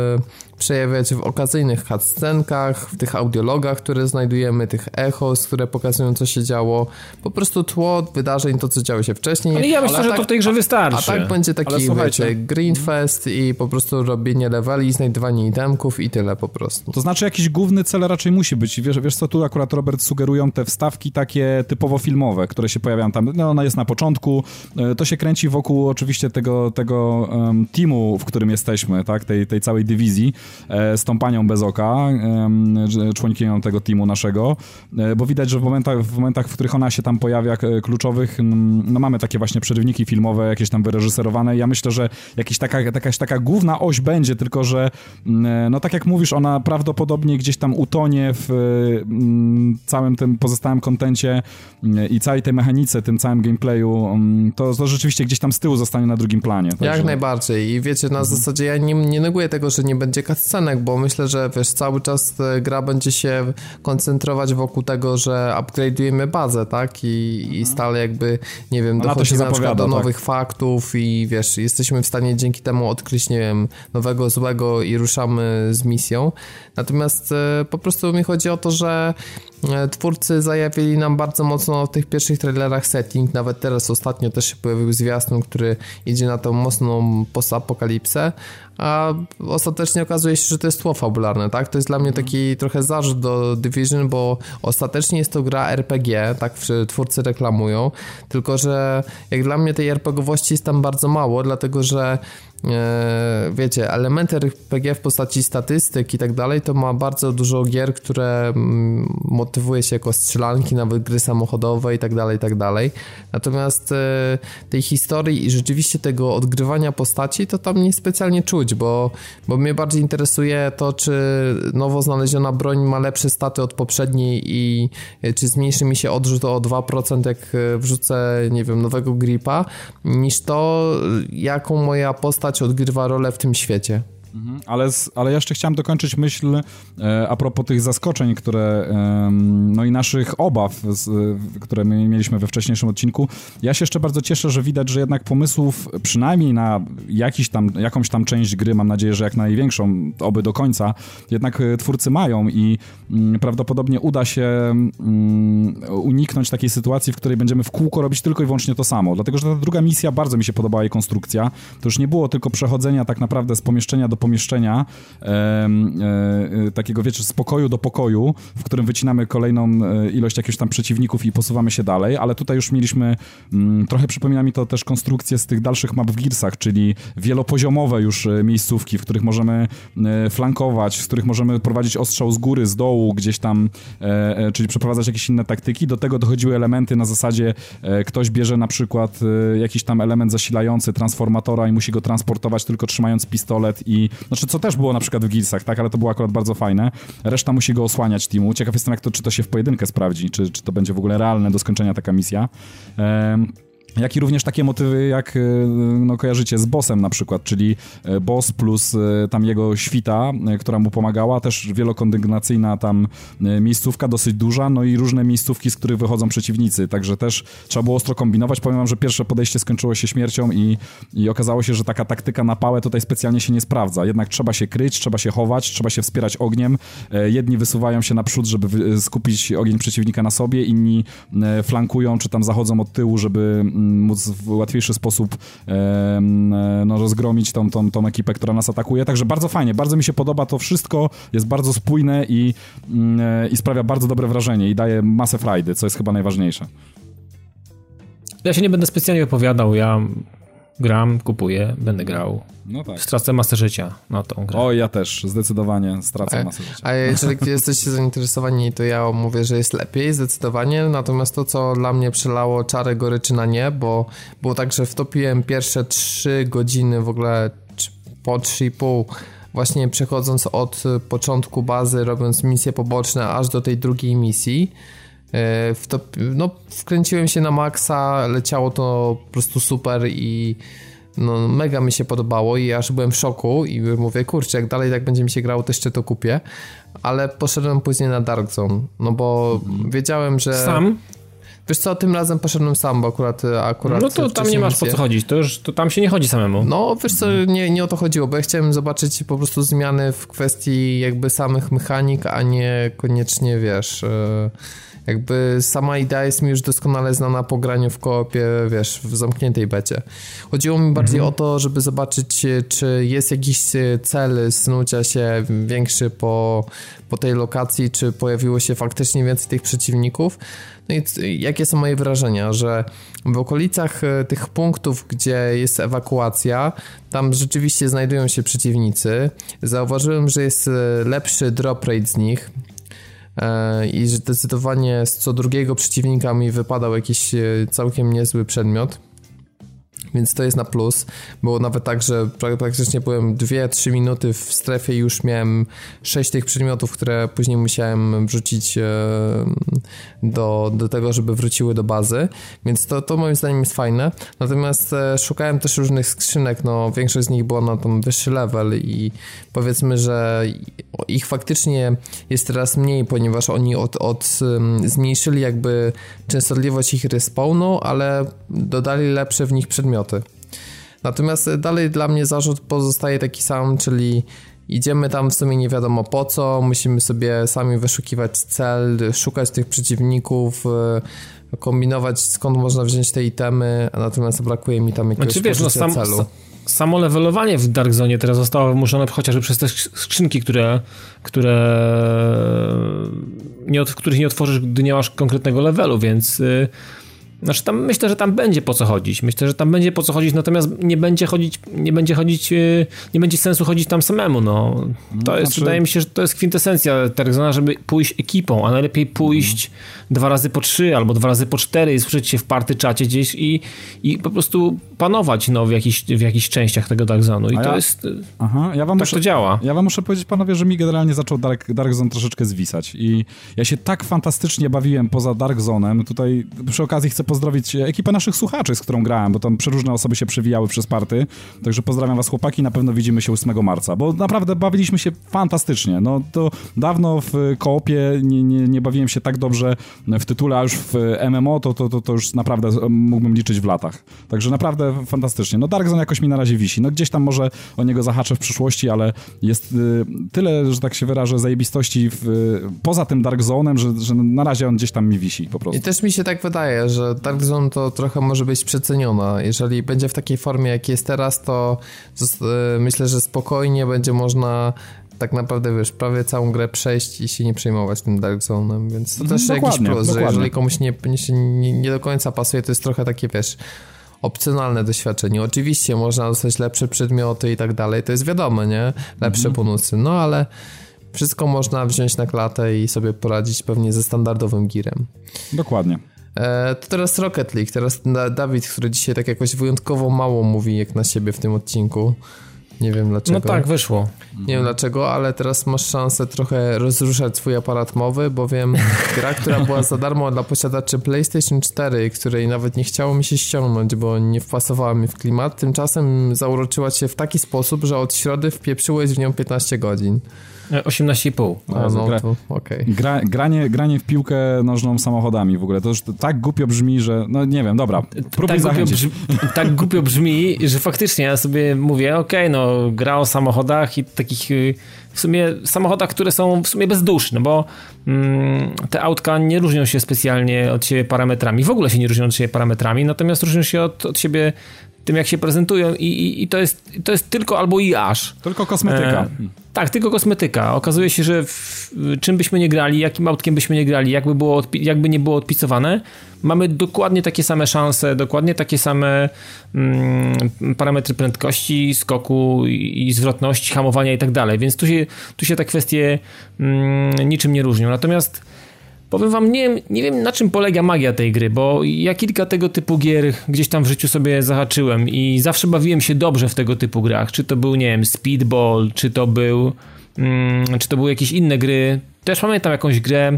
y, przejawiać w okazyjnych cutscenkach, w tych audiologach, które znajdujemy, tych echos, które pokazują, co się działo. Po prostu tło wydarzeń, to, co działo się wcześniej. Ale ja myślę, ale że tak, to w tej grze wystarczy. A, a tak będzie taki, wiecie, grindfest i po prostu robienie leveli, znajdywanie itemków i tyle po prostu. To znaczy jakiś główny cel raczej musi być. Wiesz, wiesz co, tu akurat Robert sugerują te wstawki takie typowo filmowe, które się pojawiają tam. No, ona jest na początku. To się kręci wokół oczywiście tego, tego um, teamu, w którym jesteśmy, tak, tej, tej całej dywizji e, z tą panią bez oka, e, członkinią tego teamu naszego, e, bo widać, że w momentach, w momentach, w których ona się tam pojawia e, kluczowych, no mamy takie właśnie przerywniki filmowe, jakieś tam wyreżyserowane. Ja myślę, że jakaś taka, jakaś taka główna oś będzie, tylko że e, no tak jak mówisz, ona prawdopodobnie gdzieś tam utonie w e, całym tym pozostałym kontencie e, i całej tej mechanice, tym całym gameplayu, e, to, to rzeczywiście gdzieś tam z tyłu zostanie na drugim planie. Jak także... najbardziej i wiecie, na mhm. zasadzie ja nie, nie neguję tego, że nie będzie cutscenek, bo myślę, że wiesz, cały czas gra będzie się koncentrować wokół tego, że upgrade'ujemy bazę, tak? I, mhm. i stale jakby, nie wiem, dochodzimy na przykład do nowych tak. faktów i wiesz, jesteśmy w stanie dzięki temu odkryć, nie wiem, nowego złego i ruszamy z misją. Natomiast e, po prostu mi chodzi o to, że twórcy zajawili nam bardzo mocno w tych pierwszych trailerach setting, nawet teraz ostatnio też się pojawił zwiastun, który idzie na tą mocną postapokalipsę, a ostatecznie okazuje się, że to jest tło fabularne, tak? To jest dla mnie taki trochę zarzut do Division, bo ostatecznie jest to gra R P G, tak twórcy reklamują, tylko że jak dla mnie tej RPGowości jest tam bardzo mało, dlatego że wiecie, elementy R P G w postaci statystyk i tak dalej, to ma bardzo dużo gier, które motywuje się jako strzelanki, nawet gry samochodowe i tak dalej, i tak dalej. Natomiast tej historii i rzeczywiście tego odgrywania postaci to tam nie specjalnie czuć, bo, bo mnie bardziej interesuje to, czy nowo znaleziona broń ma lepsze staty od poprzedniej i czy zmniejszy mi się odrzut o dwa procent, jak wrzucę, nie wiem, nowego gripa, niż to, jaką moja postać odgrywa rolę w tym świecie. Mhm, ale, z, ale jeszcze chciałem dokończyć myśl e, a propos tych zaskoczeń, które e, no i naszych obaw, z, e, które my mieliśmy we wcześniejszym odcinku. Ja się jeszcze bardzo cieszę, że widać, że jednak pomysłów przynajmniej na jakiś tam, jakąś tam część gry, mam nadzieję, że jak największą, oby do końca, jednak e, twórcy mają i m, prawdopodobnie uda się m, uniknąć takiej sytuacji, w której będziemy w kółko robić tylko i wyłącznie to samo. Dlatego, że ta druga misja, bardzo mi się podobała jej konstrukcja. To już nie było tylko przechodzenia tak naprawdę z pomieszczenia do pomieszczenia, e, e, takiego, wiecie, z pokoju do pokoju, w którym wycinamy kolejną ilość jakichś tam przeciwników i posuwamy się dalej, ale tutaj już mieliśmy, m, trochę przypomina mi to też konstrukcję z tych dalszych map w Gearsach, czyli wielopoziomowe już miejscówki, w których możemy e, flankować, z których możemy prowadzić ostrzał z góry, z dołu, gdzieś tam, e, e, czyli przeprowadzać jakieś inne taktyki. Do tego dochodziły elementy na zasadzie, e, ktoś bierze na przykład e, jakiś tam element zasilający transformatora i musi go transportować tylko trzymając pistolet i, znaczy co też było na przykład w Gearsach, tak, ale to było akurat bardzo fajne. Reszta musi go osłaniać teamu. Ciekaw jestem, jak to, czy to się w pojedynkę sprawdzi, czy, czy to będzie w ogóle realne do skończenia taka misja. E, Jak i również takie motywy, jak no, kojarzycie z bossem na przykład, czyli boss plus tam jego świta, która mu pomagała, też wielokondygnacyjna tam miejscówka, dosyć duża, no i różne miejscówki, z których wychodzą przeciwnicy, także też trzeba było ostro kombinować. Powiem wam, że pierwsze podejście skończyło się śmiercią i, i okazało się, że taka taktyka na pałę tutaj specjalnie się nie sprawdza. Jednak trzeba się kryć, trzeba się chować, trzeba się wspierać ogniem. Jedni wysuwają się naprzód, żeby skupić ogień przeciwnika na sobie, inni flankują, czy tam zachodzą od tyłu, żeby móc w łatwiejszy sposób e, no, rozgromić tą, tą, tą ekipę, która nas atakuje. Także bardzo fajnie, bardzo mi się podoba to wszystko, jest bardzo spójne i, e, i sprawia bardzo dobre wrażenie i daje masę frajdy, co jest chyba najważniejsze. Ja się nie będę specjalnie opowiadał, ja gram, kupuję, będę grał. No tak. Stracę masę życia na tą grę. O, ja też, zdecydowanie stracę a, masę życia. A jeżeli jesteście zainteresowani, to ja mówię, że jest lepiej, zdecydowanie, natomiast to, co dla mnie przelało czarę goryczy na nie, bo było tak, że wtopiłem pierwsze trzy godziny w ogóle po trzy i pół, właśnie przechodząc od początku bazy, robiąc misje poboczne, aż do tej drugiej misji. W to, no, wkręciłem się na maksa, leciało to po prostu super i no, mega mi się podobało i aż byłem w szoku i mówię, kurczę, jak dalej tak będzie mi się grało, to jeszcze to kupię, ale poszedłem później na Dark Zone, no bo mhm. wiedziałem, że... Sam? Wiesz co, tym razem poszedłem sam, bo akurat... akurat no to tam nie masz misję. Po co chodzić, to już to tam się nie chodzi samemu. No wiesz co, nie, nie o to chodziło, bo ja chciałem zobaczyć po prostu zmiany w kwestii jakby samych mechanik, a nie koniecznie, wiesz... Jakby sama idea jest mi już doskonale znana po graniu w koopie, wiesz, w zamkniętej becie. Chodziło mi bardziej mhm. o to, żeby zobaczyć, czy jest jakiś cel snucia się większy po, po tej lokacji, czy pojawiło się faktycznie więcej tych przeciwników. No i jakie są moje wrażenia, że w okolicach tych punktów, gdzie jest ewakuacja, tam rzeczywiście znajdują się przeciwnicy. Zauważyłem, że jest lepszy drop rate z nich, i że zdecydowanie z co drugiego przeciwnika mi wypadał jakiś całkiem niezły przedmiot, więc to jest na plus. Było nawet tak, że praktycznie byłem dwie trzy minuty w strefie i już miałem sześć tych przedmiotów, które później musiałem wrzucić do, do tego, żeby wróciły do bazy, więc to, to moim zdaniem jest fajne. Natomiast szukałem też różnych skrzynek, no większość z nich była na tam wyższy level i powiedzmy, że ich faktycznie jest teraz mniej, ponieważ oni od, od zmniejszyli jakby częstotliwość ich respawnu, ale dodali lepsze w nich przedmioty. Natomiast dalej dla mnie zarzut pozostaje taki sam, czyli idziemy tam w sumie nie wiadomo po co, musimy sobie sami wyszukiwać cel, szukać tych przeciwników, kombinować skąd można wziąć te itemy, a natomiast brakuje mi tam jakiegoś znaczy, wiesz, no, sam, celu. Samo levelowanie w Dark Zone teraz zostało wymuszone chociażby przez te skrzynki, które, które nie od, których nie otworzysz, gdy nie masz konkretnego levelu, więc yy, znaczy tam myślę, że tam będzie po co chodzić. Myślę, że tam będzie po co chodzić, natomiast nie będzie chodzić, nie będzie chodzić, yy, nie będzie sensu chodzić tam samemu, no. To no, jest, znaczy... wydaje mi się, że to jest kwintesencja Dark Zone'a, żeby pójść ekipą, a najlepiej pójść mm. dwa razy po trzy albo dwa razy po cztery i słyszeć się w party czacie gdzieś i, i po prostu panować no, w, jakichś, w jakichś częściach tego Dark Zone'u i a to ja... jest... Aha, ja wam tak muszę, to działa. Ja wam muszę powiedzieć, panowie, że mi generalnie zaczął Dark, Dark Zone troszeczkę zwisać i ja się tak fantastycznie bawiłem poza Dark Zone'em. Tutaj przy okazji chcę pozdrowić ekipę naszych słuchaczy, z którą grałem, bo tam przeróżne osoby się przewijały przez party, także pozdrawiam was chłopaki, na pewno widzimy się ósmego marca, bo naprawdę bawiliśmy się fantastycznie. No to dawno w koopie nie, nie, nie bawiłem się tak dobrze w tytule, a już w M M O to, to, to, to już naprawdę mógłbym liczyć w latach. Także naprawdę fantastycznie. No Dark Zone jakoś mi na razie wisi. No gdzieś tam może o niego zahaczę w przyszłości, ale jest y, tyle, że tak się wyrażę, zajebistości w, y, poza tym Dark Zone'em, że, że na razie on gdzieś tam mi wisi po prostu. I też mi się tak wydaje, że Dark Zone to trochę może być przeceniona. Jeżeli będzie w takiej formie, jak jest teraz, to myślę, że spokojnie będzie można tak naprawdę, wiesz, prawie całą grę przejść i się nie przejmować tym Dark Zone'em, więc to też dokładnie, jakiś plus, dokładnie. że jeżeli komuś nie, nie, nie do końca pasuje, to jest trochę takie, wiesz, opcjonalne doświadczenie. Oczywiście można dostać lepsze przedmioty i tak dalej, to jest wiadomo, nie? Lepsze mhm. bonusy, no ale wszystko można wziąć na klatę i sobie poradzić pewnie ze standardowym girem. Dokładnie. E, to teraz Rocket League, teraz Dawid, który dzisiaj tak jakoś wyjątkowo mało mówi jak na siebie w tym odcinku. Nie wiem dlaczego. No tak, wyszło. Nie wiem dlaczego, ale teraz masz szansę trochę rozruszać swój aparat mowy, bowiem gra, która była za darmo dla posiadaczy PlayStation cztery, której nawet nie chciało mi się ściągnąć, bo nie wpasowała mi w klimat, tymczasem zauroczyła cię w taki sposób, że od środy wpieprzyłeś w nią piętnaście godzin. osiemnaście i pół. A, no gra, to okej. Okay. Gra, granie, granie w piłkę nożną samochodami w ogóle, to już tak głupio brzmi, że no nie wiem, dobra, próbuj tak zachęcić. Głupio brzmi, tak głupio brzmi, że faktycznie ja sobie mówię, okej, okay, no gra o samochodach i takich w sumie samochodach, które są w sumie bezduszne, bo mm, te autka nie różnią się specjalnie od siebie parametrami, w ogóle się nie różnią od siebie parametrami, natomiast różnią się od, od siebie tym, jak się prezentują i, i, i to, jest, to jest tylko albo i aż. Tylko kosmetyka. E, tak, tylko kosmetyka. Okazuje się, że w, czym byśmy nie grali, jakim autkiem byśmy nie grali, jakby, było odpi- jakby nie było odpicowane, mamy dokładnie takie same szanse, dokładnie takie same mm, parametry prędkości, skoku i, i zwrotności, hamowania i tak dalej, więc tu się, tu się te kwestie mm, niczym nie różnią. Natomiast powiem wam, nie, nie wiem na czym polega magia tej gry, bo ja kilka tego typu gier gdzieś tam w życiu sobie zahaczyłem i zawsze bawiłem się dobrze w tego typu grach. Czy to był, nie wiem, Speedball, czy to był mm, czy to były jakieś inne gry. Też pamiętam jakąś grę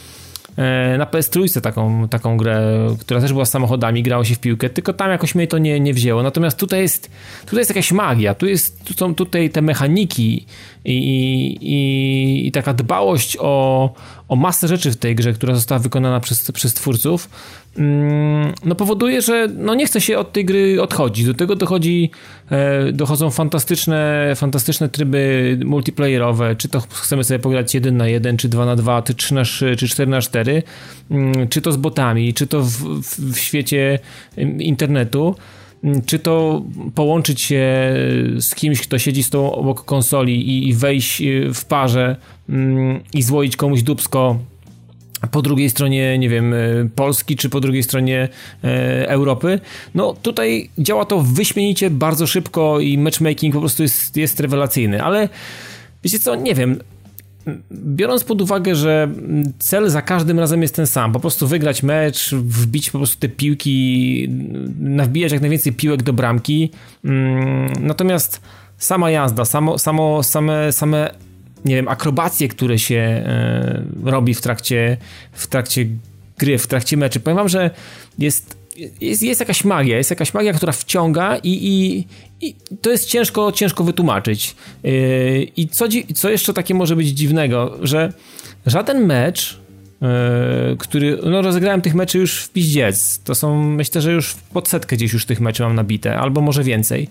e, na P S trzy, taką, taką grę, która też była z samochodami, grało się w piłkę, tylko tam jakoś mnie to nie, nie wzięło. Natomiast tutaj jest, tutaj jest jakaś magia, tu, jest, tu są tutaj te mechaniki i, i, i taka dbałość o, o masę rzeczy w tej grze, która została wykonana przez, przez twórców, no powoduje, że no nie chce się od tej gry odchodzić. Do tego dochodzi, dochodzą fantastyczne, fantastyczne tryby multiplayerowe, czy to chcemy sobie pograć jeden na jeden, czy dwa na dwa, czy trzy na trzy, czy cztery na cztery, czy to z botami, czy to w, w, w świecie internetu, czy to połączyć się z kimś, kto siedzi z tobą obok konsoli i, i wejść w parze mm, i złoić komuś dupsko po drugiej stronie, nie wiem, Polski, czy po drugiej stronie e, Europy. No tutaj działa to wyśmienicie, bardzo szybko i matchmaking po prostu jest, jest rewelacyjny, ale wiecie co, nie wiem, biorąc pod uwagę, że cel za każdym razem jest ten sam, po prostu wygrać mecz, wbić po prostu te piłki, nawbijać jak najwięcej piłek do bramki, natomiast sama jazda, samo, samo, same, same nie wiem, akrobacje, które się e, robi w trakcie, w trakcie gry, w trakcie meczy, powiem wam, że jest Jest, jest jakaś magia, jest jakaś magia, która wciąga i, i, i to jest ciężko, ciężko wytłumaczyć. Yy, I co, co jeszcze takie może być dziwnego, że żaden mecz, yy, który, no rozegrałem tych meczy już w piździec, to są, myślę, że już pod setkę gdzieś już tych meczy mam nabite, albo może więcej.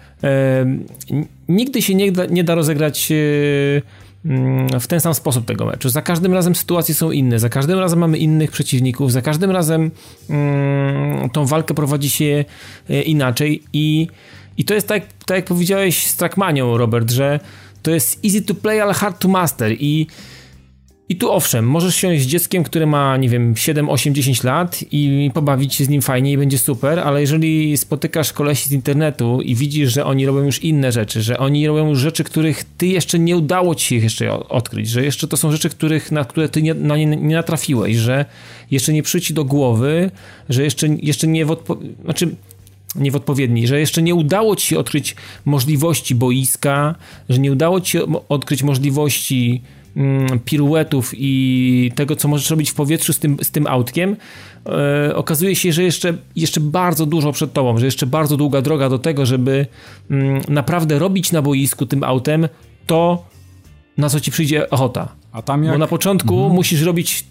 Yy, nigdy się nie da, nie da rozegrać yy, w ten sam sposób tego meczu. Za każdym razem sytuacje są inne, za każdym razem mamy innych przeciwników, za każdym razem mm, tą walkę prowadzi się inaczej i, i to jest tak, tak jak powiedziałeś z Trackmanią, Robert, że to jest easy to play, ale hard to master i I tu owszem, możesz siąść z dzieckiem, które ma, nie wiem, siedem, osiem, dziesięć lat i pobawić się z nim fajnie i będzie super, ale jeżeli spotykasz kolesi z internetu i widzisz, że oni robią już inne rzeczy, że oni robią już rzeczy, których ty jeszcze nie udało ci się ich jeszcze odkryć, że jeszcze to są rzeczy, których, na które ty nie, na nie, nie natrafiłeś, że jeszcze nie przyjdzie do głowy, że jeszcze, jeszcze nie w odpowiedzi, znaczy nie w odpowiedniej, że jeszcze nie udało ci się odkryć możliwości boiska, że nie udało ci się odkryć możliwości piruetów i tego, co możesz robić w powietrzu z tym, z tym autkiem, e, okazuje się, że jeszcze, jeszcze bardzo dużo przed tobą, że jeszcze bardzo długa droga do tego, żeby mm, naprawdę robić na boisku tym autem to, na co ci przyjdzie ochota. A tam jak... Bo na początku mhm. musisz robić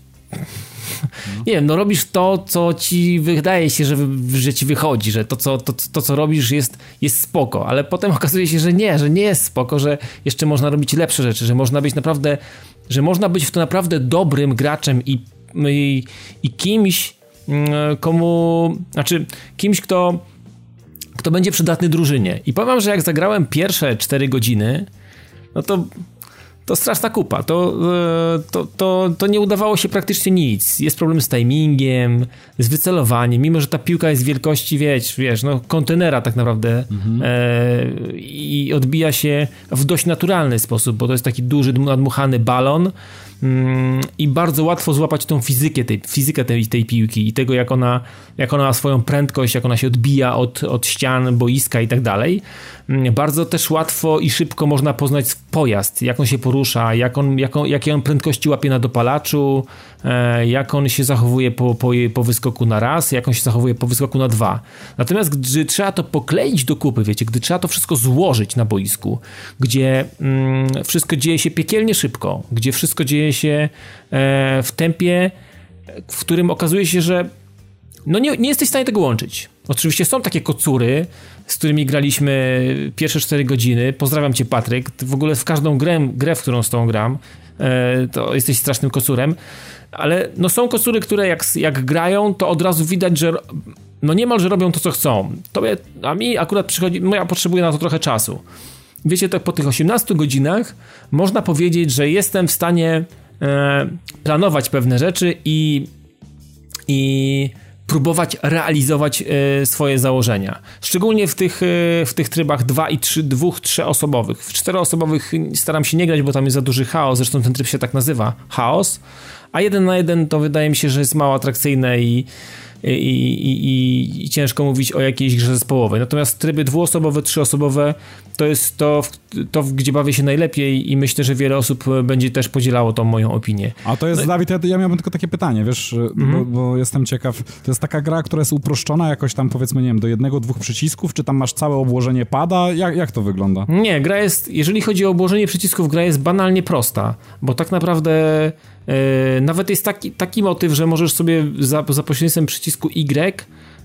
nie wiem, no robisz to, co ci wydaje się, że, że ci wychodzi, że to co, to, to, co robisz jest, jest spoko, ale potem okazuje się, że nie, że nie jest spoko, że jeszcze można robić lepsze rzeczy, że można być naprawdę, że można być w to naprawdę dobrym graczem i, i, i kimś, komu, znaczy kimś, kto, kto będzie przydatny drużynie. I powiem, że jak zagrałem pierwsze cztery godziny, no to to straszna kupa. To, to, to, to nie udawało się praktycznie nic. Jest problem z timingiem, z wycelowaniem, mimo że ta piłka jest wielkości, wiesz, wiesz no, kontenera tak naprawdę mhm. e, i odbija się w dość naturalny sposób, bo to jest taki duży, nadmuchany balon mm, i bardzo łatwo złapać tą fizykę tej, fizykę tej, tej piłki i tego, jak ona, jak ona ma swoją prędkość, jak ona się odbija od, od ścian, boiska i tak dalej. Bardzo też łatwo i szybko można poznać pojazd, jak on się porusza, jak on, jak on, jakie on prędkości łapie na dopalaczu, e, jak on się zachowuje po, po, po wyskoku na raz, jak on się zachowuje po wyskoku na dwa. Natomiast gdy trzeba to pokleić do kupy, wiecie, gdy trzeba to wszystko złożyć na boisku, gdzie mm, wszystko dzieje się piekielnie szybko, gdzie wszystko dzieje się e, w tempie, w którym okazuje się, że no nie, nie jesteś w stanie tego łączyć. Oczywiście są takie kocury, z którymi graliśmy pierwsze cztery godziny. Pozdrawiam cię, Patryk. Ty w ogóle w każdą grę, grę w którą z tą gram, e, to jesteś strasznym kocurem. Ale no są kocury, które jak, jak grają, to od razu widać, że no niemalże robią to, co chcą. Tobie, a mi akurat przychodzi, no ja potrzebuję na to trochę czasu. Wiecie, tak po tych osiemnastu godzinach można powiedzieć, że jestem w stanie e, planować pewne rzeczy i i próbować realizować y, swoje założenia. Szczególnie w tych, y, w tych trybach dwa i trzy, dwóch, trzyosobowych. W czteroosobowych staram się nie grać, bo tam jest za duży chaos, zresztą ten tryb się tak nazywa, chaos, a jeden na jeden to wydaje mi się, że jest mało atrakcyjne i I, i, i, i ciężko mówić o jakiejś grze zespołowej. Natomiast tryby dwuosobowe, trzyosobowe to jest to, to, gdzie bawię się najlepiej i myślę, że wiele osób będzie też podzielało tą moją opinię. A to jest, no, Dawid, ja, ja miałbym tylko takie pytanie, wiesz, mm-hmm. bo, bo jestem ciekaw. To jest taka gra, która jest uproszczona jakoś tam, powiedzmy, nie wiem, do jednego, dwóch przycisków, czy tam masz całe obłożenie pada? Jak, jak to wygląda? Nie, gra jest, jeżeli chodzi o obłożenie przycisków, gra jest banalnie prosta, bo tak naprawdę Yy, nawet jest taki, taki motyw, że możesz sobie za, za pośrednictwem przycisku Y,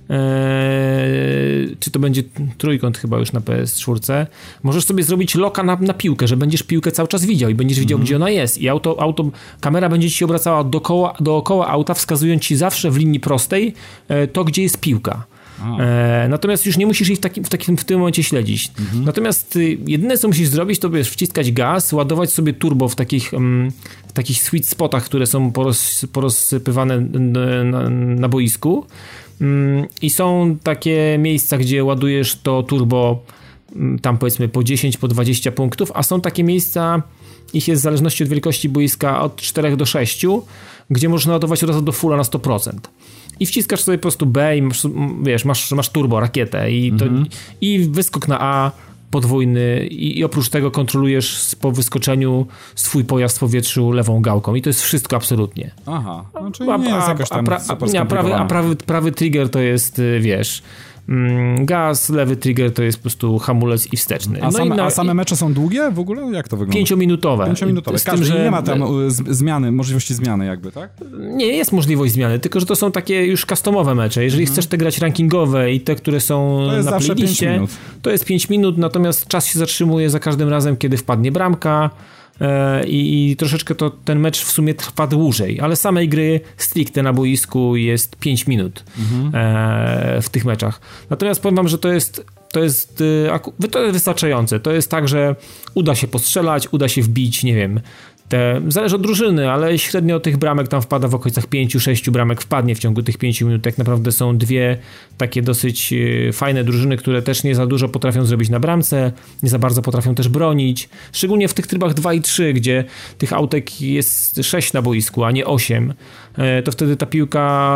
yy, czy to będzie trójkąt chyba już na P S cztery, możesz sobie zrobić loka na, na piłkę, że będziesz piłkę cały czas widział i będziesz widział, mm-hmm. gdzie ona jest i auto, auto, kamera będzie ci się obracała dookoła, dookoła auta, wskazując ci zawsze w linii prostej yy, to, gdzie jest piłka. E, natomiast już nie musisz jej w, takim, w, takim, w tym momencie śledzić. Mhm. Natomiast y, jedyne, co musisz zrobić, to jest wciskać gaz, ładować sobie turbo w takich, mm, w takich sweet spotach, które są poros, porozsypywane na, na, na boisku. Mm, I są takie miejsca, gdzie ładujesz to turbo mm, tam powiedzmy po dziesięć, po dwadzieścia punktów, a są takie miejsca, ich jest w zależności od wielkości boiska od czterech do sześciu, gdzie możesz naładować od razu do fulla na sto procent. I wciskasz sobie po prostu B i masz, wiesz, masz, masz turbo, rakietę i, to, mhm. i wyskok na A podwójny i, i oprócz tego kontrolujesz po wyskoczeniu swój pojazd w powietrzu lewą gałką i to jest wszystko absolutnie. Aha, no czyli nie jest jakoś tam a, pra, a, a, prawy, a prawy, prawy trigger to jest, wiesz, gaz, lewy trigger to jest po prostu hamulec i wsteczny. A, no same, i na, a same mecze są długie w ogóle? Jak to wygląda? Pięciominutowe. Pięciominutowe. Z tym, że nie ma tam zmiany, możliwości zmiany jakby, tak? Nie, jest możliwość zmiany, tylko że to są takie już customowe mecze. Jeżeli mhm. chcesz te grać rankingowe i te, które są to jest na playliście, to jest pięć minut, natomiast czas się zatrzymuje za każdym razem, kiedy wpadnie bramka. I, i troszeczkę to ten mecz w sumie trwa dłużej, ale samej gry stricte na boisku jest pięć minut mhm. e, w tych meczach. Natomiast powiem wam, że to jest to jest, to jest wystarczające. To jest tak, że uda się postrzelać, uda się wbić, nie wiem, te, zależy od drużyny, ale średnio tych bramek tam wpada w okolicach pięciu, sześciu bramek wpadnie w ciągu tych pięciu minut. Tak naprawdę są dwie takie dosyć fajne drużyny, które też nie za dużo potrafią zrobić na bramce, nie za bardzo potrafią też bronić. Szczególnie w tych trybach dwa i trzy, gdzie tych autek jest sześć na boisku, a nie osiem, to wtedy ta piłka,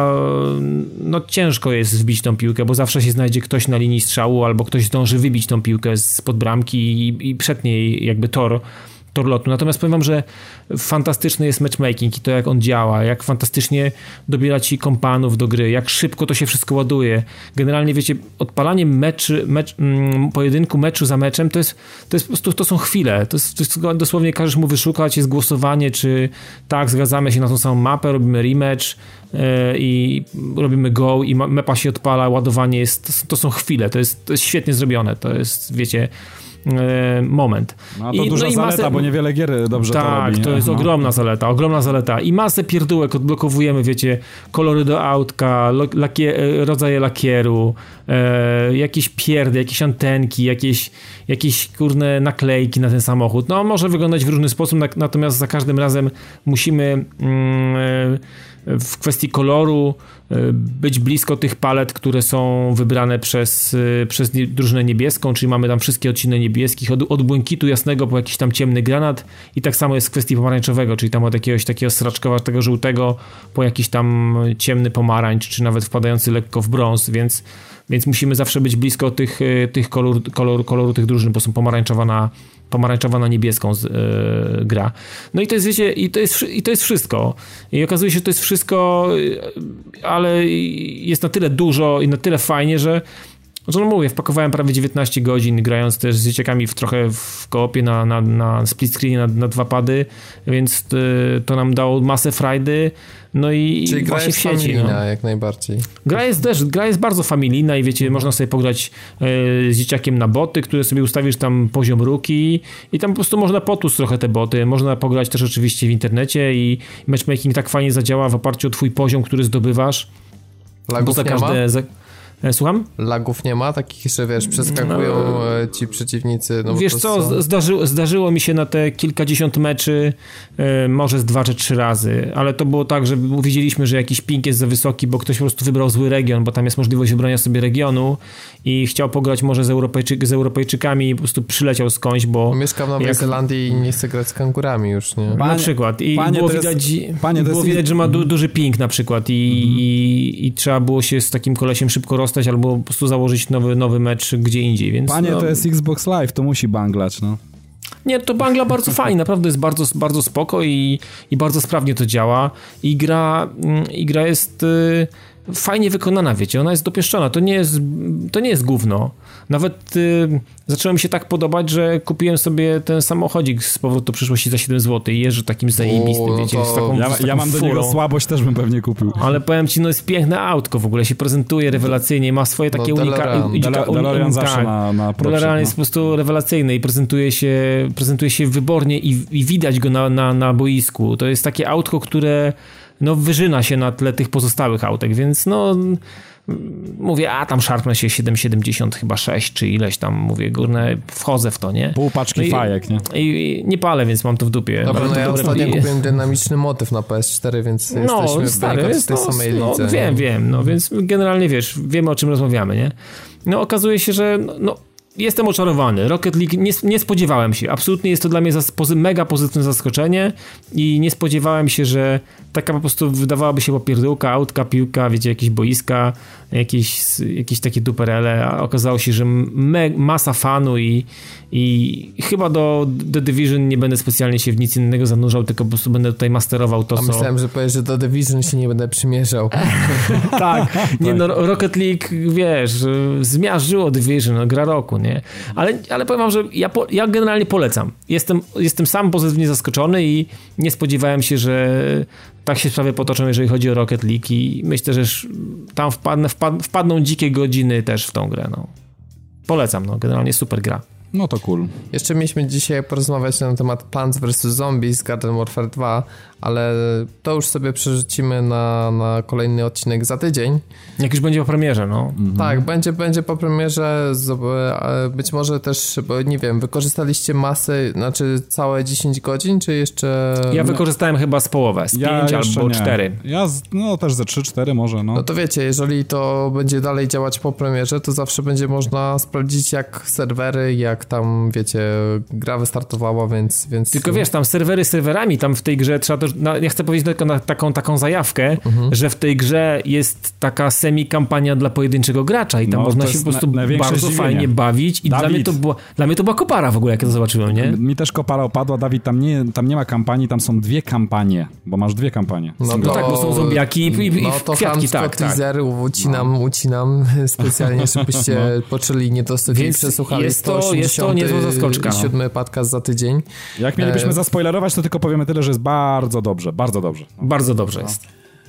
no ciężko jest wbić tą piłkę, bo zawsze się znajdzie ktoś na linii strzału albo ktoś zdąży wybić tą piłkę spod bramki i, i przetnie jej jakby tor tor lotu. Natomiast powiem wam, że fantastyczny jest matchmaking i to, jak on działa, jak fantastycznie dobiera ci kompanów do gry, jak szybko to się wszystko ładuje. Generalnie, wiecie, odpalanie meczy, mecz, mm, pojedynku meczu za meczem, to jest, to jest po prostu, to są chwile. To jest, to jest dosłownie każesz mu wyszukać, jest głosowanie, czy tak, zgadzamy się na tą samą mapę, robimy rematch yy, i robimy go i mapa się odpala, ładowanie jest, to, to są chwile. To jest, to jest świetnie zrobione. To jest, wiecie, e, moment. No to I, duża no i zaleta, masę... bo niewiele gier dobrze tak, to robi. Tak, to jest Aha. ogromna zaleta, ogromna zaleta. I masę pierdółek odblokowujemy, wiecie, kolory do autka, lakie, rodzaje lakieru, e, jakieś pierdy, jakieś antenki, jakieś, jakieś kurne naklejki na ten samochód. No, może wyglądać w różny sposób, natomiast za każdym razem musimy mm, w kwestii koloru być blisko tych palet, które są wybrane przez, przez drużynę niebieską, czyli mamy tam wszystkie odcienie niebieskich, od, od błękitu jasnego po jakiś tam ciemny granat i tak samo jest w kwestii pomarańczowego, czyli tam od jakiegoś takiego sraczkowatego żółtego po jakiś tam ciemny pomarańcz, czy nawet wpadający lekko w brąz, więc, więc musimy zawsze być blisko tych, tych kolor, kolor, koloru tych drużyn, bo są pomarańczowa na pomarańczowa na niebieską z, yy, gra. No i to jest, wiecie, i to jest, i to jest wszystko. I okazuje się, że to jest wszystko, ale jest na tyle dużo i na tyle fajnie, że że no mówię, wpakowałem prawie dziewiętnaście godzin, grając też z dzieciakami w, trochę w koopie na, na, na split screenie, na, na dwa pady, więc to, to nam dało masę frajdy. No i Czyli gra właśnie jest w sieci. familijna, No. jak najbardziej. Gra jest też, gra jest bardzo familijna i wiecie, można sobie pograć e, z dzieciakiem na boty, które sobie ustawisz tam poziom ruki i tam po prostu można potłuc trochę te boty, można pograć też oczywiście w internecie i matchmaking tak fajnie zadziała w oparciu o twój poziom, który zdobywasz. Lagów za nie każde, ma? za, e, słucham? Lagów nie ma? Takich, że wiesz, przeskakują no, ci przeciwnicy. No wiesz co, są... zdarzyło, zdarzyło mi się na te kilkadziesiąt meczy e, może z dwa czy trzy razy, ale to było tak, że widzieliśmy, że jakiś ping jest za wysoki, bo ktoś po prostu wybrał zły region, bo tam jest możliwość wybrania sobie regionu i chciał pograć może z, Europejczyk, z Europejczykami i po prostu przyleciał skądś, bo... Mieszkam w Nowej jak... Zelandii i nie chcę grać z kangurami już, nie? Panie, na przykład. I panie, było jest, widać, panie, było widać jest... że ma du, duży ping na przykład i, mm-hmm. i, i trzeba było się z takim kolesiem szybko rozstać albo po prostu założyć nowy, nowy mecz gdzie indziej, więc... Panie, no... to jest Xbox Live, to musi banglać, no. Nie, to bangla bardzo fajnie, naprawdę jest bardzo, bardzo spoko i, i bardzo sprawnie to działa i gra, i gra jest y, fajnie wykonana, wiecie, ona jest dopieszczona, to nie jest, to nie jest gówno. Nawet y, zaczęło mi się tak podobać, że kupiłem sobie ten samochodzik z powrotu przyszłości za siedem złotych i jeżdżę takim zajebistym, no wiecie, to... z taką, Ja, z taką ja mam furą. do niego słabość, też bym pewnie kupił. Ale powiem ci, no jest piękne autko w ogóle, się prezentuje rewelacyjnie, ma swoje takie no, unikatne... Dele, DeLorean zawsze tak. na, na propsie, DeLorean no. jest po prostu rewelacyjny i prezentuje się, prezentuje się wybornie i, i widać go na, na, na boisku. To jest takie autko, które no wyżyna się na tle tych pozostałych autek, więc no... Mówię, a tam szarpnę się siedem siedemdziesiąt chyba sześć czy ileś tam, mówię, górne, wchodzę w to, nie? Pół paczki no i, fajek, nie? I, I nie palę, więc mam to w dupie. Dobra, Mam no to ja dobre ostatnio pije. kupiłem dynamiczny motyw na P S cztery, więc no, jesteśmy stary, w tej no, samej no, lidze. wiem, nie? wiem, no więc generalnie wiesz, wiemy o czym rozmawiamy, nie? No okazuje się, że no, no jestem oczarowany. Rocket League nie, nie spodziewałem się. Absolutnie jest to dla mnie zas, pozy, mega pozytywne zaskoczenie i nie spodziewałem się, że taka po prostu wydawałaby się popierdółka, autka, piłka, wiecie, jakieś boiska, jakieś, jakieś takie duperele, a okazało się, że me, masa fanu i, i chyba do The Division nie będę specjalnie się w nic innego zanurzał, tylko po prostu będę tutaj masterował to, A co... myślałem, że powiesz, że do Division się nie będę przymierzał. tak, nie no, Rocket League, wiesz, zmiażdżyło Division, no, gra roku, nie? Ale, ale powiem wam, że ja, po, ja generalnie polecam. Jestem, jestem sam pozytywnie zaskoczony i nie spodziewałem się, że tak się sprawy potoczą, jeżeli chodzi o Rocket League i myślę, że tam wpadnę, wpad, wpadną dzikie godziny też w tą grę, no. Polecam, no, generalnie super gra. No to cool. Jeszcze mieliśmy dzisiaj porozmawiać na temat Plants versus. Zombies Garden Warfare dwa, ale to już sobie przerzucimy na, na kolejny odcinek za tydzień. Jak już będzie po premierze, no. Mhm. Tak, będzie, będzie po premierze, być może też, bo nie wiem, wykorzystaliście masę, znaczy całe dziesięć godzin, czy jeszcze... Ja wykorzystałem chyba z połowę, z ja pięć albo nie. cztery. Ja z, no też ze trzy cztery może, no. No to wiecie, jeżeli to będzie dalej działać po premierze, to zawsze będzie można sprawdzić jak serwery, jak tam, wiecie, gra wystartowała, więc... więc... Tylko wiesz, tam serwery serwerami, tam w tej grze trzeba też, no, ja chcę powiedzieć tylko na taką, taką zajawkę, mhm. że w tej grze jest taka semi-kampania dla pojedynczego gracza i tam no, można się po prostu na, bardzo zdziwienie. fajnie bawić i dla mnie, to była, dla mnie to była kopara w ogóle, jak to zobaczyłem, nie? Mi też kopara opadła, Dawid, tam nie, tam nie ma kampanii, tam są dwie kampanie, bo masz dwie kampanie. No, no to, tak, bo są zombiaki i, i, no i to kwiatki, tak, teaser, tak. ucinam, no. ucinam specjalnie, żebyście no. poczuli niedosyt i przesłuchali jest to, jest to niezła zaskoczka. siódmy podcast za tydzień. Jak mielibyśmy e... zaspoilerować, to tylko powiemy tyle, że jest bardzo dobrze, bardzo dobrze. No. Bardzo dobrze no. jest.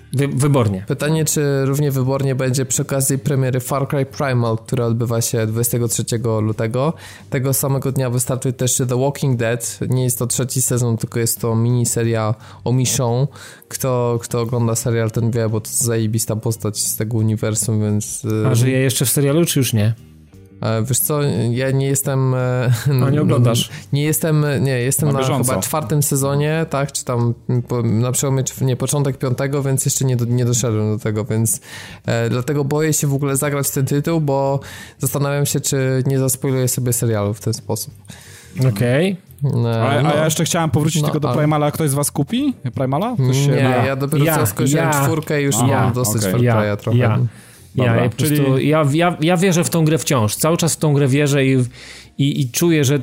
Wy, wybornie. Pytanie, czy równie wybornie będzie przy okazji premiery Far Cry Primal, która odbywa się dwudziestego trzeciego lutego. Tego samego dnia wystartuje też The Walking Dead. Nie jest to trzeci sezon, tylko jest to miniseria o Michonne. Kto, kto ogląda serial, ten wie, bo to zajebista postać z tego uniwersum, więc... A żyje jeszcze w serialu, czy już nie? Wiesz co, ja nie jestem... A nie oglądasz? Nie jestem, nie, jestem na, na chyba czwartym sezonie, tak, czy tam po, na przełomie, nie, początek piątego, więc jeszcze nie, do, nie doszedłem do tego, więc e, dlatego boję się w ogóle zagrać w ten tytuł, bo zastanawiam się, czy nie zaspoiluję sobie serialu w ten sposób. Okej. Okay. A, no, a ja jeszcze chciałem powrócić no, tylko do Primala. A ktoś z was kupi Primala? Ktoś nie, się... ja dopiero ja, co skończyłem ja, czwórkę i już ja, mam dosyć okay. Far Cry'a trochę. Ja. Dobra, ja, ja, czyli... prostu, ja, ja, ja wierzę w tą grę wciąż. Cały czas w tą grę wierzę i, i, i czuję, że,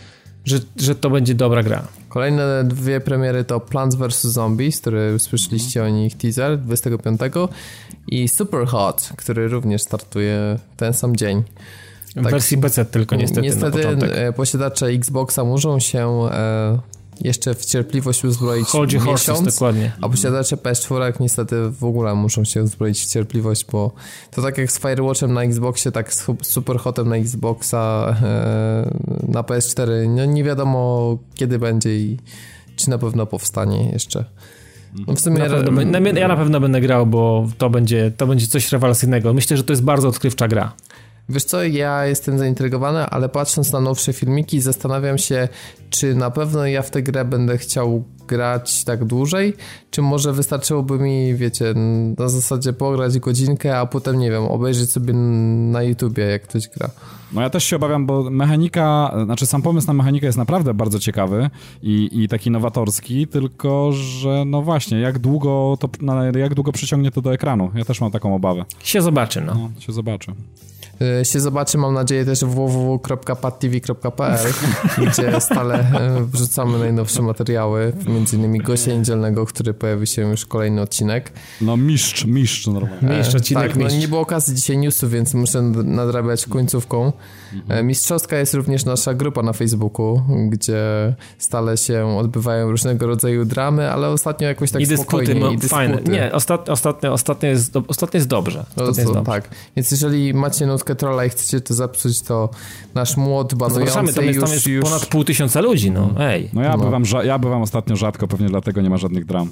że, że to będzie dobra gra. Kolejne dwie premiery to Plants versus. Zombies, który słyszeliście o nich teaser dwudziestego piątego i Super Hot, który również startuje ten sam dzień. W tak, wersji P C tylko niestety Niestety na początek. Posiadacze Xboxa muszą się e, jeszcze w cierpliwość uzbroić Chodzi miesiąc, horses, dokładnie. A posiadacze P S cztery niestety w ogóle muszą się uzbroić w cierpliwość, bo to tak jak z Firewatchem na Xboxie, tak z Super Hotem na Xboxa, e, na P S cztery. No, nie wiadomo kiedy będzie i czy na pewno powstanie jeszcze. No w sumie na pewno, ja, ja na pewno będę grał, bo to będzie, to będzie coś rewelacyjnego. Myślę, że to jest bardzo odkrywcza gra. Wiesz co, ja jestem zaintrygowany, ale patrząc na nowsze filmiki zastanawiam się, czy na pewno ja w tę grę będę chciał grać tak dłużej, czy może wystarczyłoby mi, wiecie, na zasadzie pograć godzinkę, a potem, nie wiem, obejrzeć sobie na YouTubie, jak ktoś gra. No ja też się obawiam, bo mechanika, znaczy sam pomysł na mechanikę jest naprawdę bardzo ciekawy i, i taki nowatorski, tylko że no właśnie, jak długo to, jak długo przyciągnie to do ekranu? Ja też mam taką obawę. Się zobaczy, no. No, się zobaczy. się zobaczy, mam nadzieję, też w w w kropka pad t v kropka p l, gdzie stale wrzucamy najnowsze materiały, między innymi Gościa Niedzielnego, który pojawi się już kolejny odcinek. No mistrz, mistrz normalnie. Mistrz, odcinek, tak, mistrz. No nie było okazji dzisiaj newsów, więc muszę nadrabiać końcówką. Mhm. Mistrzowska jest również nasza grupa na Facebooku, gdzie stale się odbywają różnego rodzaju dramy, ale ostatnio jakoś tak I spokojnie. Dysputy, I dysputy. Fajne. Nie, ostatnio, ostatnio, ostatnio, jest, ostatnio jest dobrze. Ostatnio to, jest dobrze. Tak, więc jeżeli macie nutkę trolla i chcecie to zepsuć, to nasz młot banujący Zapraszamy, tam jest, już, tam jest już... ponad pół tysiąca ludzi, no ej. No ja, no. Bywam, ja bywam ostatnio rzadko, pewnie dlatego nie ma żadnych dram.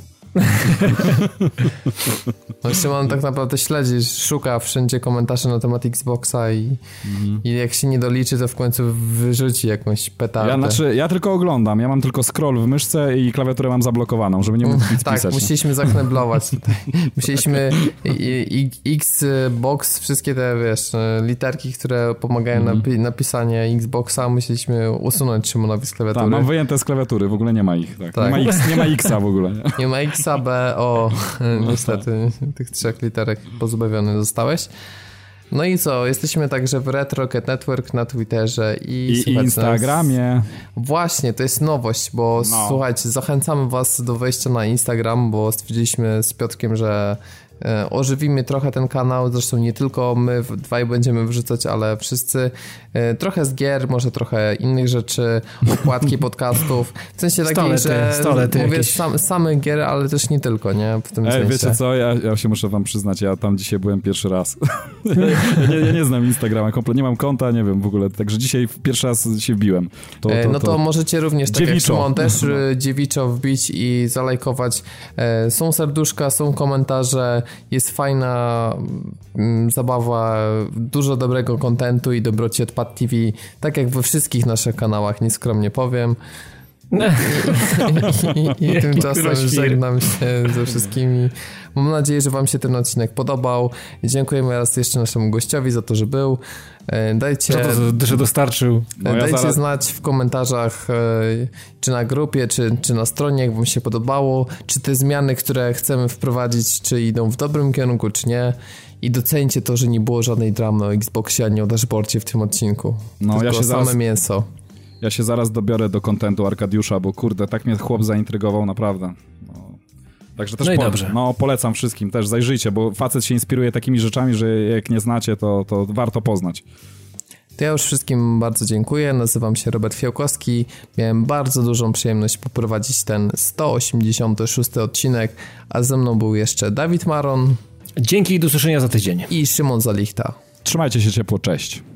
No Szymon tak naprawdę śledzi, szuka wszędzie komentarzy na temat Xboxa i, mhm. i jak się nie doliczy, to w końcu wyrzuci jakąś petardę. Ja, znaczy, ja tylko oglądam, ja mam tylko scroll w myszce i klawiaturę mam zablokowaną, żeby nie mógł nic tak, pisać. Tak, musieliśmy zakneblować tutaj. Musieliśmy i, i, Xbox, wszystkie te, wiesz, literki, które pomagają mhm. na napisanie Xboxa, musieliśmy usunąć Szymonowi z klawiatury. Tak, mam wyjęte z klawiatury, w ogóle nie ma ich. Tak. Tak. Nie, ma X, nie ma Xa w ogóle. Nie, nie ma Xa, B, O. No niestety tych trzech literek pozbawiony zostałeś. No i co? Jesteśmy także w Red Rocket Network na Twitterze i, I Instagramie. Nas... Właśnie, to jest nowość, bo no. słuchajcie, zachęcamy was do wejścia na Instagram, bo stwierdziliśmy z Piotrkiem, że e, ożywimy trochę ten kanał, zresztą nie tylko my dwaj będziemy wrzucać, ale wszyscy. E, trochę z gier, może trochę innych rzeczy, okładki podcastów, w sensie takiej, że stolety mówię jakieś. sam, same gier, ale też nie tylko, nie? W tym Ej, sensie. wiecie co, ja, ja się muszę wam przyznać, ja tam dzisiaj byłem pierwszy raz. ja, nie, ja nie znam Instagrama, kompletnie nie mam konta, nie wiem w ogóle, także dzisiaj pierwszy raz się wbiłem. To, to, e, no to, to możecie również, tak dziewiczo. jak Szymon, też dziewiczo wbić i zalajkować. E, są serduszka, są komentarze, jest fajna m, zabawa, dużo dobrego kontentu i dobroci od Pad T V, tak jak we wszystkich naszych kanałach, nieskromnie powiem. I, i, i tymczasem żegnam się ze wszystkimi. Mam nadzieję, że wam się ten odcinek podobał. Dziękujemy raz jeszcze naszemu gościowi za to, że był. Dajcie, że, to, że dostarczył. No dajcie ja zaraz... znać w komentarzach, czy na grupie, czy, czy na stronie, jak wam się podobało, czy te zmiany, które chcemy wprowadzić, czy idą w dobrym kierunku, czy nie. I docencie to, że nie było żadnej dramy o Xboxie ani o dashboardzie w tym odcinku. No, tylko ja się same zaraz... mięso. Ja się zaraz dobiorę do kontentu Arkadiusza, bo kurde, tak mnie chłop zaintrygował, naprawdę. No. Także też no i po, dobrze. No, polecam wszystkim, też zajrzyjcie, bo facet się inspiruje takimi rzeczami, że jak nie znacie, to, to warto poznać. To ja już wszystkim bardzo dziękuję. Nazywam się Robert Fiałkowski. Miałem bardzo dużą przyjemność poprowadzić ten sto osiemdziesiąty szósty odcinek, a ze mną był jeszcze Dawid Maron. Dzięki i do usłyszenia za tydzień. I Szymon Zalichta. Trzymajcie się ciepło, cześć.